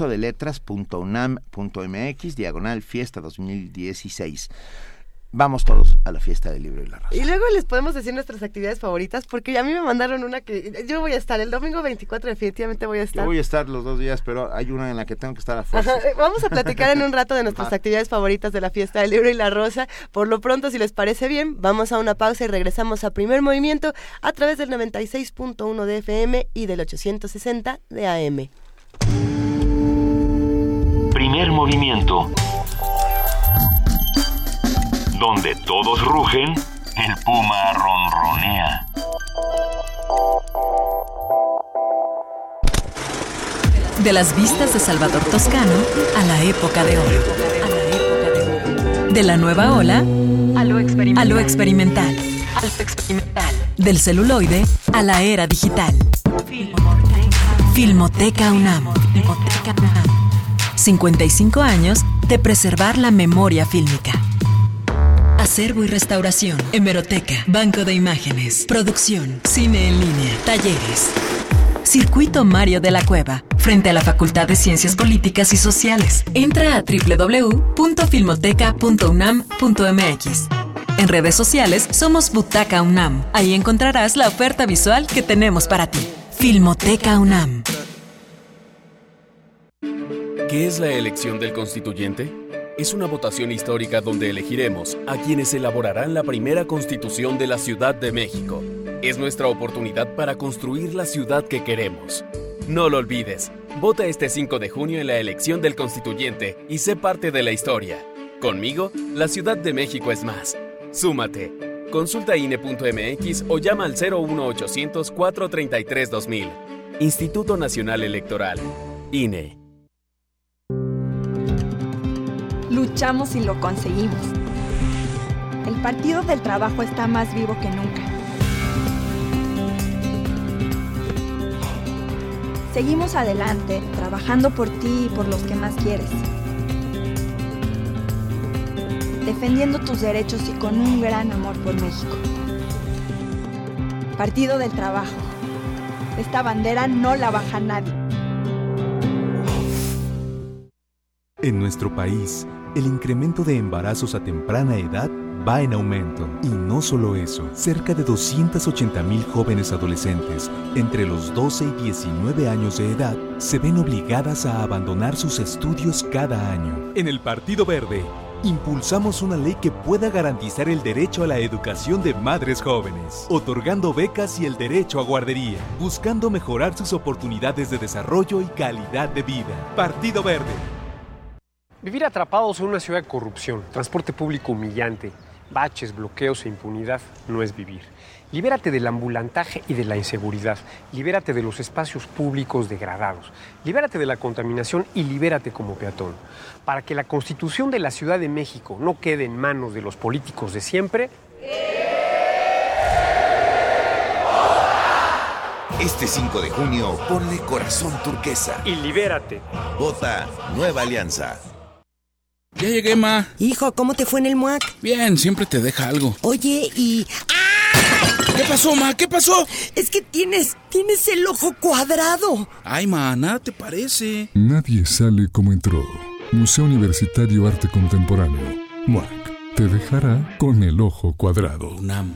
universodeletras.unam.mx/Fiesta 2016. Vamos todos a la Fiesta del Libro y la Rosa. Y luego les podemos decir nuestras actividades favoritas, porque a mí me mandaron una que yo voy a estar, el domingo 24 definitivamente voy a estar. Yo voy a estar los 2 días, pero hay una en la que tengo que estar a fuerza. Vamos a platicar en un rato de nuestras actividades favoritas de la Fiesta del Libro y la Rosa. Por lo pronto, si les parece bien, vamos a una pausa y regresamos a Primer Movimiento a través del 96.1 de FM y del 860 de AM. Primer Movimiento. Donde todos rugen, el puma ronronea. De las vistas de Salvador Toscano a la época de oro. De la nueva ola a lo experimental. Del celuloide a la era digital. Filmoteca UNAM. 55 años de preservar la memoria fílmica. Acervo y restauración, hemeroteca, banco de imágenes, producción, cine en línea, talleres. Circuito Mario de la Cueva, frente a la Facultad de Ciencias Políticas y Sociales. Entra a www.filmoteca.unam.mx. En redes sociales somos Butaca UNAM. Ahí encontrarás la oferta visual que tenemos para ti. Filmoteca UNAM. ¿Qué es la elección del constituyente? Es una votación histórica donde elegiremos a quienes elaborarán la primera constitución de la Ciudad de México. Es nuestra oportunidad para construir la ciudad que queremos. No lo olvides, vota este 5 de junio en la elección del constituyente y sé parte de la historia. Conmigo, la Ciudad de México es más. Súmate. Consulta INE.mx o llama al 01800 433 2000. Instituto Nacional Electoral. INE. Luchamos y lo conseguimos. El Partido del Trabajo está más vivo que nunca. Seguimos adelante, trabajando por ti y por los que más quieres. Defendiendo tus derechos y con un gran amor por México. Partido del Trabajo. Esta bandera no la baja nadie. En nuestro país, el incremento de embarazos a temprana edad va en aumento. Y no solo eso, cerca de 280,000 jóvenes adolescentes entre los 12 y 19 años de edad se ven obligadas a abandonar sus estudios cada año. En el Partido Verde, impulsamos una ley que pueda garantizar el derecho a la educación de madres jóvenes, otorgando becas y el derecho a guardería, buscando mejorar sus oportunidades de desarrollo y calidad de vida. Partido Verde. Vivir atrapados en una ciudad de corrupción, transporte público humillante, baches, bloqueos e impunidad no es vivir. Libérate del ambulantaje y de la inseguridad. Libérate de los espacios públicos degradados. Libérate de la contaminación y libérate como peatón. Para que la Constitución de la Ciudad de México no quede en manos de los políticos de siempre. Este 5 de junio, ponle corazón turquesa. Y libérate. Vota Nueva Alianza. Ya llegué, ma. Hijo, ¿cómo te fue en el MUAC? Bien, siempre te deja algo. Oye, y... ¡Ah! ¿Qué pasó, ma? ¿Qué pasó? Es que tienes el ojo cuadrado. Ay, ma, nada te parece. Nadie sale como entró. Museo Universitario Arte Contemporáneo. MUAC. Te dejará con el ojo cuadrado. UNAM.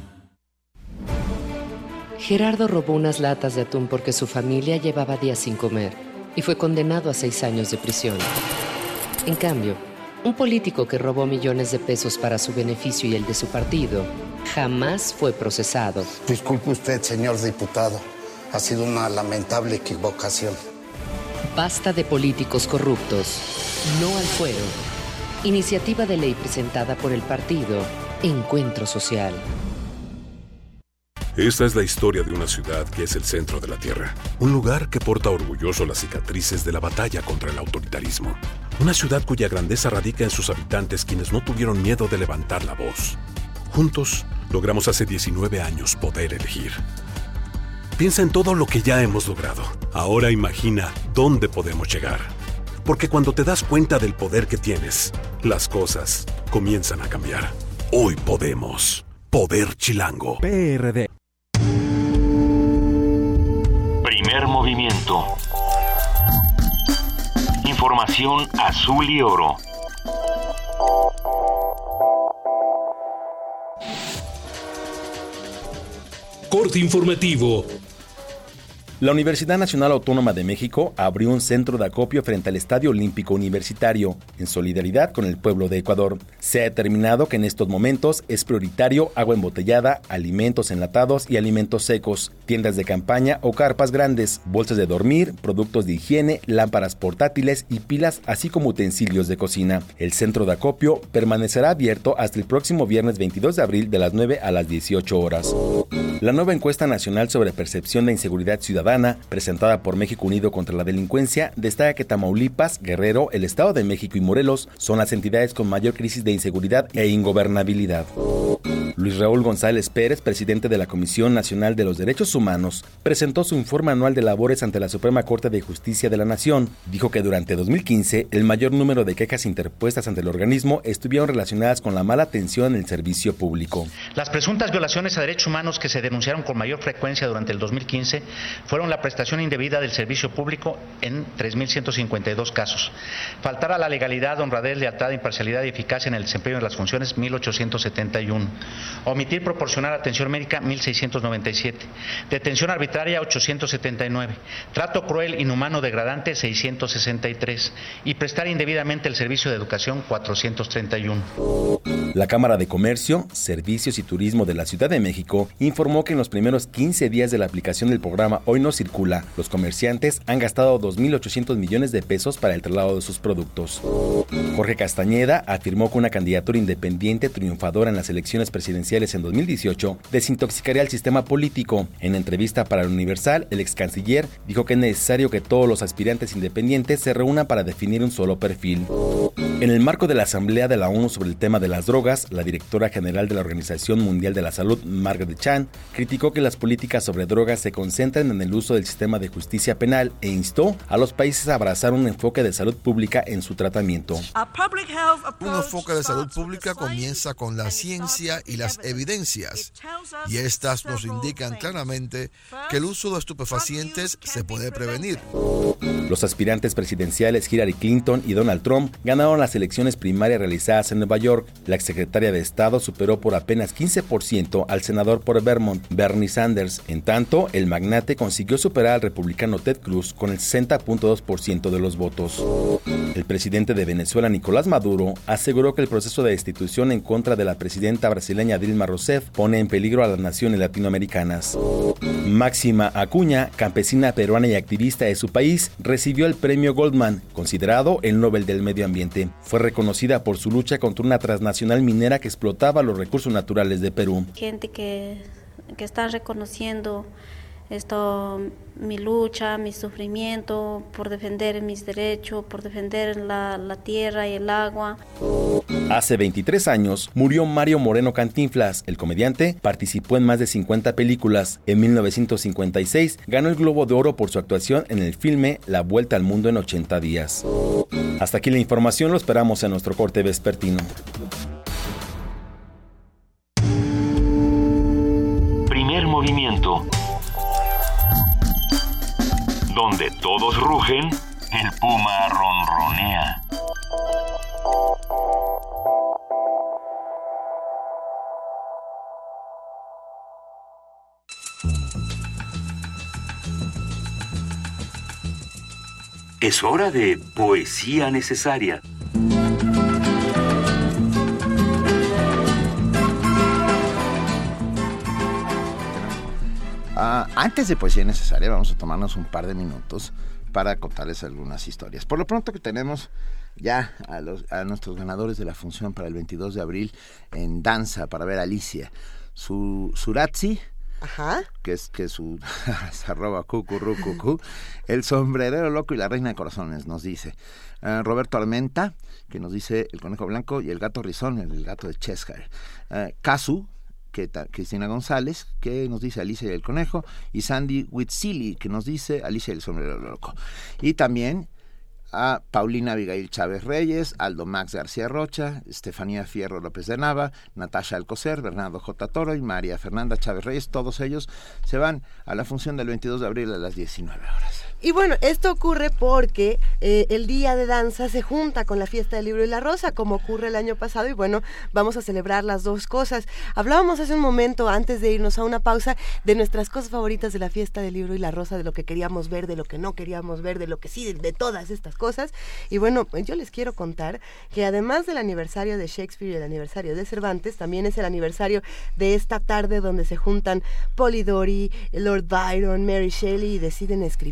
Gerardo robó unas latas de atún porque su familia llevaba días sin comer y fue condenado a 6 años de prisión. En cambio, un político que robó millones de pesos para su beneficio y el de su partido jamás fue procesado. Disculpe usted, señor diputado. Ha sido una lamentable equivocación. Basta de políticos corruptos. No al fuero. Iniciativa de ley presentada por el partido Encuentro Social. Esta es la historia de una ciudad que es el centro de la tierra. Un lugar que porta orgulloso las cicatrices de la batalla contra el autoritarismo. Una ciudad cuya grandeza radica en sus habitantes, quienes no tuvieron miedo de levantar la voz. Juntos, logramos hace 19 años poder elegir. Piensa en todo lo que ya hemos logrado. Ahora imagina dónde podemos llegar. Porque cuando te das cuenta del poder que tienes, las cosas comienzan a cambiar. Hoy podemos. Poder Chilango. PRD. Primer movimiento. Información azul y oro. Corte informativo. La Universidad Nacional Autónoma de México abrió un centro de acopio frente al Estadio Olímpico Universitario, en solidaridad con el pueblo de Ecuador. Se ha determinado que en estos momentos es prioritario agua embotellada, alimentos enlatados y alimentos secos, tiendas de campaña o carpas grandes, bolsas de dormir, productos de higiene, lámparas portátiles y pilas, así como utensilios de cocina. El centro de acopio permanecerá abierto hasta el próximo viernes 22 de abril de las 9 a las 18 horas. La nueva encuesta nacional sobre percepción de inseguridad ciudadana Ciudadana, presentada por México Unido contra la Delincuencia, destaca que Tamaulipas, Guerrero, el Estado de México y Morelos son las entidades con mayor crisis de inseguridad e ingobernabilidad. Luis Raúl González Pérez, presidente de la Comisión Nacional de los Derechos Humanos, presentó su informe anual de labores ante la Suprema Corte de Justicia de la Nación. Dijo que durante 2015 el mayor número de quejas interpuestas ante el organismo estuvieron relacionadas con la mala atención en el servicio público. Las presuntas violaciones a derechos humanos que se denunciaron con mayor frecuencia durante el 2015 fueron la prestación indebida del servicio público en 3.152 casos, faltar a la legalidad, honradez, lealtad, imparcialidad y eficacia en el desempeño de las funciones 1.871, omitir proporcionar atención médica 1.697, detención arbitraria 879, trato cruel, inhumano, degradante 663 y prestar indebidamente el servicio de educación 431. La Cámara de Comercio, Servicios y Turismo de la Ciudad de México informó que en los primeros 15 días de la aplicación del programa Hoy No Circula, los comerciantes han gastado 2.800 millones de pesos para el traslado de sus productos. Jorge Castañeda afirmó que una candidatura independiente triunfadora en las elecciones presidenciales en 2018 desintoxicaría el sistema político. En entrevista para el Universal, el ex canciller dijo que es necesario que todos los aspirantes independientes se reúnan para definir un solo perfil. En el marco de la Asamblea de la ONU sobre el tema de las drogas, la directora general de la Organización Mundial de la Salud, Margaret Chan, criticó que las políticas sobre drogas se concentran en el uso del sistema de justicia penal e instó a los países a abrazar un enfoque de salud pública en su tratamiento. Un enfoque de salud pública comienza con la ciencia y las evidencias, y estas nos indican claramente que el uso de estupefacientes se puede prevenir. Los aspirantes presidenciales Hillary Clinton y Donald Trump ganaron las elecciones primarias realizadas en Nueva York. La exsecretaria de Estado superó por apenas 15% al senador por Vermont, Bernie Sanders. En tanto, el magnate consiguió superar al republicano Ted Cruz con el 60.2% de los votos. El presidente de Venezuela, Nicolás Maduro, aseguró que el proceso de destitución en contra de la presidenta brasileña Dilma Rousseff pone en peligro a las naciones latinoamericanas. Máxima Acuña, campesina peruana y activista de su país, recibió el premio Goldman, considerado el Nobel del Medio Ambiente. Fue reconocida por su lucha contra una transnacional minera que explotaba los recursos naturales de Perú. Gente que está reconociendo mi lucha, mi sufrimiento por defender mis derechos, por defender la tierra y el agua. Hace 23 años murió Mario Moreno Cantinflas. El comediante participó en más de 50 películas. En 1956 ganó el Globo de Oro por su actuación en el filme La Vuelta al Mundo en 80 días. Hasta aquí la información, lo esperamos en nuestro corte vespertino. Primer movimiento. Donde todos rugen, el puma ronronea. Es hora de poesía necesaria. Antes de poesía necesaria, vamos a tomarnos un par de minutos para contarles algunas historias. Por lo pronto que tenemos ya a nuestros ganadores de la función para el 22 de abril en danza para ver a Alicia. Suratzi, que es su @cucurrucucu, el sombrerero loco y la reina de corazones, nos dice. Roberto Armenta, que nos dice el conejo blanco y el gato rizón, el gato de Cheshire. Casu, Cristina González, que nos dice Alicia y el conejo, y Sandy Witzili, que nos dice Alicia y el sombrero loco. Y también a Paulina Abigail Chávez Reyes, Aldo Max García Rocha, Estefanía Fierro López de Nava, Natasha Alcocer, Bernardo J. Toro y María Fernanda Chávez Reyes. Todos ellos se van a la función del 22 de abril a las 19 horas. Y bueno, esto ocurre porque el día de danza se junta con la fiesta del libro y la rosa, como ocurre el año pasado, y bueno, vamos a celebrar las dos cosas. Hablábamos hace un momento, antes de irnos a una pausa, de nuestras cosas favoritas de la fiesta del libro y la rosa, de lo que queríamos ver, de lo que no queríamos ver, de lo que sí, de todas estas cosas. Y bueno, yo les quiero contar que además del aniversario de Shakespeare y el aniversario de Cervantes, también es el aniversario de esta tarde donde se juntan Polidori, Lord Byron, Mary Shelley y deciden escribir de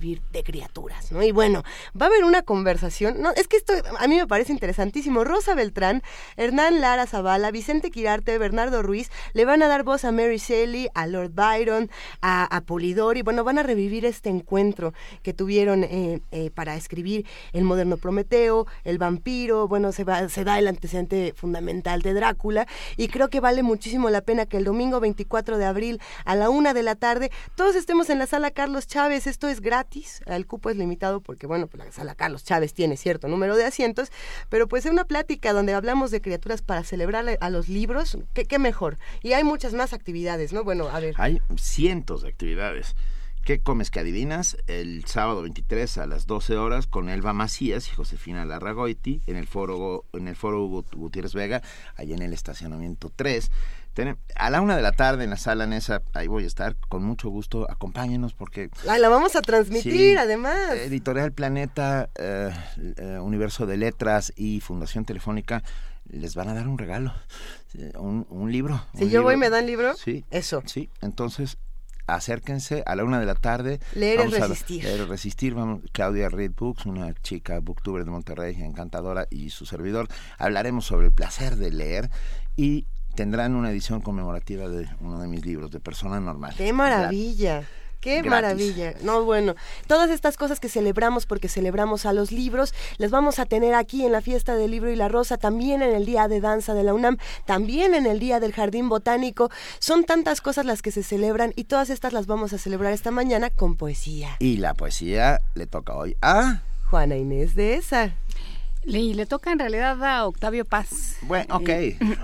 de criaturas, ¿no? Y bueno, va a haber una conversación, no, es que esto a mí me parece interesantísimo. Rosa Beltrán, Hernán Lara Zavala, Vicente Quirarte, Bernardo Ruiz, le van a dar voz a Mary Shelley, a Lord Byron, a Polidori. Bueno, van a revivir este encuentro que tuvieron para escribir El moderno Prometeo, El vampiro. Bueno, se da el antecedente fundamental de Drácula, y creo que vale muchísimo la pena que el domingo 24 de abril a la 1 p.m, todos estemos en la Sala Carlos Chávez. Esto es gratis, el cupo es limitado porque, bueno, pues la Sala Carlos Chávez tiene cierto número de asientos, pero pues es una plática donde hablamos de criaturas para celebrar a los libros. ¿Qué mejor? Y hay muchas más actividades, ¿no? Bueno, a ver. Hay cientos de actividades. ¿Qué comes que adivinas? El sábado 23 a las 12 horas con Elba Macías y Josefina Larragoiti en el foro Hugo Gutiérrez Vega, allá en el estacionamiento 3. A la 1 p.m. en la sala Nesa, ahí voy a estar, con mucho gusto, acompáñenos porque... La vamos a transmitir, sí, además. Editorial Planeta, Universo de Letras y Fundación Telefónica les van a dar un regalo, un libro. Si yo voy, ¿me dan libro? Sí. Eso. Sí, entonces... acérquense a la 1 p.m. Leer es resistir. Leer es resistir. Vamos, Claudia Reed Books, una chica booktuber de Monterrey, encantadora, y su servidor. Hablaremos sobre el placer de leer y tendrán una edición conmemorativa de uno de mis libros, de Persona Normal. ¡Qué maravilla! ¡Qué gratis. Maravilla! No, bueno, todas estas cosas que celebramos porque celebramos a los libros, las vamos a tener aquí en la Fiesta del Libro y la Rosa, también en el Día de Danza de la UNAM, también en el Día del Jardín Botánico. Son tantas cosas las que se celebran y todas estas las vamos a celebrar esta mañana con poesía. Y la poesía le toca hoy a... Juana Inés de Esa. Le toca en realidad a Octavio Paz. Bueno, ok.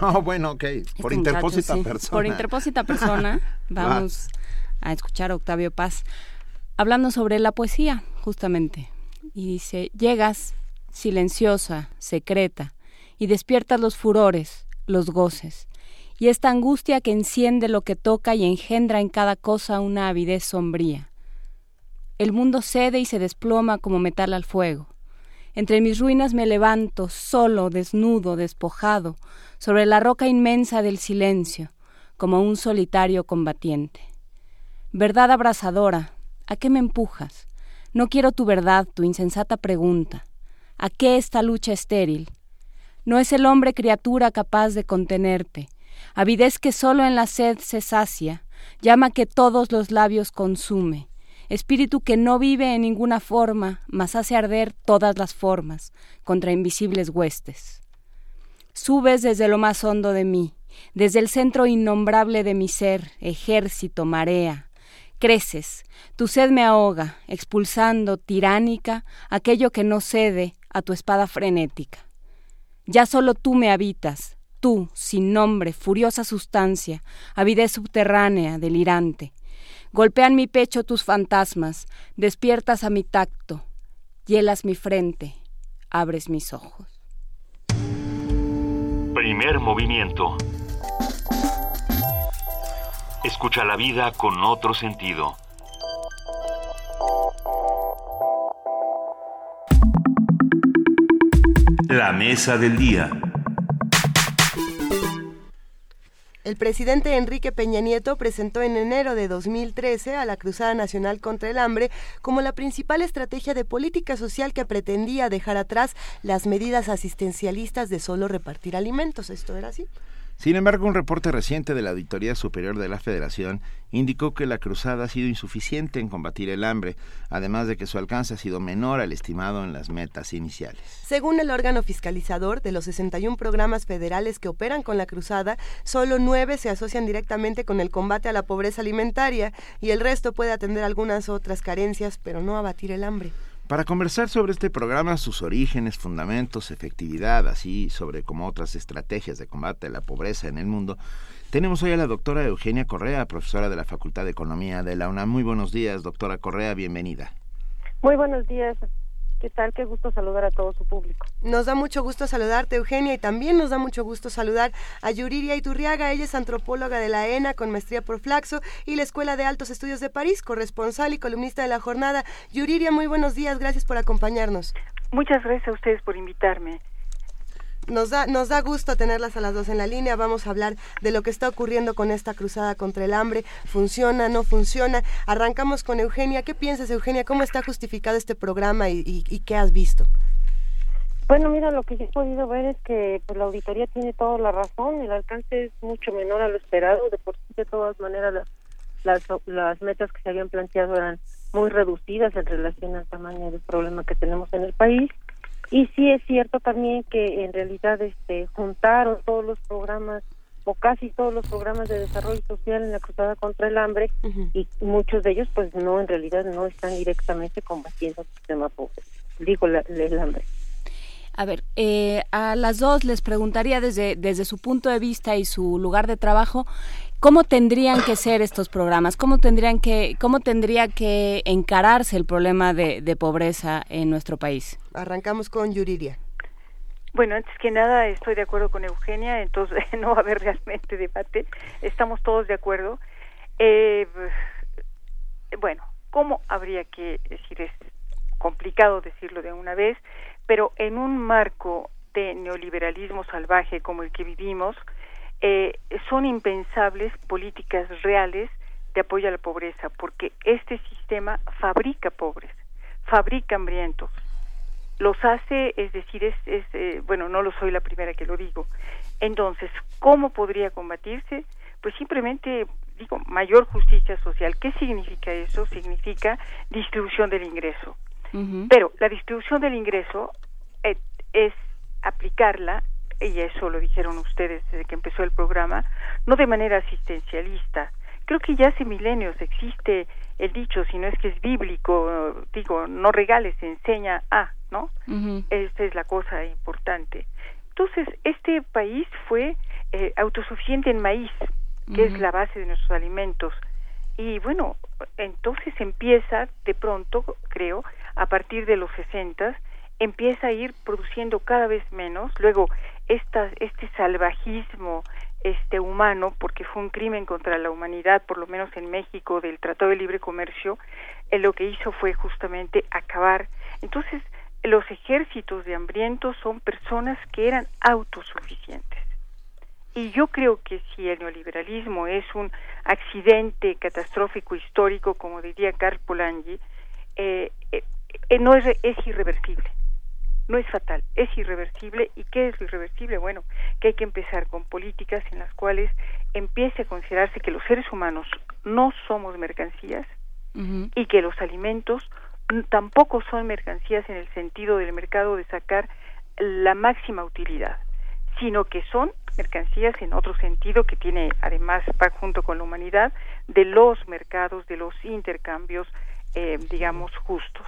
Por interpósita persona. Por interpósita persona, vamos a escuchar a Octavio Paz hablando sobre la poesía, justamente. Y dice: llegas silenciosa, secreta, y despiertas los furores, los goces, y esta angustia que enciende lo que toca y engendra en cada cosa una avidez sombría. El mundo cede y se desploma como metal al fuego. Entre mis ruinas me levanto, solo, desnudo, despojado, sobre la roca inmensa del silencio, como un solitario combatiente. Verdad abrasadora, ¿a qué me empujas? No quiero tu verdad, tu insensata pregunta. ¿A qué esta lucha estéril? No es el hombre criatura capaz de contenerte, avidez que solo en la sed se sacia, llama que todos los labios consume, espíritu que no vive en ninguna forma, mas hace arder todas las formas, contra invisibles huestes. Subes desde lo más hondo de mí, desde el centro innombrable de mi ser, ejército, marea. Creces, tu sed me ahoga, expulsando, tiránica, aquello que no cede a tu espada frenética. Ya solo tú me habitas, tú, sin nombre, furiosa sustancia, avidez subterránea, delirante. Golpean mi pecho tus fantasmas, despiertas a mi tacto, hielas mi frente, abres mis ojos. Primer movimiento. Escucha la vida con otro sentido. La mesa del día. El presidente Enrique Peña Nieto presentó en enero de 2013 a la Cruzada Nacional contra el Hambre como la principal estrategia de política social que pretendía dejar atrás las medidas asistencialistas de solo repartir alimentos. ¿Esto era así? Sin embargo, un reporte reciente de la Auditoría Superior de la Federación indicó que la cruzada ha sido insuficiente en combatir el hambre, además de que su alcance ha sido menor al estimado en las metas iniciales. Según el órgano fiscalizador, de los 61 programas federales que operan con la cruzada, solo 9 se asocian directamente con el combate a la pobreza alimentaria y el resto puede atender algunas otras carencias, pero no abatir el hambre. Para conversar sobre este programa, sus orígenes, fundamentos, efectividad, así sobre como otras estrategias de combate a la pobreza en el mundo, tenemos hoy a la doctora Eugenia Correa, profesora de la Facultad de Economía de la UNAM. Muy buenos días, doctora Correa, bienvenida. Muy buenos días. ¿Qué tal? Qué gusto saludar a todo su público. Nos da mucho gusto saludarte, Eugenia, y también nos da mucho gusto saludar a Yuriria Iturriaga. Ella es antropóloga de la ENA con maestría por Flaxo y la Escuela de Altos Estudios de París, corresponsal y columnista de La Jornada. Yuriria, muy buenos días, gracias por acompañarnos. Muchas gracias a ustedes por invitarme. Nos da gusto tenerlas a las dos en la línea. Vamos a hablar de lo que está ocurriendo con esta cruzada contra el hambre. ¿Funciona, no funciona? Arrancamos con Eugenia. ¿Qué piensas, Eugenia? ¿Cómo está justificado este programa y qué has visto? Bueno, mira, lo que yo he podido ver es que pues, la auditoría tiene toda la razón. El alcance es mucho menor a lo esperado. De por sí, de todas maneras, las metas que se habían planteado eran muy reducidas en relación al tamaño del problema que tenemos en el país. Y sí es cierto también que en realidad juntaron todos los programas o casi todos los programas de desarrollo social en la cruzada contra el hambre, y muchos de ellos pues no, en realidad no están directamente combatiendo el sistema pobre, el hambre. A ver, a las dos les preguntaría desde su punto de vista y su lugar de trabajo, ¿cómo tendrían que ser estos programas? ¿Cómo tendría que encararse el problema de pobreza en nuestro país? Arrancamos con Yuriria. Bueno, antes que nada estoy de acuerdo con Eugenia, entonces no va a haber realmente debate, estamos todos de acuerdo. Bueno, ¿cómo habría que decir? Es complicado decirlo de una vez, pero en un marco de neoliberalismo salvaje como el que vivimos, son impensables políticas reales de apoyo a la pobreza, porque este sistema fabrica pobres, fabrica hambrientos, los hace, es decir, bueno, no lo soy la primera que lo digo. Entonces, ¿cómo podría combatirse? Pues simplemente, digo, mayor justicia social. ¿Qué significa eso? Significa distribución del ingreso. Pero la distribución del ingreso es aplicarla, y eso lo dijeron ustedes desde que empezó el programa, no de manera asistencialista. Creo que ya hace milenios existe el dicho, si no es que es bíblico, digo, no regales, enseña a, ¿no? Esta es la cosa importante. Entonces, este país fue autosuficiente en maíz, que es la base de nuestros alimentos. Y bueno, entonces empieza de pronto, creo, a partir de los 60, empieza a ir produciendo cada vez menos. Luego, este salvajismo humano, porque fue un crimen contra la humanidad, por lo menos en México, del Tratado de Libre Comercio, lo que hizo fue justamente acabar. Entonces, los ejércitos de hambrientos son personas que eran autosuficientes. Y yo creo que si el neoliberalismo es un accidente catastrófico histórico, como diría Karl Polanyi, no es irreversible. No es fatal, es irreversible. ¿Y qué es lo irreversible? Bueno, que hay que empezar con políticas en las cuales empiece a considerarse que los seres humanos no somos mercancías, y que los alimentos tampoco son mercancías en el sentido del mercado de sacar la máxima utilidad, sino que son mercancías en otro sentido que tiene, además, va junto con la humanidad, de los mercados, de los intercambios, digamos, justos.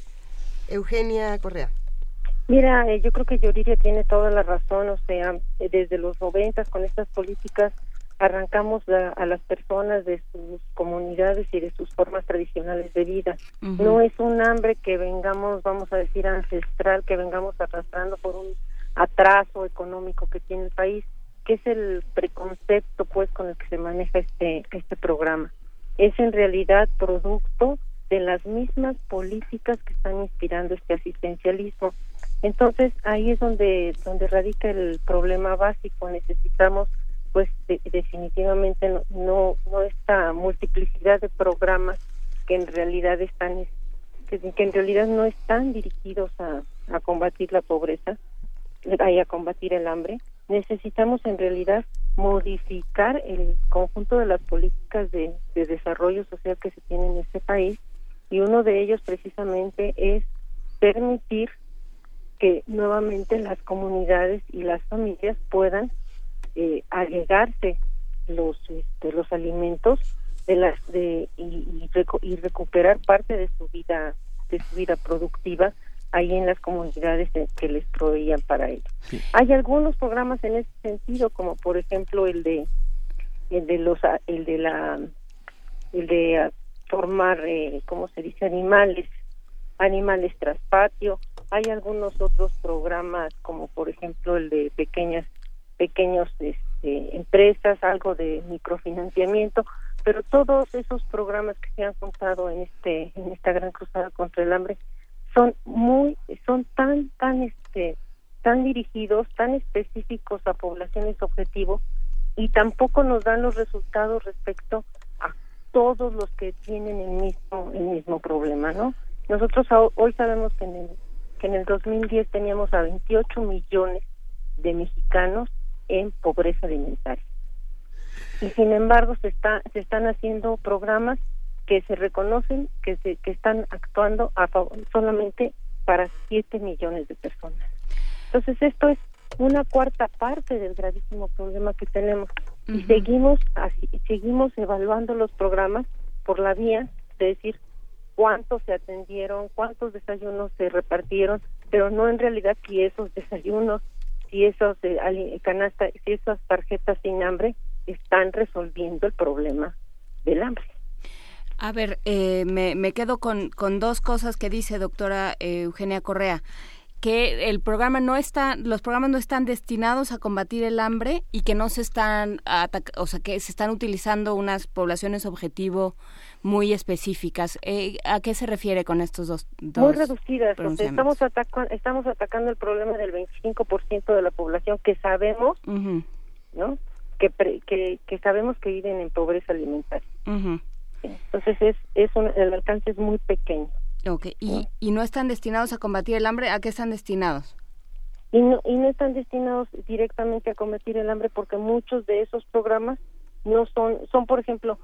Eugenia Correa. Mira, yo creo que Yuriria tiene toda la razón. O sea, desde los 90 con estas políticas arrancamos a las personas de sus comunidades y de sus formas tradicionales de vida. No es un hambre que vengamos, vamos a decir, ancestral, que vengamos arrastrando por un atraso económico que tiene el país, que es el preconcepto pues con el que se maneja este programa. Es en realidad producto de las mismas políticas que están inspirando este asistencialismo. Entonces ahí es donde radica el problema básico. Necesitamos pues definitivamente no esta multiplicidad de programas que en realidad no están dirigidos a combatir la pobreza y a combatir el hambre. Necesitamos en realidad modificar el conjunto de las políticas de desarrollo social que se tienen en este país, y uno de ellos precisamente es permitir que nuevamente las comunidades y las familias puedan allegarse los alimentos y recuperar parte de su vida productiva ahí en las comunidades que les proveían para ello. Sí. Hay algunos programas en ese sentido, como por ejemplo el de formar ¿cómo se dice? animales tras patio. Hay algunos otros programas, como por ejemplo el de pequeños empresas, algo de microfinanciamiento, pero todos esos programas que se han juntado en esta gran cruzada contra el hambre son tan tan dirigidos, tan específicos a poblaciones objetivo, y tampoco nos dan los resultados respecto a todos los que tienen el mismo problema, ¿no? Nosotros hoy sabemos que en el 2010 teníamos a 28 millones de mexicanos en pobreza alimentaria. Y sin embargo se están haciendo programas que se reconocen que están actuando solamente para 7 millones de personas. Entonces esto es una cuarta parte del gravísimo problema que tenemos. Y seguimos evaluando los programas por la vía de decir cuántos se atendieron, cuántos desayunos se repartieron, pero no en realidad si esos desayunos, si esas tarjetas sin hambre están resolviendo el problema del hambre. A ver, me quedo con dos cosas que dice doctora Eugenia Correa, que los programas no están destinados a combatir el hambre y que no se están que se están utilizando unas poblaciones objetivo muy específicas. ¿A qué se refiere con estos dos muy reducidas? Porque estamos atacando el problema del 25% de la población que sabemos, ¿no? Que sabemos que viven en pobreza alimentaria. Entonces el alcance es muy pequeño. Okay. ¿Y no están destinados a combatir el hambre? ¿A qué están destinados? Y no están destinados directamente a combatir el hambre, porque muchos de esos programas no son por ejemplo,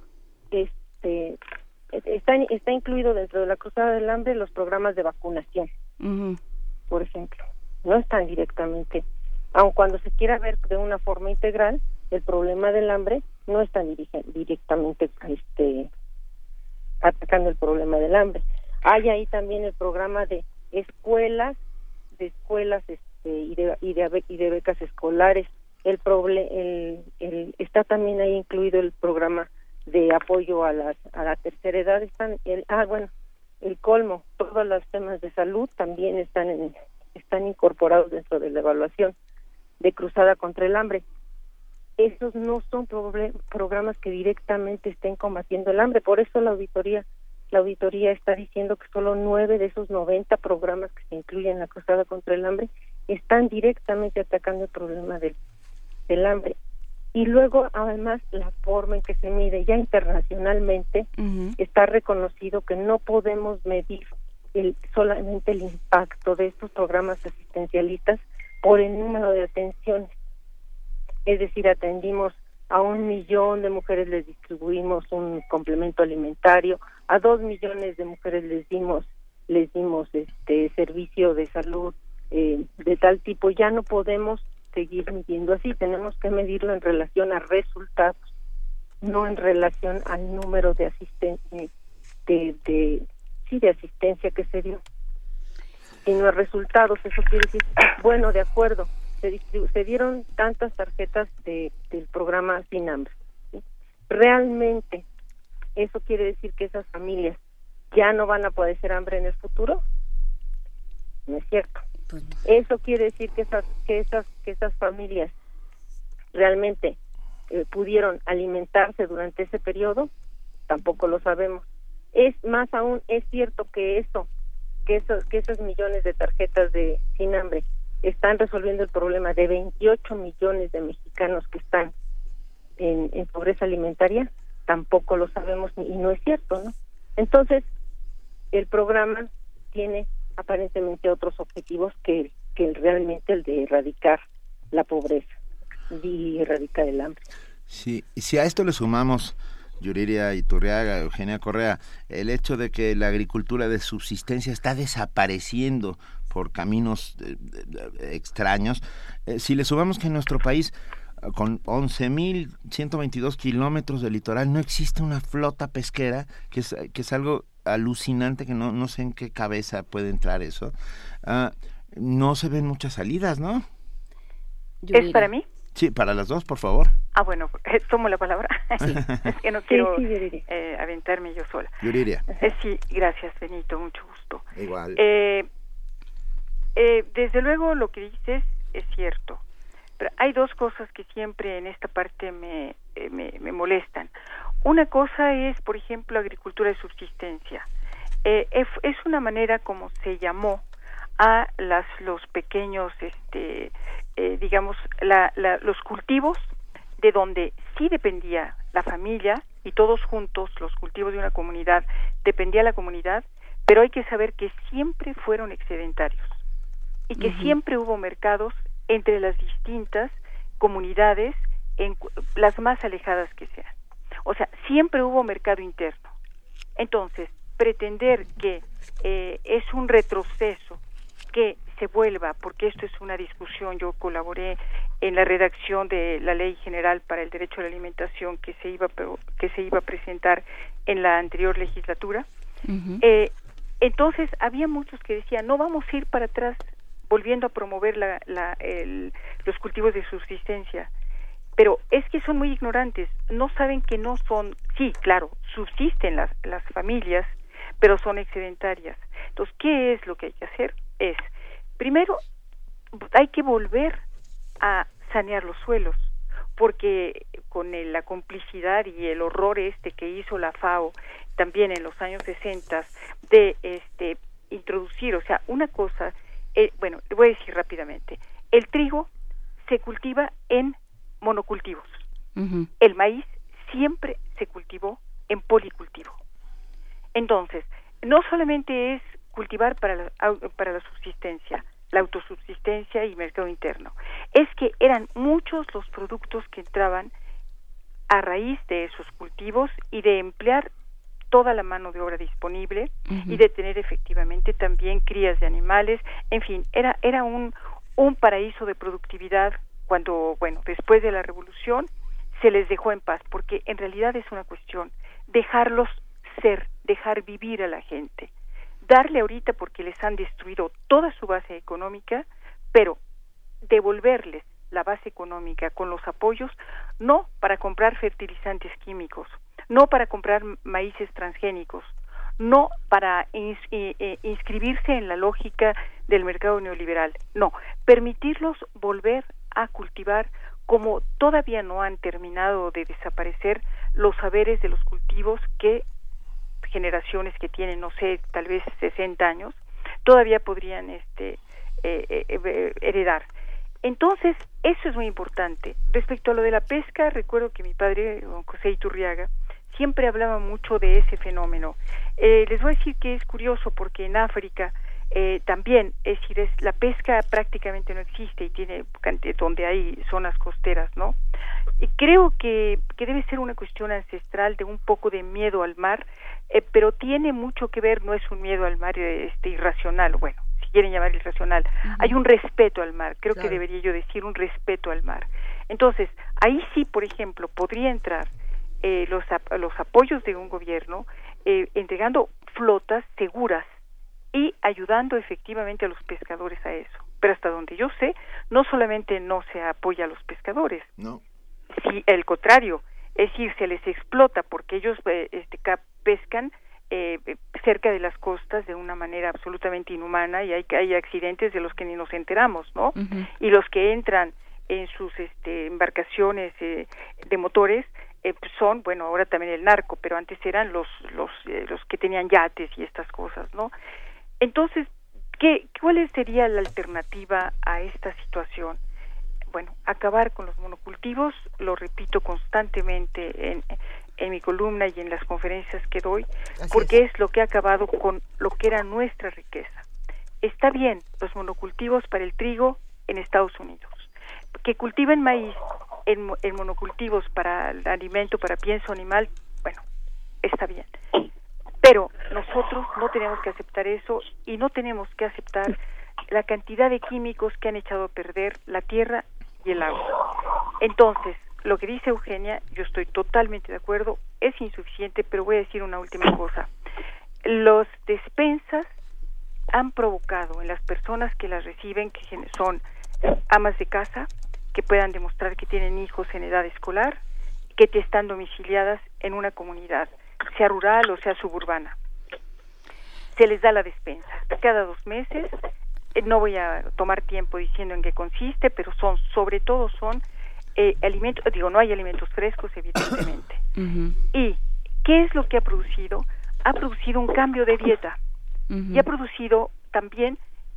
está incluido dentro de la Cruzada del Hambre los programas de vacunación, por ejemplo. No están directamente, aun cuando se quiera ver de una forma integral, el problema del hambre no están directamente atacando el problema del hambre. Hay ahí también el programa de escuelas y de becas escolares. Está también ahí incluido el programa de apoyo a la tercera edad. El colmo, todos los temas de salud también están incorporados dentro de la evaluación de Cruzada contra el Hambre. Esos no son programas que directamente estén combatiendo el hambre, por eso la auditoría está diciendo que solo 9 de esos 90 programas que se incluyen en la Cruzada contra el Hambre están directamente atacando el problema del hambre. Y luego, además, la forma en que se mide ya internacionalmente, está reconocido que no podemos medir solamente el impacto de estos programas asistencialistas por el número de atenciones. Es decir, atendimos a 1 millón de mujeres, les distribuimos un complemento alimentario, a 2 millones de mujeres les dimos servicio de salud de tal tipo. Ya no podemos seguir midiendo así, tenemos que medirlo en relación a resultados, no en relación al número de de asistencia que se dio, sino a resultados. Eso quiere decir, bueno, de acuerdo, se dieron tantas tarjetas del programa Sin Hambre, ¿sí? ¿Realmente eso quiere decir que esas familias ya no van a padecer hambre en el futuro? No es cierto. Pues no. Eso quiere decir que esas familias realmente pudieron alimentarse durante ese periodo. Tampoco lo sabemos. Es más aún, es cierto que esos millones de tarjetas de Sin Hambre están resolviendo el problema de 28 millones de mexicanos que están en pobreza alimentaria. Tampoco lo sabemos y no es cierto, ¿no? Entonces, el programa tiene aparentemente otros objetivos que realmente el de erradicar la pobreza y erradicar el hambre. Sí, y si a esto le sumamos, Yuriria Iturriaga, Eugenia Correa, el hecho de que la agricultura de subsistencia está desapareciendo por caminos extraños, si le sumamos que en nuestro país, con 11.122 kilómetros de litoral, no existe una flota pesquera, que es algo alucinante, que no sé en qué cabeza puede entrar eso. No se ven muchas salidas, ¿no? ¿Es para mí? Sí, para las dos, por favor. Bueno, tomo la palabra. Sí, es que no quiero aventarme yo sola. Yuriria. Sí, gracias, Benito, mucho gusto. Igual. Desde luego lo que dices es cierto, pero hay dos cosas que siempre en esta parte me molestan. Una cosa es, por ejemplo, agricultura de subsistencia. Es una manera como se llamó a los pequeños, digamos, los cultivos de donde sí dependía la familia y todos juntos, los cultivos de una comunidad, dependía la comunidad, pero hay que saber que siempre fueron excedentarios y que siempre hubo mercados entre las distintas comunidades, en las más alejadas que sean. O sea, siempre hubo mercado interno. Entonces, pretender que es un retroceso que se vuelva, porque esto es una discusión, yo colaboré en la redacción de la Ley General para el Derecho a la Alimentación que se iba a presentar en la anterior legislatura. Entonces, había muchos que decían, no vamos a ir para atrás volviendo a promover los cultivos de subsistencia. Pero es que son muy ignorantes, no saben que no son, sí, claro, subsisten las familias, pero son excedentarias. Entonces, ¿qué es lo que hay que hacer? Primero, hay que volver a sanear los suelos, porque con la complicidad y el horror que hizo la FAO también en los años 60 de introducir, o sea, una cosa, bueno, le voy a decir rápidamente, el trigo se cultiva en monocultivos. El maíz siempre se cultivó en policultivo. Entonces, no solamente es cultivar para la subsistencia, la autosubsistencia y mercado interno, es que eran muchos los productos que entraban a raíz de esos cultivos y de emplear toda la mano de obra disponible y de tener efectivamente también crías de animales, en fin, era un paraíso de productividad cuando, bueno, después de la revolución se les dejó en paz, porque en realidad es una cuestión dejarlos ser, dejar vivir a la gente, darle ahorita porque les han destruido toda su base económica, pero devolverles la base económica con los apoyos, no para comprar fertilizantes químicos, no para comprar maíces transgénicos, no para inscribirse en la lógica del mercado neoliberal, no, permitirlos volver a cultivar como todavía no han terminado de desaparecer los saberes de los cultivos que generaciones que tienen, no sé, tal vez 60 años, todavía podrían heredar. Entonces, eso es muy importante. Respecto a lo de la pesca, recuerdo que mi padre, don José Iturriaga, siempre hablaba mucho de ese fenómeno. Les voy a decir que es curioso porque en África también, es decir, la pesca prácticamente no existe y tiene donde hay zonas costeras, ¿no? Y creo que debe ser una cuestión ancestral de un poco de miedo al mar, pero tiene mucho que ver, no es un miedo al mar irracional, bueno, si quieren llamar irracional, hay un respeto al mar, creo que debería yo decir un respeto al mar. Entonces, ahí sí, por ejemplo, podría entrar los apoyos de un gobierno entregando flotas seguras y ayudando efectivamente a los pescadores a eso. Pero hasta donde yo sé, no solamente no se apoya a los pescadores, no. Sí, al contrario, es decir, se les explota porque ellos pescan cerca de las costas de una manera absolutamente inhumana y hay accidentes de los que ni nos enteramos, ¿no? Y los que entran en sus embarcaciones de motores son, bueno, ahora también el narco, pero antes eran los que tenían yates y estas cosas, ¿no? Entonces, ¿cuál sería la alternativa a esta situación? Bueno, acabar con los monocultivos, lo repito constantemente en mi columna y en las conferencias que doy, porque es lo que ha acabado con lo que era nuestra riqueza. Está bien los monocultivos para el trigo en Estados Unidos, que cultiven maíz en monocultivos para el alimento, para pienso animal, bueno, está bien. Pero nosotros no tenemos que aceptar eso y no tenemos que aceptar la cantidad de químicos que han echado a perder la tierra y el agua. Entonces, lo que dice Eugenia, yo estoy totalmente de acuerdo, es insuficiente, pero voy a decir una última cosa. Los despensas han provocado en las personas que las reciben, que son amas de casa, que puedan demostrar que tienen hijos en edad escolar, que están domiciliadas en una comunidad, sea rural o sea suburbana. Se les da la despensa cada 2 meses. No voy a tomar tiempo diciendo en qué consiste, pero sobre todo son alimentos, no hay alimentos frescos, evidentemente. ¿Y qué es lo que ha producido? Ha producido un cambio de dieta y ha producido también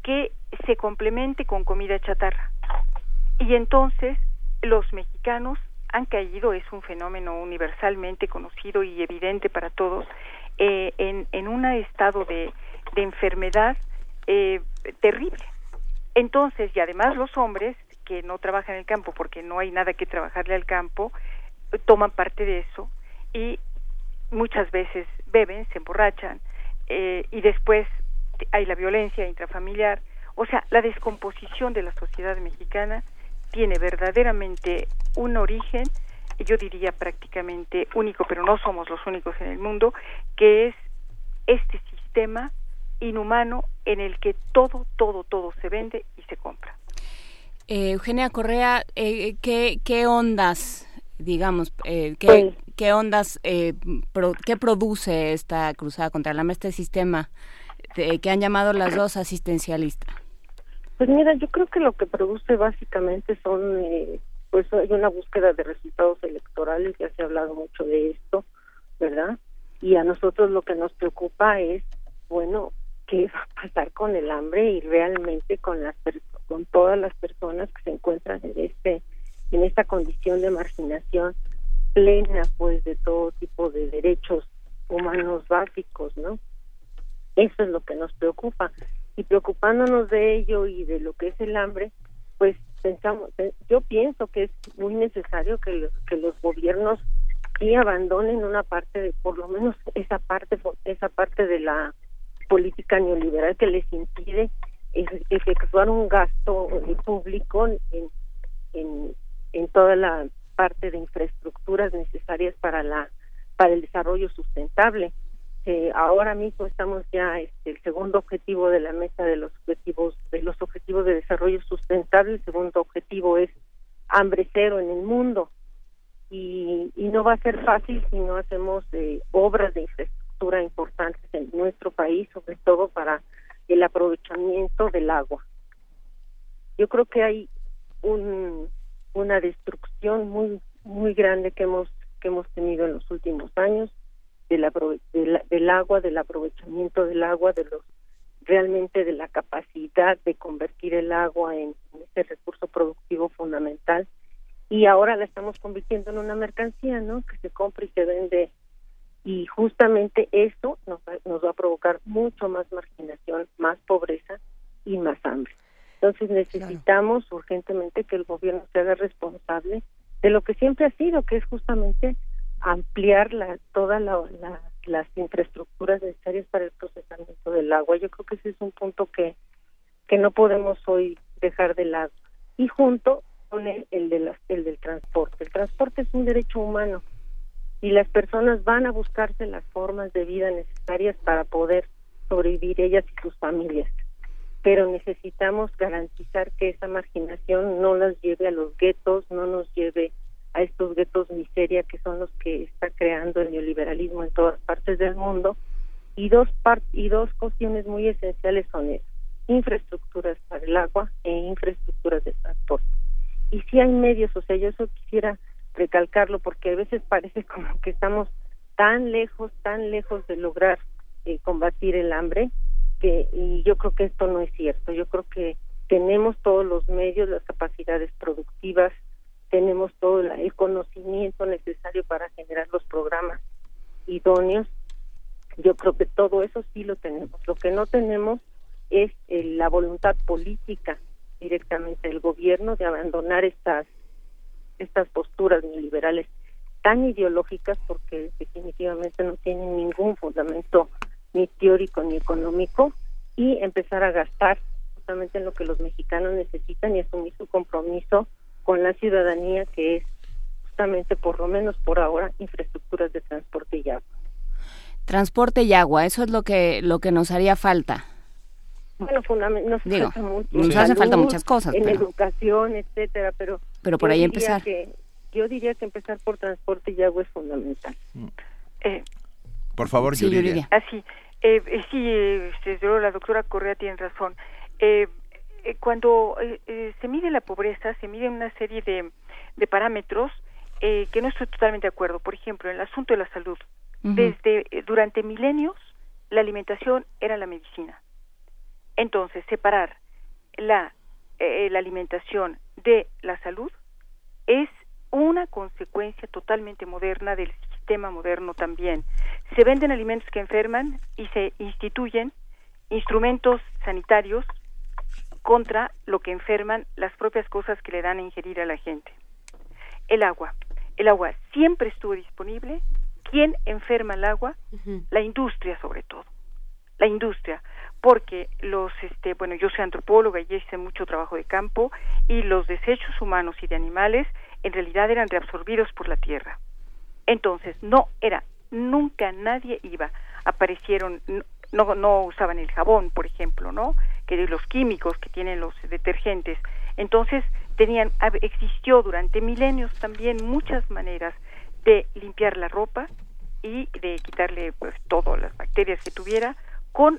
que se complemente con comida chatarra. Y entonces los mexicanos han caído, es un fenómeno universalmente conocido y evidente para todos, en un estado de enfermedad terrible. Entonces, y además los hombres que no trabajan en el campo porque no hay nada que trabajarle al campo, toman parte de eso y muchas veces beben, se emborrachan, y después hay la violencia intrafamiliar. O sea, la descomposición de la sociedad mexicana tiene verdaderamente un origen, yo diría prácticamente único, pero no somos los únicos en el mundo, que es este sistema inhumano en el que todo se vende y se compra. Eugenia Correa, ¿qué ondas, digamos, qué ondas, qué produce esta cruzada contra el hambre, este sistema que han llamado las dos asistencialista? Pues mira, yo creo que lo que produce básicamente son, pues hay una búsqueda de resultados electorales, ya se ha hablado mucho de esto, ¿verdad? Y a nosotros lo que nos preocupa es, bueno, qué va a pasar con el hambre y realmente con todas las personas que se encuentran en esta condición de marginación plena, pues, de todo tipo de derechos humanos básicos, ¿no? Eso es lo que nos preocupa. Y preocupándonos de ello y de lo que es el hambre, pues yo pienso que es muy necesario que los gobiernos sí abandonen una parte, por lo menos esa parte de la política neoliberal que les impide efectuar un gasto público en toda la parte de infraestructuras necesarias para el desarrollo sustentable. Ahora mismo estamos ya el segundo objetivo de la mesa de los objetivos de desarrollo sustentable. El segundo objetivo es hambre cero en el mundo, y no va a ser fácil si no hacemos obras de infraestructura importantes en nuestro país, sobre todo para el aprovechamiento del agua. Yo creo que hay una destrucción muy grande que hemos tenido en los últimos años del agua, del aprovechamiento del agua, realmente de la capacidad de convertir el agua en ese recurso productivo fundamental, y ahora la estamos convirtiendo en una mercancía, ¿no?, que se compra y se vende, y justamente eso nos va a provocar mucho más marginación, más pobreza y más hambre. Entonces necesitamos urgentemente que el gobierno se haga responsable de lo que siempre ha sido, que es justamente ampliar todas las infraestructuras necesarias para el procesamiento del agua. Yo creo que ese es un punto que no podemos hoy dejar de lado. Y junto con el del transporte. El transporte es un derecho humano y las personas van a buscarse las formas de vida necesarias para poder sobrevivir ellas y sus familias. Pero necesitamos garantizar que esa marginación no las lleve a los guetos, no nos lleve a estos guetos miseria que son los que está creando el neoliberalismo en todas partes del mundo. Y dos cuestiones muy esenciales son esas: infraestructuras para el agua e infraestructuras de transporte. Y si hay medios, o sea, yo eso quisiera recalcarlo, porque a veces parece como que estamos tan lejos de lograr combatir el hambre, y yo creo que esto no es cierto. Yo creo que tenemos todos los medios, las capacidades productivas, tenemos todo el conocimiento necesario para generar los programas idóneos. Yo creo que todo eso sí lo tenemos. Lo que no tenemos es la voluntad política directamente del gobierno de abandonar estas posturas neoliberales tan ideológicas, porque definitivamente no tienen ningún fundamento ni teórico ni económico, y empezar a gastar justamente en lo que los mexicanos necesitan y asumir su compromiso con la ciudadanía, que es justamente, por lo menos por ahora, infraestructuras de transporte y agua. Transporte y agua, eso es lo que nos haría falta. Bueno, nos hacen falta muchas cosas, en educación, etcétera, pero por ahí empezar. Yo diría que empezar por transporte y agua es fundamental. Por favor, Yuridia. Así, sí, desde luego la doctora Correa tiene razón. Cuando se mide la pobreza, se mide una serie de parámetros que no estoy totalmente de acuerdo. Por ejemplo, en el asunto de la salud, durante milenios la alimentación era la medicina. Entonces, separar la alimentación de la salud es una consecuencia totalmente moderna del sistema moderno también. Se venden alimentos que enferman y se instituyen instrumentos sanitarios contra lo que enferman las propias cosas que le dan a ingerir a la gente. El agua siempre estuvo disponible. ¿Quién enferma el agua? La industria, sobre todo. La industria, porque yo soy antropóloga y hice mucho trabajo de campo, y los desechos humanos y de animales en realidad eran reabsorbidos por la tierra. Entonces, nunca nadie aparecieron, no usaban el jabón, por ejemplo, ¿no? Que de los químicos que tienen los detergentes. Entonces, existió durante milenios también muchas maneras de limpiar la ropa y de quitarle pues todas las bacterias que tuviera con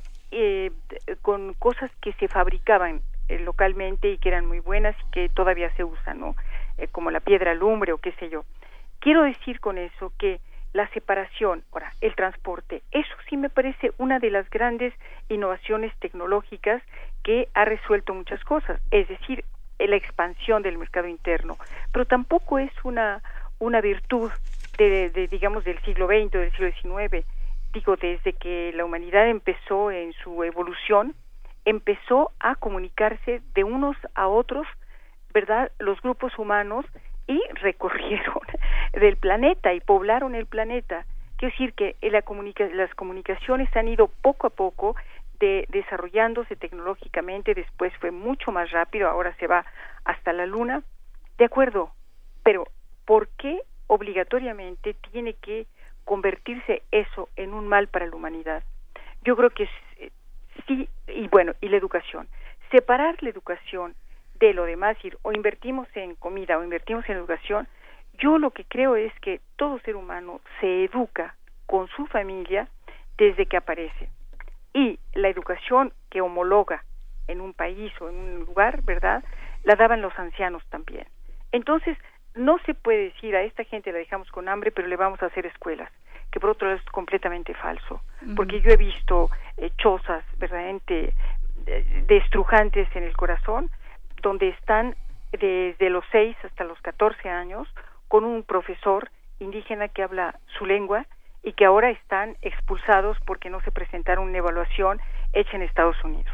cosas que se fabricaban localmente y que eran muy buenas y que todavía se usan, ¿no? Como la piedra lumbre o qué sé yo. Quiero decir con eso que la separación, ahora, el transporte, eso sí me parece una de las grandes innovaciones tecnológicas que ha resuelto muchas cosas, es decir, la expansión del mercado interno, pero tampoco es una virtud digamos del siglo XX o del siglo XIX. Digo, desde que la humanidad empezó en su evolución, empezó a comunicarse de unos a otros, ¿verdad?, los grupos humanos, y recorrieron del planeta y poblaron el planeta. Quiero decir que las comunicaciones han ido poco a poco desarrollándose tecnológicamente, después fue mucho más rápido, ahora se va hasta la luna, de acuerdo, pero ¿por qué obligatoriamente tiene que convertirse eso en un mal para la humanidad? Yo creo que sí, y la educación, separar la educación de lo demás, o invertimos en comida o invertimos en educación. Yo lo que creo es que todo ser humano se educa con su familia desde que aparece, y la educación que homologa en un país o en un lugar, ¿verdad?, la daban los ancianos también. Entonces, no se puede decir a esta gente la dejamos con hambre, pero le vamos a hacer escuelas, que por otro lado es completamente falso, porque yo he visto chozas verdaderamente destrujantes en el corazón, donde están desde los 6 hasta los 14 años con un profesor indígena que habla su lengua y que ahora están expulsados porque no se presentaron una evaluación hecha en Estados Unidos.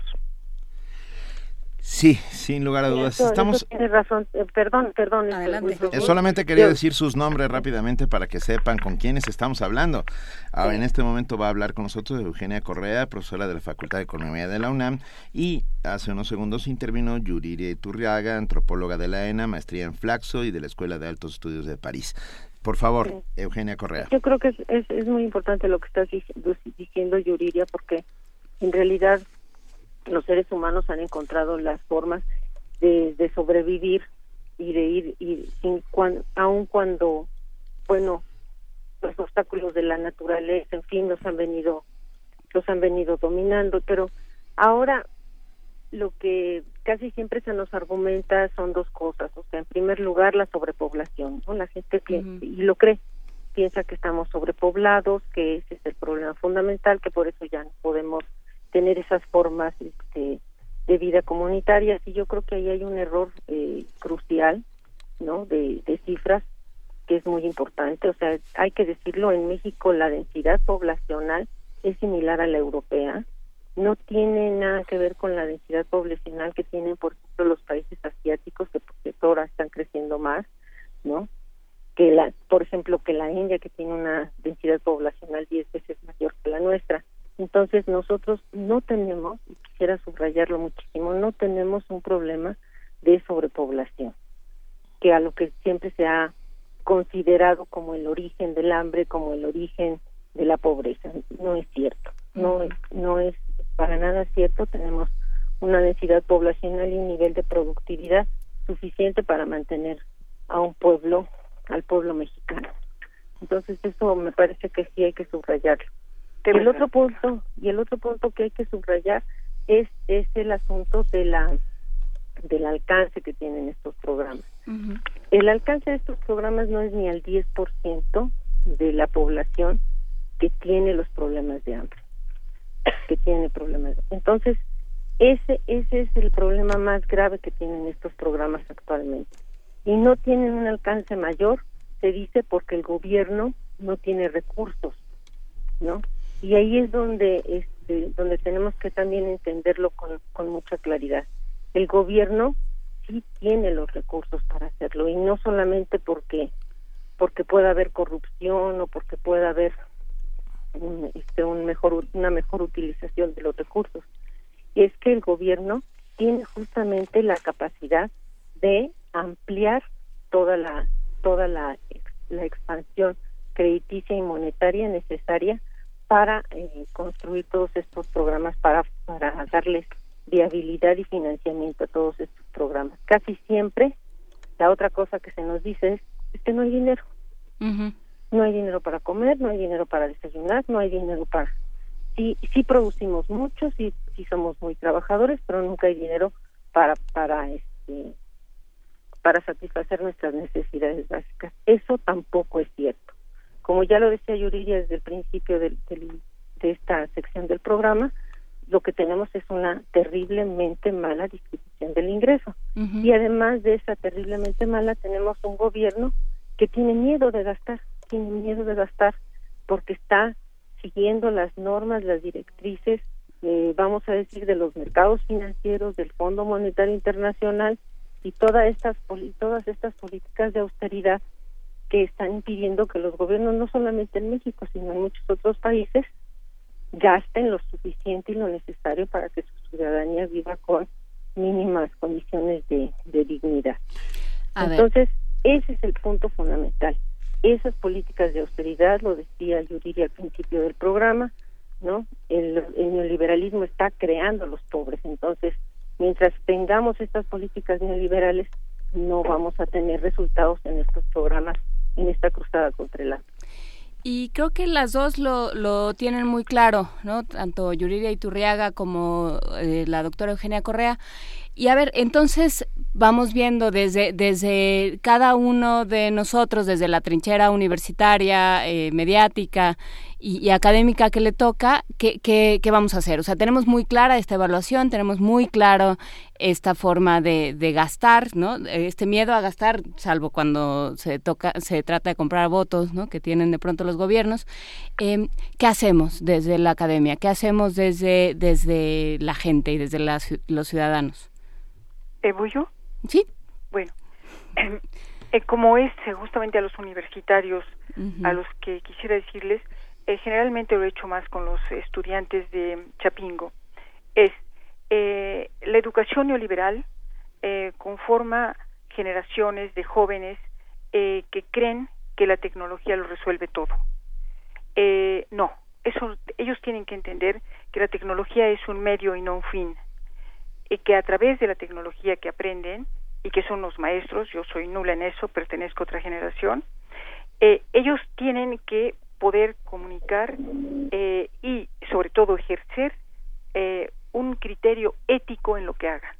Sí, sin lugar a dudas. Eso tiene razón. Perdón. Adelante. Solamente quería decir sus nombres rápidamente para que sepan con quiénes estamos hablando. En este momento va a hablar con nosotros Eugenia Correa, profesora de la Facultad de Economía de la UNAM, y hace unos segundos intervino Yuriria Iturriaga, antropóloga de la ENA, maestría en Flaxo y de la Escuela de Altos Estudios de París. Por favor, Eugenia Correa. Yo creo que es muy importante lo que estás diciendo, Yuriria, porque en realidad los seres humanos han encontrado las formas de sobrevivir y de ir aun cuando, los obstáculos de la naturaleza, en fin, los han venido dominando. Pero ahora lo que casi siempre se nos argumenta son dos cosas. O sea, en primer lugar, la sobrepoblación, ¿no? La gente y lo cree, piensa que estamos sobrepoblados, que ese es el problema fundamental, que por eso ya no podemos tener esas formas de vida comunitarias, y yo creo que ahí hay un error crucial, ¿no?, de cifras, que es muy importante. O sea, hay que decirlo, en México la densidad poblacional es similar a la europea, no tiene nada que ver con la densidad poblacional que tienen, por ejemplo, los países asiáticos, que ahora están creciendo más, ¿no?, por ejemplo, que la India, que tiene una densidad poblacional 10 veces mayor que la nuestra. Entonces nosotros no tenemos, y quisiera subrayarlo muchísimo, no tenemos un problema de sobrepoblación, que a lo que siempre se ha considerado como el origen del hambre, como el origen de la pobreza. No es cierto, no es para nada cierto. Tenemos una densidad poblacional y un nivel de productividad suficiente para mantener a un pueblo, al pueblo mexicano. Entonces eso me parece que sí hay que subrayarlo. Y el otro punto que hay que subrayar es el asunto del alcance que tienen estos programas. Uh-huh. El alcance de estos programas no es ni al 10% de la población que tiene los problemas de hambre, Entonces, Ese es el problema más grave que tienen estos programas actualmente. Y no tienen un alcance mayor, se dice, porque el gobierno no tiene recursos, ¿no? Y ahí es donde tenemos que también entenderlo con mucha claridad. El gobierno sí tiene los recursos para hacerlo, y no solamente porque pueda haber corrupción o porque pueda haber una mejor utilización de los recursos. Es que el gobierno tiene justamente la capacidad de ampliar toda la expansión crediticia y monetaria necesaria para construir todos estos programas, para darles viabilidad y financiamiento a todos estos programas. Casi siempre la otra cosa que se nos dice es que no hay dinero. Uh-huh. No hay dinero para comer, no hay dinero para desayunar, no hay dinero para... Sí producimos mucho, sí somos muy trabajadores, pero nunca hay dinero para satisfacer nuestras necesidades básicas. Eso tampoco es cierto. Como ya lo decía Yuridia desde el principio de esta sección del programa, lo que tenemos es una terriblemente mala distribución del ingreso. Uh-huh. Y además de esa terriblemente mala, tenemos un gobierno que tiene miedo de gastar porque está siguiendo las normas, las directrices, vamos a decir, de los mercados financieros, del Fondo Monetario Internacional, y todas estas políticas de austeridad que están impidiendo que los gobiernos, no solamente en México, sino en muchos otros países, gasten lo suficiente y lo necesario para que su ciudadanía viva con mínimas condiciones de dignidad. Entonces, ese es el punto fundamental. Esas políticas de austeridad, lo decía Yuridia al principio del programa, ¿no? El neoliberalismo está creando a los pobres. Entonces, mientras tengamos estas políticas neoliberales, no vamos a tener resultados en estos programas, en esta cruzada contra el hambre. Y creo que las dos lo tienen muy claro, ¿no? Tanto Yuridia Iturriaga como la doctora Eugenia Correa. Y a ver, entonces vamos viendo desde cada uno de nosotros, desde la trinchera universitaria, mediática y académica que le toca, ¿qué vamos a hacer? O sea, tenemos muy clara esta evaluación, tenemos muy claro esta forma de gastar, ¿no? Este miedo a gastar, salvo cuando se trata de comprar votos, ¿no? Que tienen de pronto los gobiernos. ¿Qué hacemos desde la academia? ¿Qué hacemos desde la gente y desde los ciudadanos? ¿Voy yo? Sí. Bueno, como es justamente a los universitarios, uh-huh, a los que quisiera decirles, generalmente lo he hecho más con los estudiantes de Chapingo, es la educación neoliberal conforma generaciones de jóvenes que creen que la tecnología lo resuelve todo. No, ellos tienen que entender que la tecnología es un medio y no un fin, y que a través de la tecnología que aprenden, y que son los maestros, yo soy nula en eso, pertenezco a otra generación, ellos tienen que poder comunicar y sobre todo ejercer un criterio ético en lo que hagan.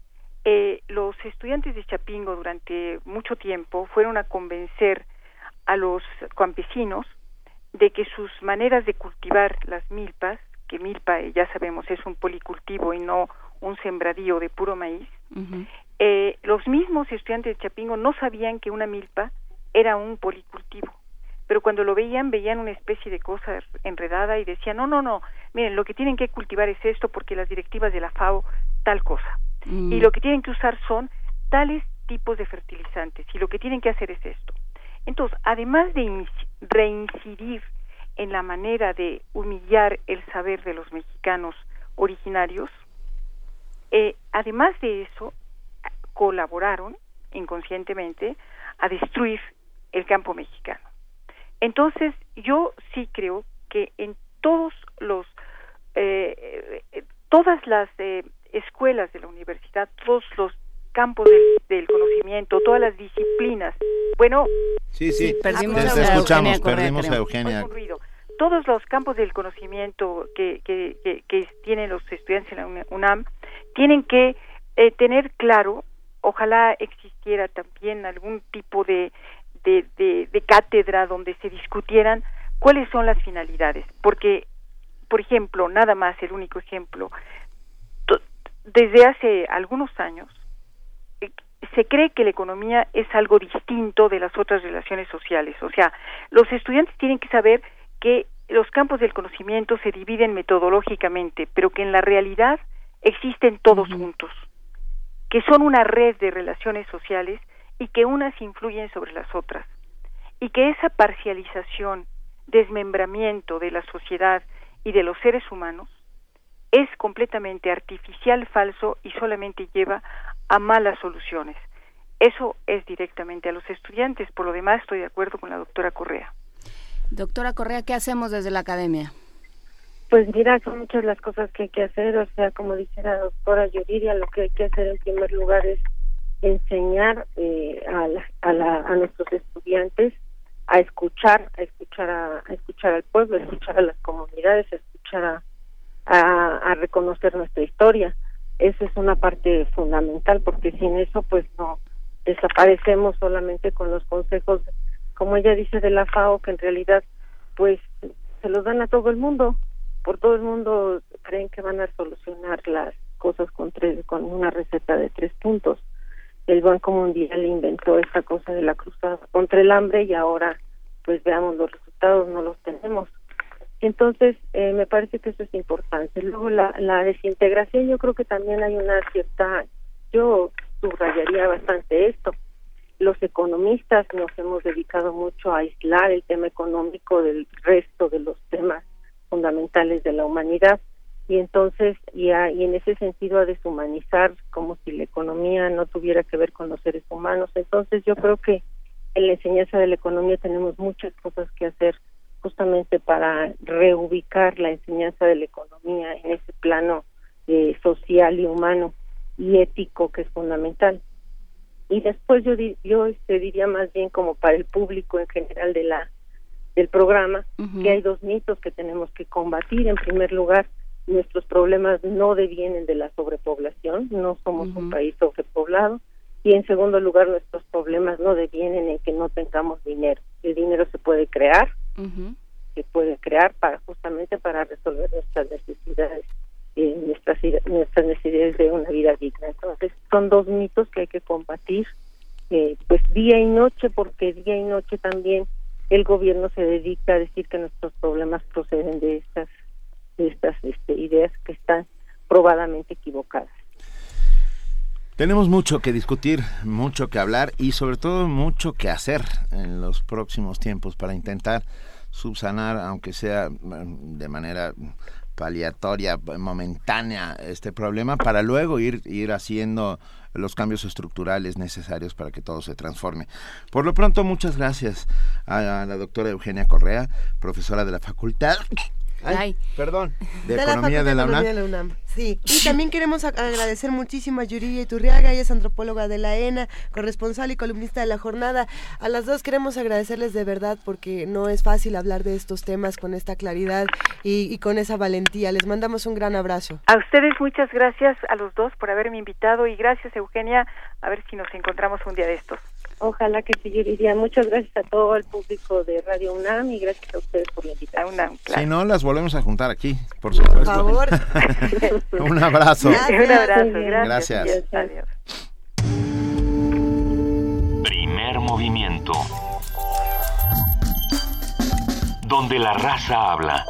Los estudiantes de Chapingo durante mucho tiempo fueron a convencer a los campesinos de que sus maneras de cultivar las milpas, que milpa ya sabemos es un policultivo y no un sembradío de puro maíz, uh-huh, los mismos estudiantes de Chapingo no sabían que una milpa era un policultivo, pero cuando lo veían una especie de cosa enredada y decían, no, miren, lo que tienen que cultivar es esto porque las directivas de la FAO tal cosa, y lo que tienen que usar son tales tipos de fertilizantes, y lo que tienen que hacer es esto. Entonces, además de reincidir en la manera de humillar el saber de los mexicanos originarios, además de eso, colaboraron inconscientemente a destruir el campo mexicano. Entonces, yo sí creo que en todas las escuelas de la universidad, todos los campos del conocimiento, todas las disciplinas, bueno... Sí, perdimos perdimos a Eugenia. Todos los campos del conocimiento que tienen los estudiantes en la UNAM tienen que tener claro, ojalá existiera también algún tipo de cátedra donde se discutieran cuáles son las finalidades, porque, por ejemplo, nada más el único ejemplo, desde hace algunos años se cree que la economía es algo distinto de las otras relaciones sociales. O sea, los estudiantes tienen que saber que los campos del conocimiento se dividen metodológicamente, pero que en la realidad existen todos juntos, que son una red de relaciones sociales y que unas influyen sobre las otras, y que esa parcialización, desmembramiento de la sociedad y de los seres humanos es completamente artificial, falso y solamente lleva a malas soluciones. Eso es directamente a los estudiantes. Por lo demás, estoy de acuerdo con la doctora Correa. Doctora Correa, ¿qué hacemos desde la academia? Pues mira, son muchas las cosas que hay que hacer. O sea, como dice la doctora Yuridia, lo que hay que hacer en primer lugar es enseñar a nuestros estudiantes a escuchar al pueblo, a escuchar a las comunidades, a escuchar a reconocer nuestra historia. Esa es una parte fundamental, porque sin eso pues no desaparecemos solamente con los consejos, como ella dice, de la FAO, que en realidad pues se los dan a todo el mundo. Por todo el mundo creen que van a solucionar las cosas con una receta de 3 puntos. El Banco Mundial inventó esta cosa de la cruzada contra el hambre y ahora pues veamos los resultados, no los tenemos. Entonces me parece que eso es importante. Luego la desintegración, yo creo que también hay una cierta, yo subrayaría bastante esto. Los economistas nos hemos dedicado mucho a aislar el tema económico del resto de los temas fundamentales de la humanidad, y entonces y en ese sentido a deshumanizar, como si la economía no tuviera que ver con los seres humanos. Entonces yo creo que en la enseñanza de la economía tenemos muchas cosas que hacer justamente para reubicar la enseñanza de la economía en ese plano social y humano y ético que es fundamental. Y después yo diría más bien como para el público en general del programa, que hay 2 mitos que tenemos que combatir. En primer lugar, nuestros problemas no devienen de la sobrepoblación, no somos un país sobrepoblado, y en segundo lugar, nuestros problemas no devienen en que no tengamos dinero. El dinero se puede crear, justamente para resolver nuestras necesidades, nuestras necesidades de una vida digna. Entonces, son 2 mitos que hay que combatir, pues día y noche, porque día y noche también el gobierno se dedica a decir que nuestros problemas proceden de estas ideas que están probadamente equivocadas. Tenemos mucho que discutir, mucho que hablar y sobre todo mucho que hacer en los próximos tiempos para intentar subsanar, aunque sea de manera paliatoria, momentánea, este problema, para luego ir haciendo los cambios estructurales necesarios para que todo se transforme. Por lo pronto, muchas gracias a la doctora Eugenia Correa, profesora de la Facultad de Economía de la UNAM. Sí, y también queremos agradecer muchísimo a Yuridia Iturriaga, ella es antropóloga de la ENA, corresponsal y columnista de La Jornada. A las 2 queremos agradecerles de verdad, porque no es fácil hablar de estos temas con esta claridad y con esa valentía. Les mandamos un gran abrazo. A ustedes muchas gracias, a los 2 por haberme invitado, y gracias, Eugenia, a ver si nos encontramos un día de estos. Ojalá que sí, Yuridia. Muchas gracias a todo el público de Radio UNAM y gracias a ustedes por la invitación. Claro. Si no, las volvemos a juntar aquí, por supuesto. Por favor. Un abrazo. Un abrazo, gracias. Adiós. Primer movimiento. Donde la raza habla.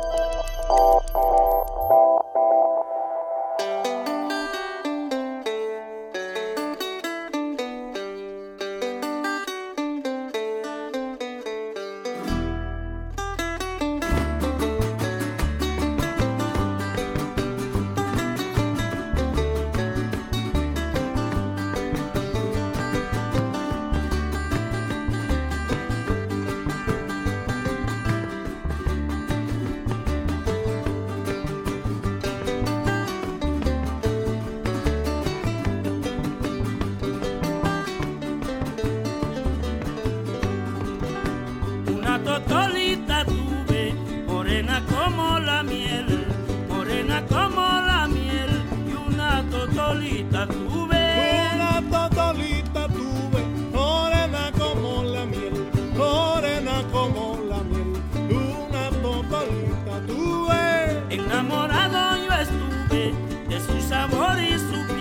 Enamorado yo estuve de su sabor y su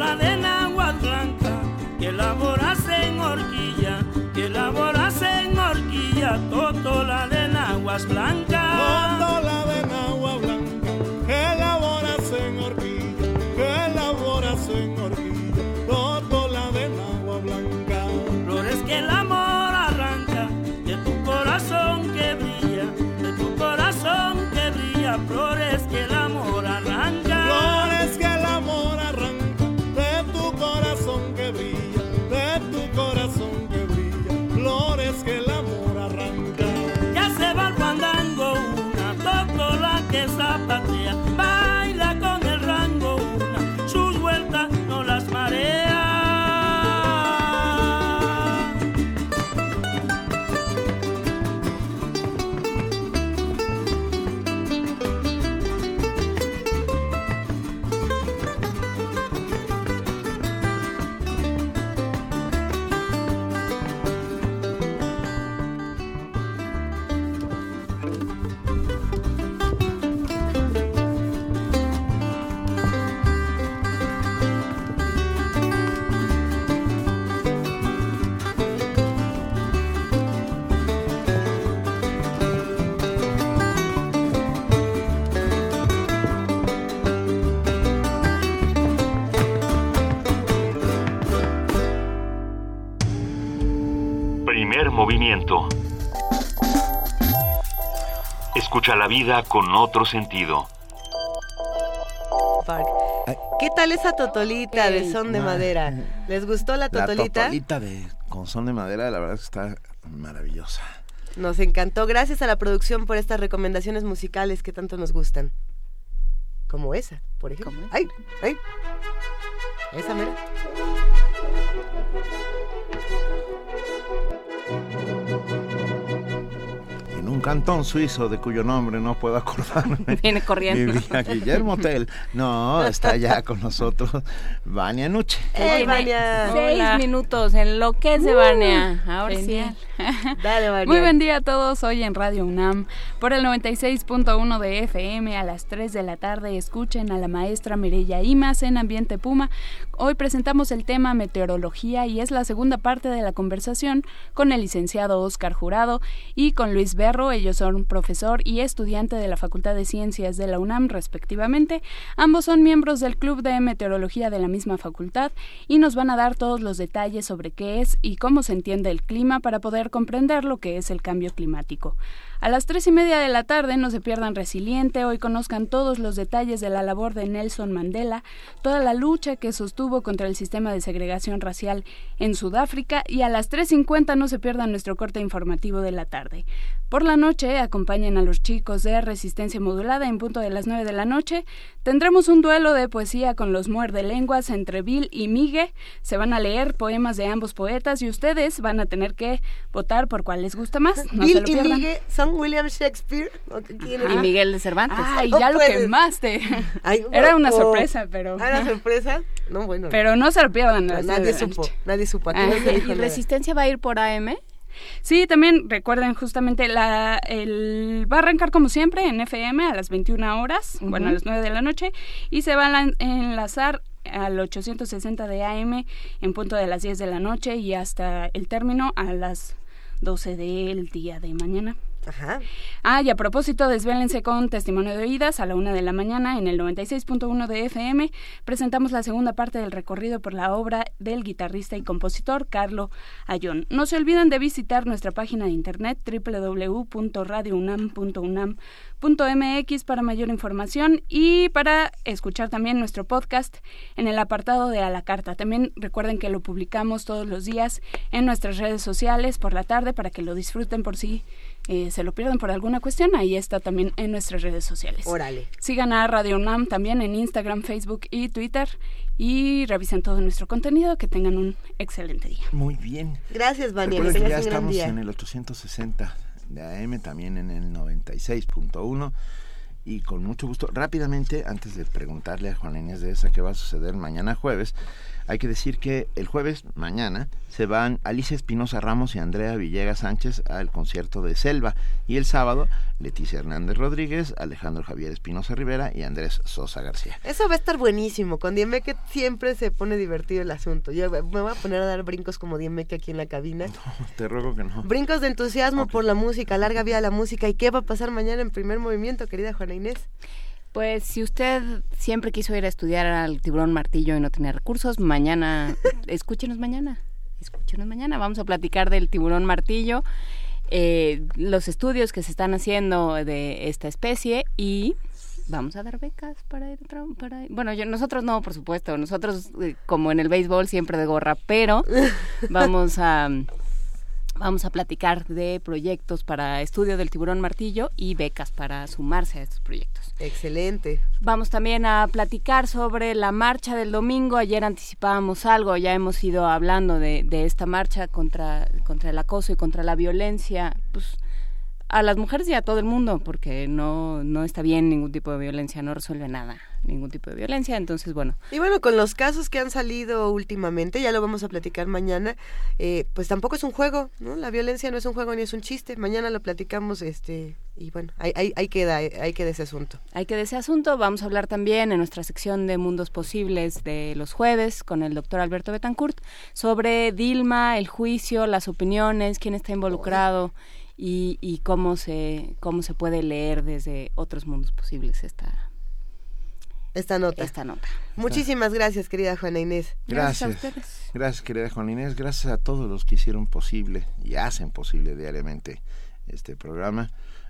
la de Nahuatl Blanca, que laboras en horquilla, que laboras en horquilla, totola de Nahuatl Blanca. Totola de Nahuatl Blanca, que laboras en horquilla, que laboras en horquilla, totola de Nahuatl Blanca. Flores que el amor arranca, de tu corazón que brilla, de tu corazón que brilla, flores que el amor arranca. Flores que el amor arranca, de tu corazón que brilla, de tu corazón que brilla, flores que el amor arranca. Ya se va el fandango, una totola que zapatea, baila con el rango, una, sus vueltas no las marea. Primer movimiento. Escucha la vida con otro sentido. ¿Qué tal esa totolita de son de madera? ¿Les gustó la totolita? La totolita con son de madera, la verdad es que está maravillosa. Nos encantó. Gracias a la producción por estas recomendaciones musicales que tanto nos gustan. Como esa, por ejemplo. ¡Ay! ¡Ay! Esa mera. En un cantón suizo de cuyo nombre no puedo acordarme. Viene corriendo. Vivía Guillermo Tell. No, está ya con nosotros Vania Nuche. ¡Hey, Vania! 6 minutos, enloquece, Vania. Ahora genial. sí. Dale, Vania. Muy buen día a todos, hoy en Radio UNAM, por el 96.1 de FM a las 3 de la tarde, escuchen a la maestra Mireya Imas en Ambiente Puma. Hoy presentamos el tema meteorología y es la segunda parte de la conversación con el licenciado Óscar Jurado y con Luis Berro. Ellos son profesor y estudiante de la Facultad de Ciencias de la UNAM, respectivamente. Ambos son miembros del Club de Meteorología de la misma facultad y nos van a dar todos los detalles sobre qué es y cómo se entiende el clima para poder comprender lo que es el cambio climático. A las 3:30 de la tarde no se pierdan Resiliente, hoy conozcan todos los detalles de la labor de Nelson Mandela, toda la lucha que sostuvo contra el sistema de segregación racial en Sudáfrica y a las 3:50 no se pierdan nuestro corte informativo de la tarde. Por la noche acompañen a los chicos de Resistencia Modulada en punto de las 9 de la noche. Tendremos un duelo de poesía con los muerdelenguas entre Bill y Migue. Se van a leer poemas de ambos poetas y ustedes van a tener que votar por cuál les gusta más. No Bill se lo pierdan. y Migue son William Shakespeare. Y Miguel de Cervantes. Ay, ya lo quemaste. Era una sorpresa, pero... ¿Era una sorpresa? No, bueno. Pero no se lo pierdan. Nadie supo. ¿Y Resistencia va a ir por AM? Sí, también recuerden justamente va a arrancar como siempre en FM a las 21 horas, bueno, a las 9 de la noche, y se va a enlazar al 860 de AM en punto de las 10 de la noche y hasta el término a las 12 del día de mañana. Ajá. Y a propósito, desvélense con Testimonio de Oídas a la 1 de la mañana en el 96.1 de FM. Presentamos la segunda parte del recorrido por la obra del guitarrista y compositor Carlo Ayón. No se olviden de visitar nuestra página de internet www.radiounam.unam.mx para mayor información y para escuchar también nuestro podcast en el apartado de A la Carta. También recuerden que lo publicamos todos los días en nuestras redes sociales por la tarde para que lo disfruten por si se lo pierden por alguna cuestión. Ahí está también en nuestras redes sociales. Órale. Sigan a Radio UNAM también en Instagram, Facebook y Twitter y revisen todo nuestro contenido. Que tengan un excelente día. Muy bien. Gracias, Vania. Recuerden que ya estamos en el 860 de AM, también en el 96.1 y con mucho gusto. Rápidamente, antes de preguntarle a Juana Inés de esa qué va a suceder mañana jueves, Hay que decir que el jueves, mañana, se van Alicia Espinosa Ramos y Andrea Villegas Sánchez al concierto de Selva. Y el sábado, Leticia Hernández Rodríguez, Alejandro Javier Espinosa Rivera y Andrés Sosa García. Eso va a estar buenísimo. Con Diemeque siempre se pone divertido el asunto. Yo me voy a poner a dar brincos como Diemeque aquí en la cabina. No, te ruego que no. Brincos de entusiasmo por la música, larga vida a la música. ¿Y qué va a pasar mañana en Primer Movimiento, querida Juana Inés? Pues si usted siempre quiso ir a estudiar al Tiburón Martillo y no tenía recursos, mañana, escúchenos mañana. Vamos a platicar del Tiburón Martillo, los estudios que se están haciendo de esta especie y vamos a dar becas para bueno, nosotros no, por supuesto, nosotros como en el béisbol siempre de gorra, pero vamos a platicar de proyectos para estudio del Tiburón Martillo y becas para sumarse a estos proyectos. Excelente. Vamos también a platicar sobre la marcha del domingo. Ayer anticipábamos algo, ya hemos ido hablando de esta marcha contra el acoso y contra la violencia, pues a las mujeres y a todo el mundo, porque no está bien ningún tipo de violencia, no resuelve nada, ningún tipo de violencia, entonces bueno. Y bueno, con los casos que han salido últimamente, ya lo vamos a platicar mañana, pues tampoco es un juego, ¿no? La violencia no es un juego ni es un chiste, mañana lo platicamos, y bueno, ahí queda ese asunto. Ahí queda ese asunto, vamos a hablar también en nuestra sección de Mundos Posibles de los jueves con el doctor Alberto Betancourt sobre Dilma, el juicio, las opiniones, quién está involucrado y cómo se puede leer desde otros mundos posibles esta nota. Muchísimas gracias, querida Juana Inés. Gracias a ustedes. Gracias, querida Juana Inés. Gracias a todos los que hicieron posible y hacen posible diariamente este programa.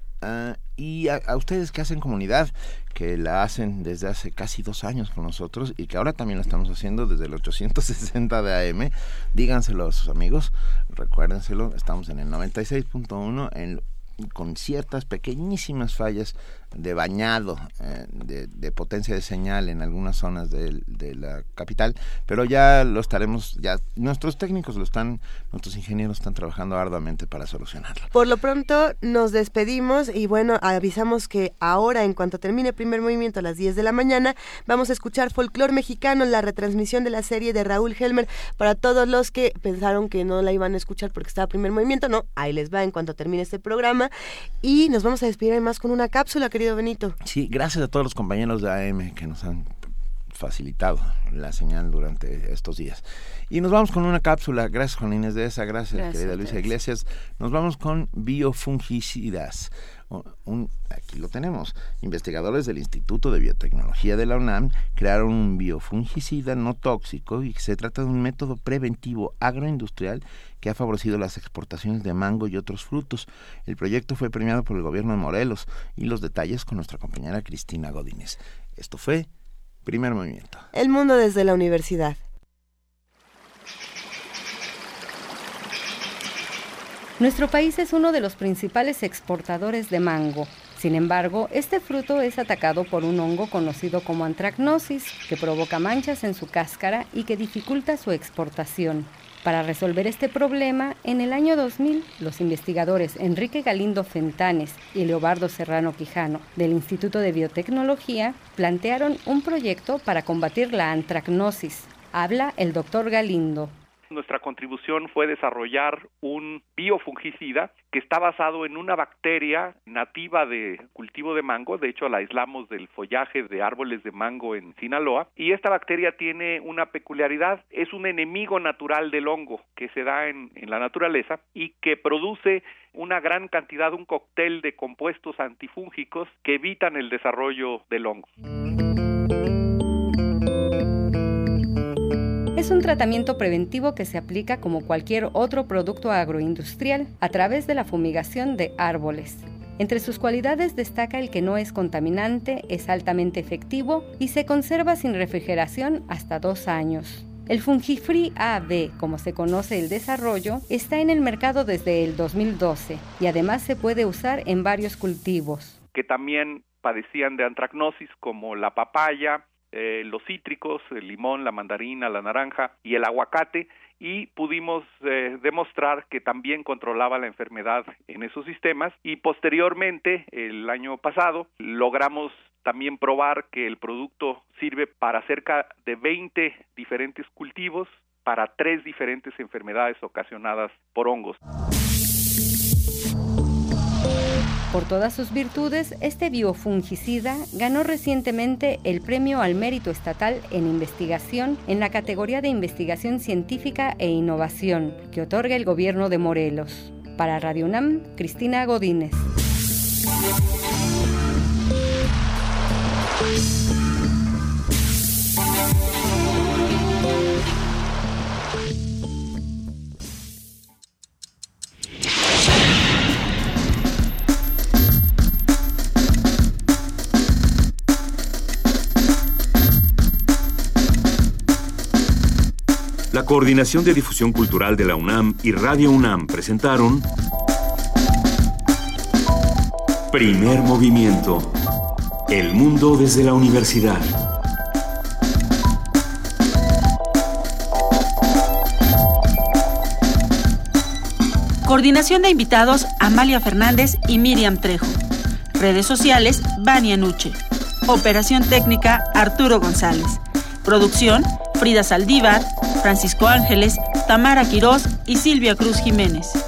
Y a ustedes que hacen comunidad, que la hacen desde hace casi 2 años con nosotros y que ahora también la estamos haciendo desde el 860 de AM, díganselo a sus amigos, recuérdenselo, estamos en el 96.1 con ciertas pequeñísimas fallas de bañado, de potencia de señal en algunas zonas de la capital, pero ya lo estaremos, ya nuestros técnicos nuestros ingenieros están trabajando arduamente para solucionarlo. Por lo pronto nos despedimos y bueno, avisamos que ahora, en cuanto termine Primer Movimiento a las 10 de la mañana, vamos a escuchar Folclor Mexicano, la retransmisión de la serie de Raúl Helmer, para todos los que pensaron que no la iban a escuchar porque estaba Primer Movimiento, no, ahí les va en cuanto termine este programa, y nos vamos a despedir además con una cápsula, querido Benito. Sí, gracias a todos los compañeros de AM que nos han facilitado la señal durante estos días. Y nos vamos con una cápsula. Gracias, Juan Inés de esa. Gracias, querida Luisa Iglesias. Nos vamos con biofungicidas. Aquí lo tenemos. Investigadores del Instituto de Biotecnología de la UNAM crearon un biofungicida no tóxico y se trata de un método preventivo agroindustrial que ha favorecido las exportaciones de mango y otros frutos. El proyecto fue premiado por el gobierno de Morelos y los detalles con nuestra compañera Cristina Godínez. Esto fue Primer Movimiento. El mundo desde la universidad. Nuestro país es uno de los principales exportadores de mango. Sin embargo, este fruto es atacado por un hongo conocido como antracnosis, que provoca manchas en su cáscara y que dificulta su exportación. Para resolver este problema, en el año 2000, los investigadores Enrique Galindo Fentanes y Leobardo Serrano Quijano del Instituto de Biotecnología plantearon un proyecto para combatir la antracnosis. Habla el doctor Galindo. Nuestra contribución fue desarrollar un biofungicida que está basado en una bacteria nativa de cultivo de mango. De hecho, la aislamos del follaje de árboles de mango en Sinaloa. Y esta bacteria tiene una peculiaridad: es un enemigo natural del hongo que se da en la naturaleza y que produce una gran cantidad, un cóctel de compuestos antifúngicos que evitan el desarrollo del hongo. Es un tratamiento preventivo que se aplica como cualquier otro producto agroindustrial a través de la fumigación de árboles. Entre sus cualidades destaca el que no es contaminante, es altamente efectivo y se conserva sin refrigeración hasta 2 años. El Fungifree AB, como se conoce el desarrollo, está en el mercado desde el 2012 y además se puede usar en varios cultivos. Que también padecían de antracnosis, como la papaya, los cítricos, el limón, la mandarina, la naranja y el aguacate, y pudimos demostrar que también controlaba la enfermedad en esos sistemas, y posteriormente, el año pasado, logramos también probar que el producto sirve para cerca de 20 diferentes cultivos, para 3 diferentes enfermedades ocasionadas por hongos. Por todas sus virtudes, este biofungicida ganó recientemente el Premio al Mérito Estatal en Investigación en la categoría de Investigación Científica e Innovación que otorga el gobierno de Morelos. Para Radio UNAM, Cristina Godínez. La Coordinación de Difusión Cultural de la UNAM y Radio UNAM presentaron Primer Movimiento. El mundo desde la universidad. Coordinación de invitados: Amalia Fernández y Miriam Trejo. Redes sociales: Vania Nuche. Operación técnica: Arturo González. Producción: Frida Saldívar, Francisco Ángeles, Tamara Quirós y Silvia Cruz Jiménez.